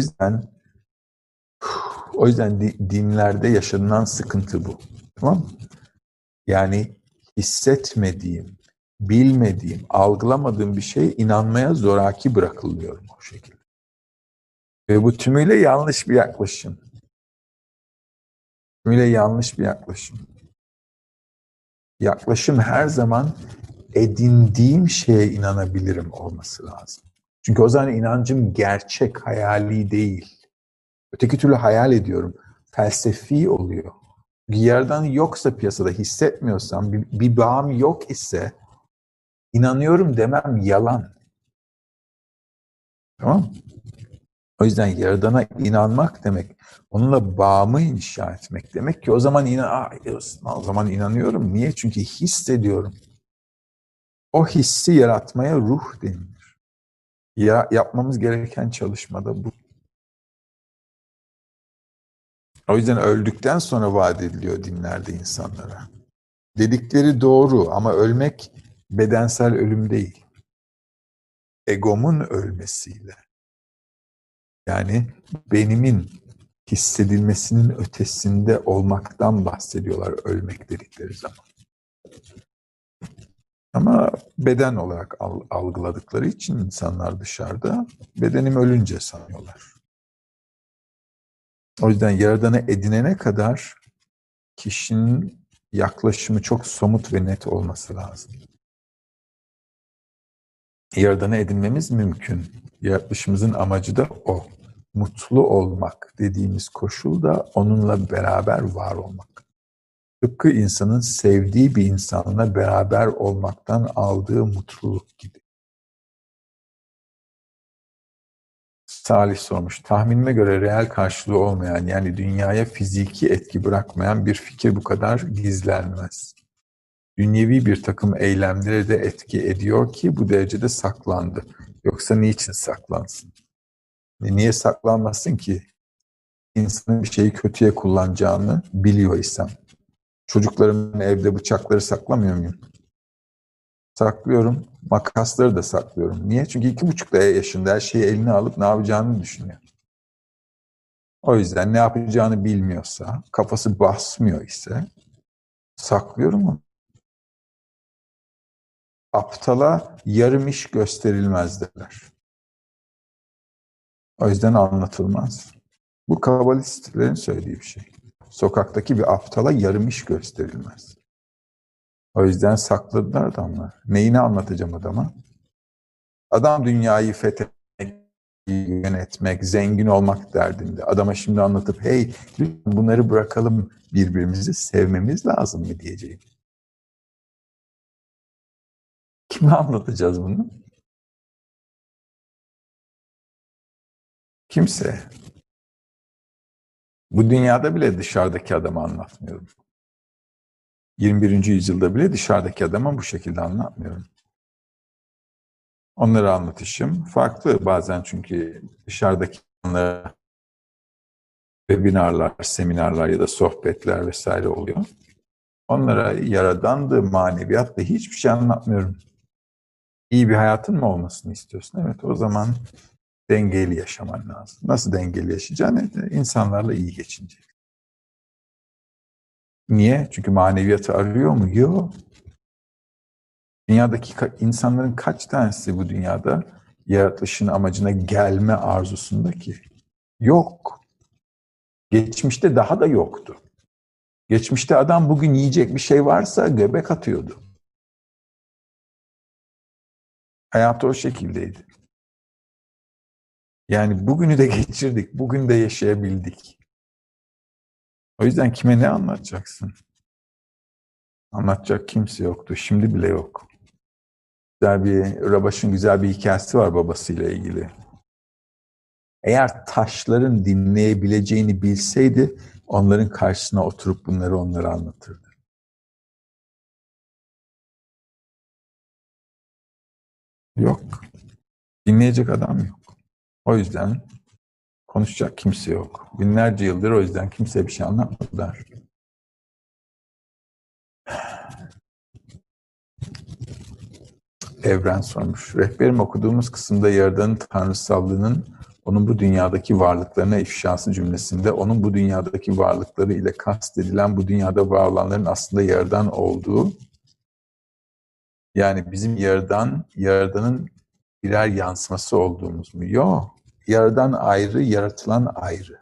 yüzden dinlerde yaşanılan sıkıntı bu. Tamam mı? Yani hissetmediğim, bilmediğim, algılamadığım bir şeye inanmaya zoraki bırakılıyorum o şekilde. Ve bu tümüyle yanlış bir yaklaşım. Tümüyle yanlış bir yaklaşım. Yaklaşım her zaman edindiğim şeye inanabilirim olması lazım. Çünkü o zaman inancım gerçek, hayali değil. Öteki türlü hayal ediyorum. Felsefi oluyor. Bir yerden yoksa piyasada hissetmiyorsam, bir bağım yok ise inanıyorum demem yalan. Tamam mı? O yüzden Yaradan'a inanmak demek, onunla bağımı inşa etmek demek ki o zaman inanıyorum. Niye? Çünkü hissediyorum. O hissi yaratmaya ruh denilir. Yapmamız gereken çalışmada bu. O yüzden öldükten sonra vaat ediliyor dinlerde insanlara. Dedikleri doğru ama ölmek bedensel ölüm değil. Egomun ölmesiyle. Yani benimin hissedilmesinin ötesinde olmaktan bahsediyorlar ölmek dedikleri zaman. Ama beden olarak algıladıkları için insanlar dışarıda bedenim ölünce sanıyorlar. O yüzden Yaradan'ı edinene kadar kişinin yaklaşımı çok somut ve net olması lazım. Yaradan'ı edinmemiz mümkün. Yaratılışımızın amacı da o. Mutlu olmak dediğimiz koşul da onunla beraber var olmak. Tıpkı insanın sevdiği bir insanla beraber olmaktan aldığı mutluluk gibi. Salih sormuş. Tahminime göre reel karşılığı olmayan, yani dünyaya fiziki etki bırakmayan bir fikir bu kadar gizlenmez. Dünyevi bir takım eylemlere de etki ediyor ki bu derecede saklandı. Yoksa niçin saklansın? Niye saklanmasın ki? İnsanın bir şeyi kötüye kullanacağını biliyor isem. Çocuklarımın evde bıçakları saklamıyor muyum? Saklıyorum. Makasları da saklıyorum. Niye? Çünkü 2,5 yaşında her şeyi eline alıp ne yapacağını düşünüyor. O yüzden ne yapacağını bilmiyorsa, kafası basmıyor ise saklıyorum onu. Aptala yarım iş gösterilmez derler. O yüzden anlatılmaz. Bu kabalistlerin söylediği bir şey. Sokaktaki bir aptala yarım iş gösterilmez. O yüzden sakladılar adamlar. Neyini anlatacağım adama? Adam dünyayı fethetmek, yönetmek, zengin olmak derdinde. Adama şimdi anlatıp hey bunları bırakalım, birbirimizi sevmemiz lazım mı diyeceğim. Kime anlatacağız bunu? Kimse. Bu dünyada bile dışarıdaki adamı anlatmıyorum. 21. yüzyılda bile dışarıdaki adama bu şekilde anlatmıyorum. Onları anlatışım farklı bazen, çünkü dışarıdaki onlara webinarlar, seminerler ya da sohbetler vesaire oluyor. Onlara Yaradan'dı, maneviyatla hiçbir şey anlatmıyorum. İyi bir hayatın mı olmasını istiyorsun? Evet, o zaman dengeli yaşaman lazım. Nasıl dengeli yaşayacaksın? İnsanlarla iyi geçinecek. Niye? Çünkü maneviyatı arıyor mu? Yok. Dünyadaki insanların kaç tanesi bu dünyada yaratılışın amacına gelme arzusunda ki? Yok. Geçmişte daha da yoktu. Geçmişte adam bugün yiyecek bir şey varsa göbek atıyordu. Hayatı o şekildeydi. Yani bugünü de geçirdik, bugün de yaşayabildik. O yüzden kime ne anlatacaksın? Anlatacak kimse yoktu, şimdi bile yok. Rabaş'ın güzel bir hikayesi var babasıyla ilgili. Eğer taşların dinleyebileceğini bilseydi, onların karşısına oturup bunları onlara anlatırdı. Yok. Dinleyecek adam yok. O yüzden konuşacak kimse yok. Binlerce yıldır o yüzden kimseye bir şey anlatmadılar. Evren sormuş. Rehberim, okuduğumuz kısımda Yaradan'ın tanrısallığının onun bu dünyadaki varlıklarına ifşası cümlesinde onun bu dünyadaki varlıkları ile kastedilen bu dünyada var olanların aslında Yaradan olduğu, yani bizim Yaradan'ın birer yansıması olduğumuz mu? Yok. Yaradan ayrı, yaratılan ayrı.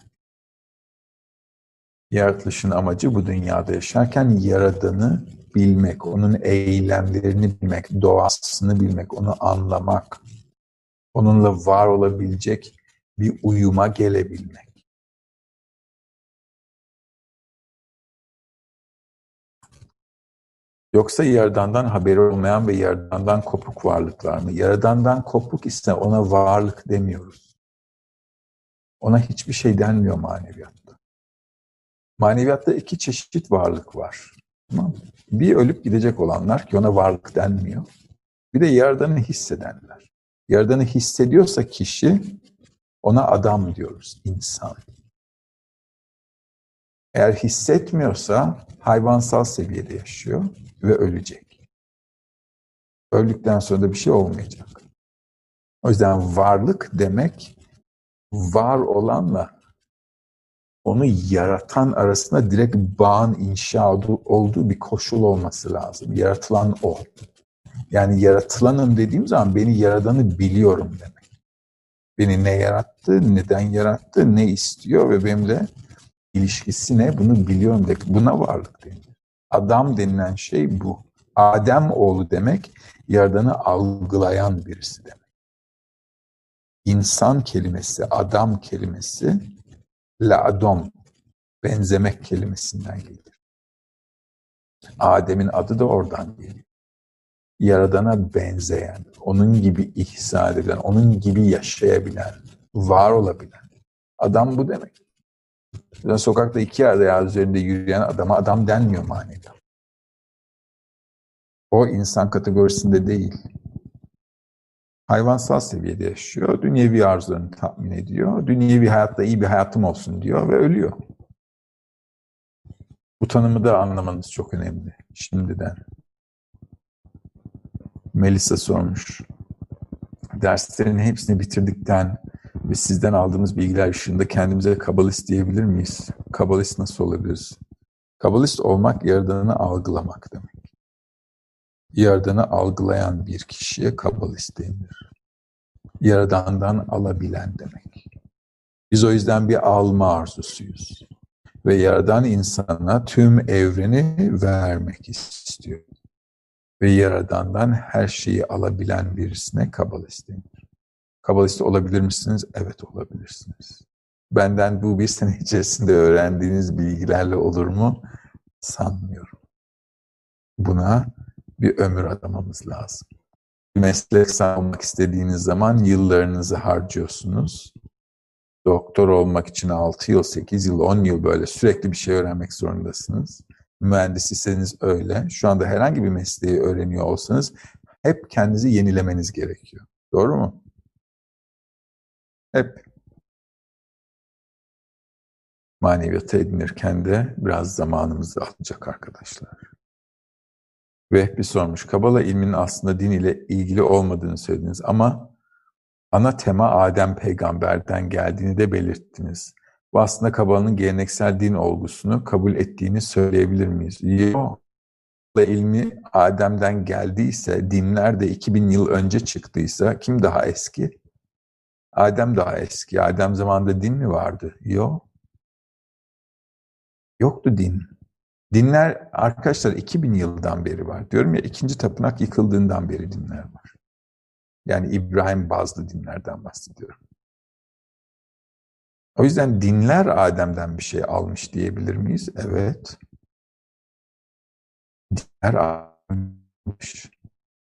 Yaratılışın amacı bu dünyada yaşarken Yaradan'ı bilmek, onun eylemlerini bilmek, doğasını bilmek, onu anlamak, onunla var olabilecek bir uyuma gelebilmek. Yoksa Yaradan'dan haberi olmayan ve Yaradan'dan kopuk varlıklar mı? Yaradan'dan kopuk ise ona varlık demiyoruz. Ona hiçbir şey denmiyor maneviyatta. Maneviyatta iki çeşit varlık var. Tamam mı? Bir ölüp gidecek olanlar ki ona varlık denmiyor. Bir de Yaradan'ı hissedenler. Yaradan'ı hissediyorsa kişi ona adam diyoruz, insan. Eğer hissetmiyorsa hayvansal seviyede yaşıyor ve ölecek. Öldükten sonra da bir şey olmayacak. O yüzden varlık demek var olanla onu yaratan arasında direkt bağın inşa olduğu bir koşul olması lazım. Yaratılan o. Yani yaratılanım dediğim zaman beni yaradanı biliyorum demek. Beni ne yarattı, neden yarattı, ne istiyor ve benimle ilişkisi ne bunu biliyorum demek. Buna varlık denir. Adam denilen şey bu. Adem oğlu demek yaradanı algılayan birisi demek. İnsan kelimesi, adam kelimesi la'dom, benzemek kelimesinden gelir. Adem'in adı da oradan geliyor. Yaradana benzeyen, onun gibi ihsan edilen, onun gibi yaşayabilen, var olabilen. Adam bu demek. Yani sokakta iki ayağı üzerinde yürüyen adama adam denmiyor manada. O insan kategorisinde değil. Hayvansal seviyede yaşıyor, dünyevi arzularını tatmin ediyor, dünyevi hayatta iyi bir hayatım olsun diyor ve ölüyor. Bu tanımı da anlamanız çok önemli şimdiden. Melisa sormuş. Derslerin hepsini bitirdikten ve sizden aldığımız bilgiler ışığında kendimize kabalist diyebilir miyiz? Kabalist nasıl olabiliriz? Kabalist olmak, Yaradan'ı algılamak demek. Yaradan'ı algılayan bir kişiye kabalist denir. Yaradan'dan alabilen demek. Biz o yüzden bir alma arzusuyuz. Ve Yaradan insana tüm evreni vermek istiyor. Ve Yaradan'dan her şeyi alabilen birisine kabalist denir. Kabalist olabilir misiniz? Evet, olabilirsiniz. Benden bu bir sene içerisinde öğrendiğiniz bilgilerle olur mu? Sanmıyorum. Buna bir ömür adamamız lazım. Bir meslek sahibi olmak istediğiniz zaman yıllarınızı harcıyorsunuz. Doktor olmak için 6 yıl, 8 yıl, 10 yıl böyle sürekli bir şey öğrenmek zorundasınız. Mühendis iseniz öyle. Şu anda herhangi bir mesleği öğreniyor olsanız hep kendinizi yenilemeniz gerekiyor. Doğru mu? Hep. Maneviyata edinirken de biraz zamanımızı alacak arkadaşlar. Vehbi sormuş. Kabala ilminin aslında din ile ilgili olmadığını söylediniz ama ana tema Adem peygamberden geldiğini de belirttiniz. Bu aslında Kabala'nın geleneksel din olgusunu kabul ettiğini söyleyebilir miyiz? Yok. Kabala ilmi Adem'den geldiyse, dinler de 2000 yıl önce çıktıysa kim daha eski? Adem daha eski. Adem zamanında din mi vardı? Yok. Yoktu din. Dinler arkadaşlar 2000 yıldan beri var. Diyorum ya, ikinci tapınak yıkıldığından beri dinler var. Yani İbrahim bazlı dinlerden bahsediyorum. O yüzden dinler Adem'den bir şey almış diyebilir miyiz? Evet. Dinler almış.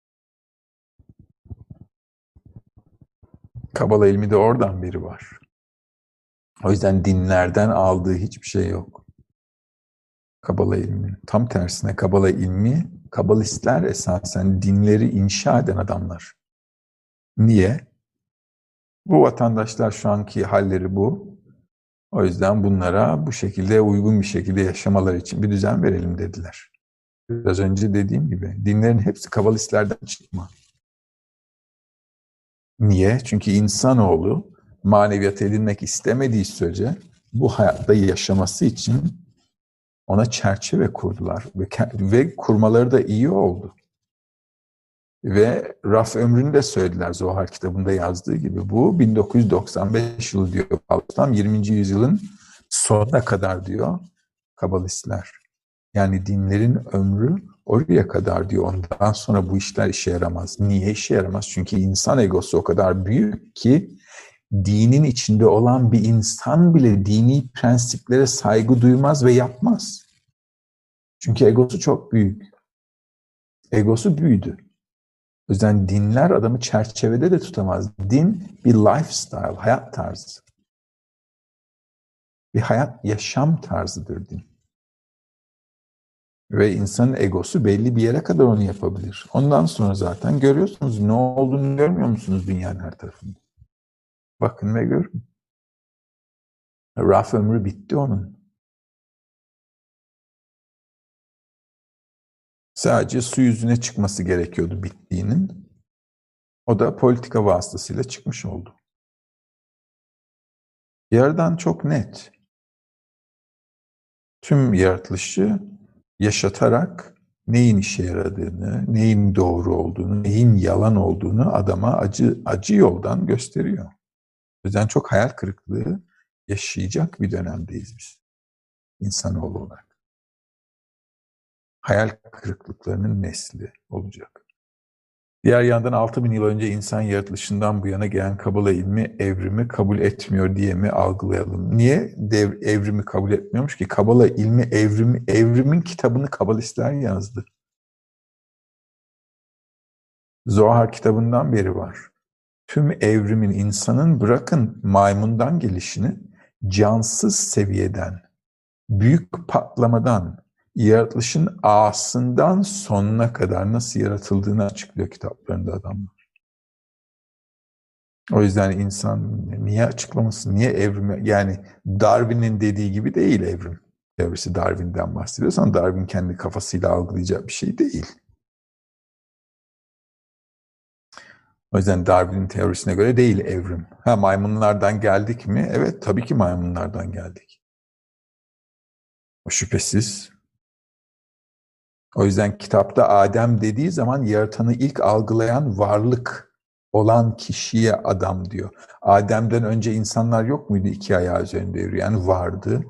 Kabala ilmi de oradan beri var. O yüzden dinlerden aldığı hiçbir şey yok. Kabala ilmi. Tam tersine Kabala ilmi, Kabalistler esasen dinleri inşa eden adamlar. Niye? Bu vatandaşlar şu anki halleri bu. O yüzden bunlara bu şekilde uygun bir şekilde yaşamaları için bir düzen verelim dediler. Biraz önce dediğim gibi dinlerin hepsi kabalistlerden çıkma. Niye? Çünkü insanoğlu maneviyat edinmek istemediği sürece bu hayatta yaşaması için ona çerçeve kurdular ve kurmaları da iyi oldu. Ve raf ömrünü de söylediler Zohar kitabında yazdığı gibi. Bu 1995 yılı diyor. Tam 20. yüzyılın sonuna kadar diyor kabalistler. Yani dinlerin ömrü oraya kadar diyor. Ondan sonra bu işler işe yaramaz. Niye işe yaramaz? Çünkü insan egosu o kadar büyük ki dinin içinde olan bir insan bile dini prensiplere saygı duymaz ve yapmaz. Çünkü egosu çok büyük. Egosu büyüdü. O yüzden dinler adamı çerçevede de tutamaz. Din bir lifestyle, hayat tarzı. Bir hayat, yaşam tarzıdır din. Ve insanın egosu belli bir yere kadar onu yapabilir. Ondan sonra zaten görüyorsunuz ne olduğunu görmüyor musunuz dünyanın her tarafında? Bakın ve görün. Raf ömrü bitti onun. Sadece su yüzüne çıkması gerekiyordu bittiğinin. O da politika vasıtasıyla çıkmış oldu. Yerden çok net. Tüm yaratılışı yaşatarak neyin işe yaradığını, neyin doğru olduğunu, neyin yalan olduğunu adama acı yoldan gösteriyor. O yüzden çok hayal kırıklığı yaşayacak bir dönemdeyiz biz insanoğlu olarak. Hayal kırıklıklarının nesli olacak. Diğer yandan 6000 yıl önce insan yaratılışından bu yana gelen Kabala ilmi evrimi kabul etmiyor diye mi algılayalım? Niye evrimi kabul etmiyormuş ki? Kabala ilmi evrimin kitabını kabalistler yazdı. Zohar kitabından beri var. Tüm evrimin insanın bırakın maymundan gelişini cansız seviyeden, büyük patlamadan, yaratılışın ağasından sonuna kadar nasıl yaratıldığını açıklıyor kitaplarında adamlar. O yüzden insan niye açıklamasın, niye evrimi, yani Darwin'in dediği gibi değil evrim. Teorisi Darwin'den bahsediyorsan Darwin kendi kafasıyla algılayacak bir şey değil. O yüzden Darwin'in teorisine göre değil evrim. Ha, maymunlardan geldik mi? Evet, tabii ki maymunlardan geldik. O şüphesiz. O yüzden kitapta Adem dediği zaman yaratanı ilk algılayan varlık olan kişiye adam diyor. Adem'den önce insanlar yok muydu iki ayağı üzerinde yürüyen? Vardı.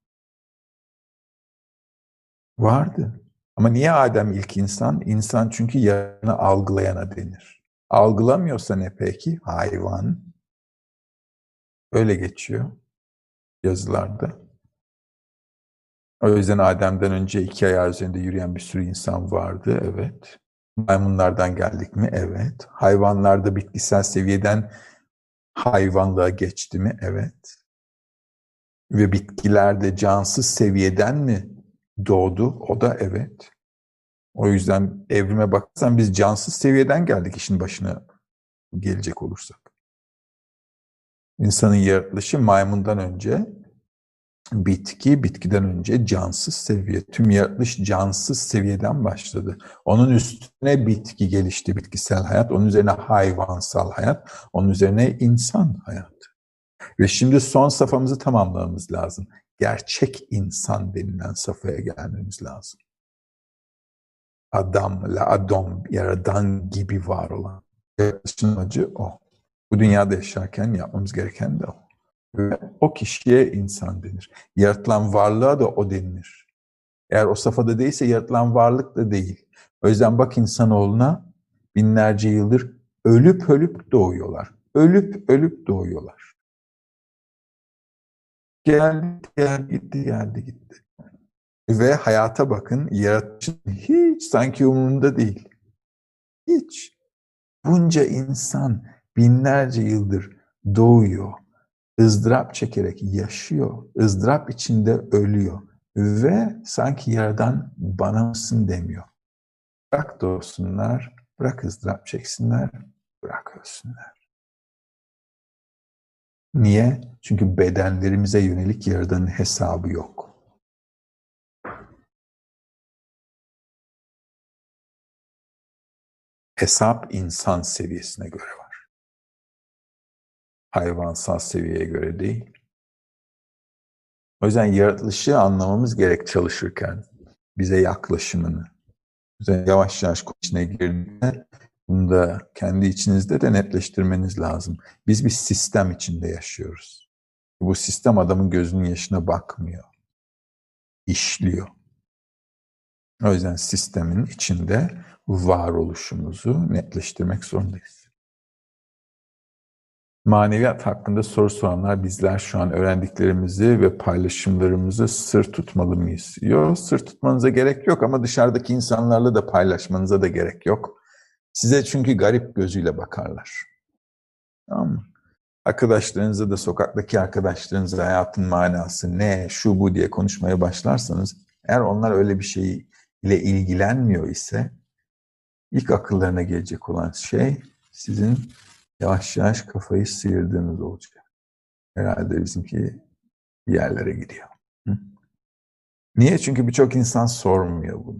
Vardı. Ama niye Adem ilk insan? İnsan çünkü yaratanı algılayana denir. Algılamıyorsa ne peki? Hayvan. Öyle geçiyor yazılarda. O yüzden Adem'den önce iki ayağı üzerinde yürüyen bir sürü insan vardı, evet. Maymunlardan geldik mi? Evet. Hayvanlarda bitkisel seviyeden hayvanlığa geçti mi? Evet. Ve bitkilerde cansız seviyeden mi doğdu? O da evet. O yüzden evrime bakarsan biz cansız seviyeden geldik işin başına gelecek olursak. İnsanın yaratılışı maymundan önce, bitkiden önce cansız seviye. Tüm yaratılış cansız seviyeden başladı. Onun üstüne bitki gelişti, bitkisel hayat. Onun üzerine hayvansal hayat. Onun üzerine insan hayatı. Ve şimdi son safhamızı tamamlamamız lazım. Gerçek insan denilen safhaya gelmemiz lazım. Adam, yaradan gibi var olan. Yaratılışın amacı o. Bu dünyada yaşarken yapmamız gereken de o. Ve o kişiye insan denir. Yaratılan varlığa da o denilir. Eğer o safhada değilse yaratılan varlık da değil. O yüzden bak insanoğluna binlerce yıldır ölüp ölüp doğuyorlar. Ölüp ölüp doğuyorlar. Geldi gitti. Ve hayata bakın, yaratışın hiç sanki umurunda değil. Hiç. Bunca insan binlerce yıldır doğuyor, ızdırap çekerek yaşıyor, ızdırap içinde ölüyor ve sanki Yaradan bana mısın demiyor. Bırak doğsunlar, bırak ızdırap çeksinler, Bırak ölsünler. Niye? Çünkü bedenlerimize yönelik Yaradan'ın hesabı yok. Hesap insan seviyesine göre var. Hayvansal seviyeye göre değil. O yüzden yaratılışı anlamamız gerek çalışırken. Bize yaklaşımını. Yavaş yavaş içine girdiğinde bunu da kendi içinizde de netleştirmeniz lazım. Biz bir sistem içinde yaşıyoruz. Bu sistem adamın gözünün yaşına bakmıyor. İşliyor. O yüzden sistemin içinde varoluşumuzu netleştirmek zorundayız. Maneviyat hakkında soru soranlar, bizler şu an öğrendiklerimizi ve paylaşımlarımızı sır tutmalı mıyız? Yok, sır tutmanıza gerek yok ama dışarıdaki insanlarla da paylaşmanıza da gerek yok. Size çünkü garip gözüyle bakarlar. Tamam mı? Arkadaşlarınıza da, sokaktaki arkadaşlarınıza hayatın manası ne, şu bu diye konuşmaya başlarsanız, eğer onlar öyle bir şey ile ilgilenmiyor ise ilk akıllarına gelecek olan şey sizin yavaş yavaş kafayı sıyırdığınız olacak. Herhalde bizimki bir yerlere gidiyor. Hı? Niye? Çünkü birçok insan sormuyor bunu.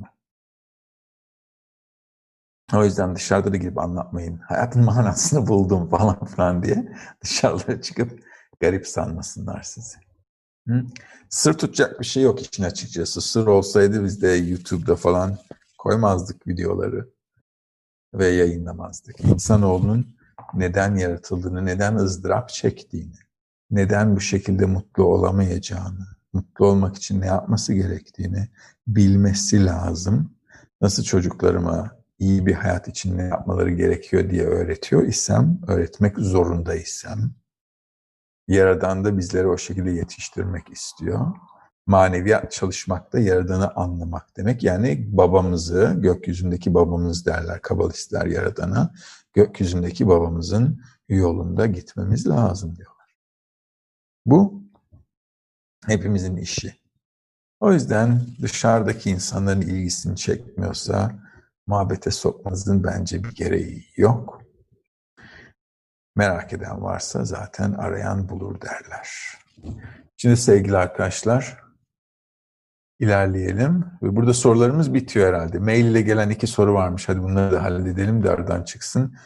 O yüzden dışarıda da gidip anlatmayın. Hayatın manasını buldum falan filan diye dışarılara çıkıp garip sanmasınlar sizi. Hı? Sır tutacak bir şey yok işin açıkçası. Sır olsaydı biz de YouTube'da falan koymazdık videoları ve yayınlamazdık. İnsanoğlunun neden yaratıldığını, neden ızdırap çektiğini, neden bu şekilde mutlu olamayacağını, mutlu olmak için ne yapması gerektiğini bilmesi lazım. Nasıl çocuklarıma iyi bir hayat için ne yapmaları gerekiyor diye öğretiyor isem, öğretmek zorundaysam, Yaradan da bizleri o şekilde yetiştirmek istiyor. Maneviyat çalışmak da Yaradan'ı anlamak demek. Yani babamızı, gökyüzündeki babamız derler Kabalistler Yaradan'a. Gökyüzündeki babamızın yolunda gitmemiz lazım diyorlar. Bu hepimizin işi. O yüzden dışarıdaki insanların ilgisini çekmiyorsa muhabbete sokmanızın bence bir gereği yok. Merak eden varsa zaten arayan bulur derler. Şimdi sevgili arkadaşlar, ilerleyelim. Ve burada sorularımız bitiyor herhalde. Mail ile gelen 2 soru varmış. Hadi bunları da halledelim de aradan çıksın.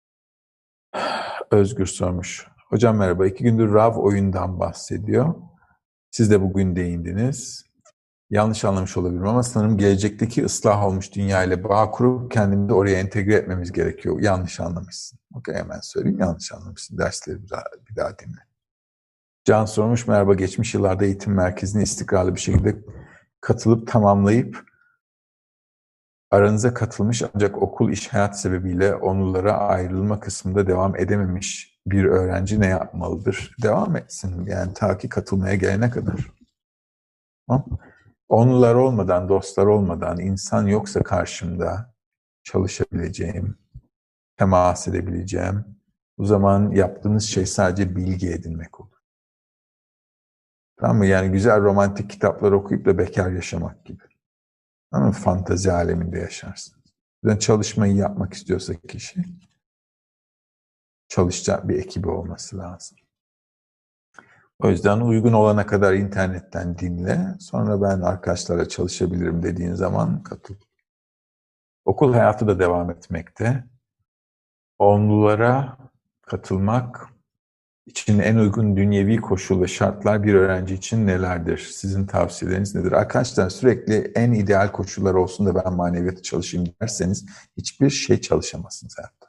Özgür sormuş. Hocam merhaba. 2 gündür Rav oyundan bahsediyor. Siz de bugün değindiniz. Yanlış anlamış olabilirim ama sanırım gelecekteki ıslah olmuş dünya ile bağ kurup kendimizi oraya entegre etmemiz gerekiyor. Yanlış anlamışsın. Okey, hemen söyleyeyim, yanlış anlamışsın. Dersleri bir daha dinle. Can sormuş, merhaba. Geçmiş yıllarda eğitim merkezine istikrarlı bir şekilde katılıp tamamlayıp aranıza katılmış ancak okul iş hayat sebebiyle onlara ayrılma kısmında devam edememiş bir öğrenci ne yapmalıdır? Devam etsin. Yani ta ki katılmaya gelene kadar. Tamam. Onlar olmadan, dostlar olmadan, insan yoksa karşımda çalışabileceğim, temas edebileceğim. O zaman yaptığınız şey sadece bilgi edinmek olur. Tamam mı? Yani güzel romantik kitaplar okuyup da bekar yaşamak gibi. Ama fantezi aleminde yaşarsınız. Yani çalışmayı yapmak istiyorsa kişi, çalışacak bir ekibi olması lazım. O yüzden uygun olana kadar internetten dinle. Sonra ben arkadaşlarla çalışabilirim dediğin zaman katıl. Okul hayatı da devam etmekte. Onlulara katılmak için en uygun dünyevi koşul ve şartlar bir öğrenci için nelerdir? Sizin tavsiyeleriniz nedir? Arkadaşlar, sürekli en ideal koşullar olsun da ben maneviyata çalışayım derseniz hiçbir şey çalışamazsınız hayatta.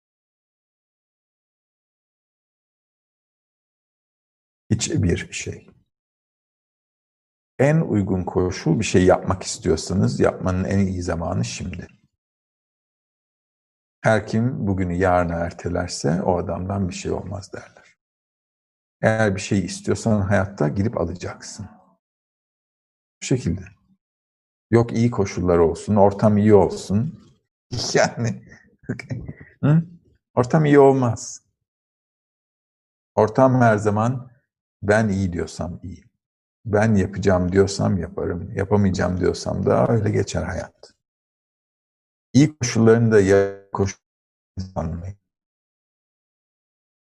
Hiçbir şey. En uygun koşul, bir şey yapmak istiyorsanız yapmanın en iyi zamanı şimdi. Her kim bugünü yarına ertelerse o adamdan bir şey olmaz derler. Eğer bir şey istiyorsan hayatta gidip alacaksın. Bu şekilde. Yok iyi koşullar olsun, ortam iyi olsun. Yani hı? Ortam iyi olmaz. Ortam her zaman ben iyi diyorsam iyi. Ben yapacağım diyorsam yaparım. Yapamayacağım diyorsam da öyle geçer hayat. İyi koşullarını da ya koşullarını sanmayın.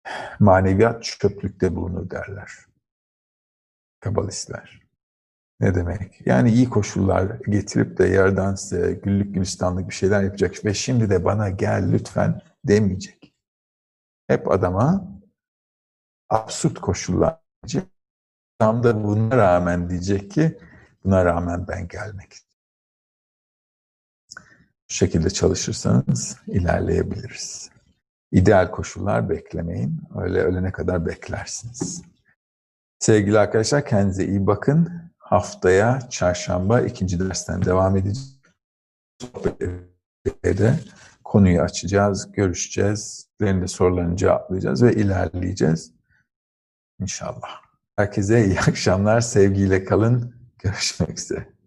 Maneviyat çöplükte bulunur derler kabalistler. Ne demek? Yani iyi koşullar getirip de yerden size güllük gülistanlık bir şeyler yapacak ve şimdi de bana gel lütfen demeyecek. Hep adama absürt koşullar diyecek. Tam da buna rağmen diyecek ki buna rağmen ben gelmek istiyorum. Bu şekilde çalışırsanız ilerleyebiliriz. İdeal koşullar beklemeyin. Öyle ölene kadar beklersiniz. Sevgili arkadaşlar kendinize iyi bakın. Haftaya çarşamba 2. dersten devam edeceğiz. Sohbette konuyu açacağız, görüşeceğiz. Sizlerin de sorularını cevaplayacağız ve ilerleyeceğiz. İnşallah. Herkese iyi akşamlar. Sevgiyle kalın. Görüşmek üzere.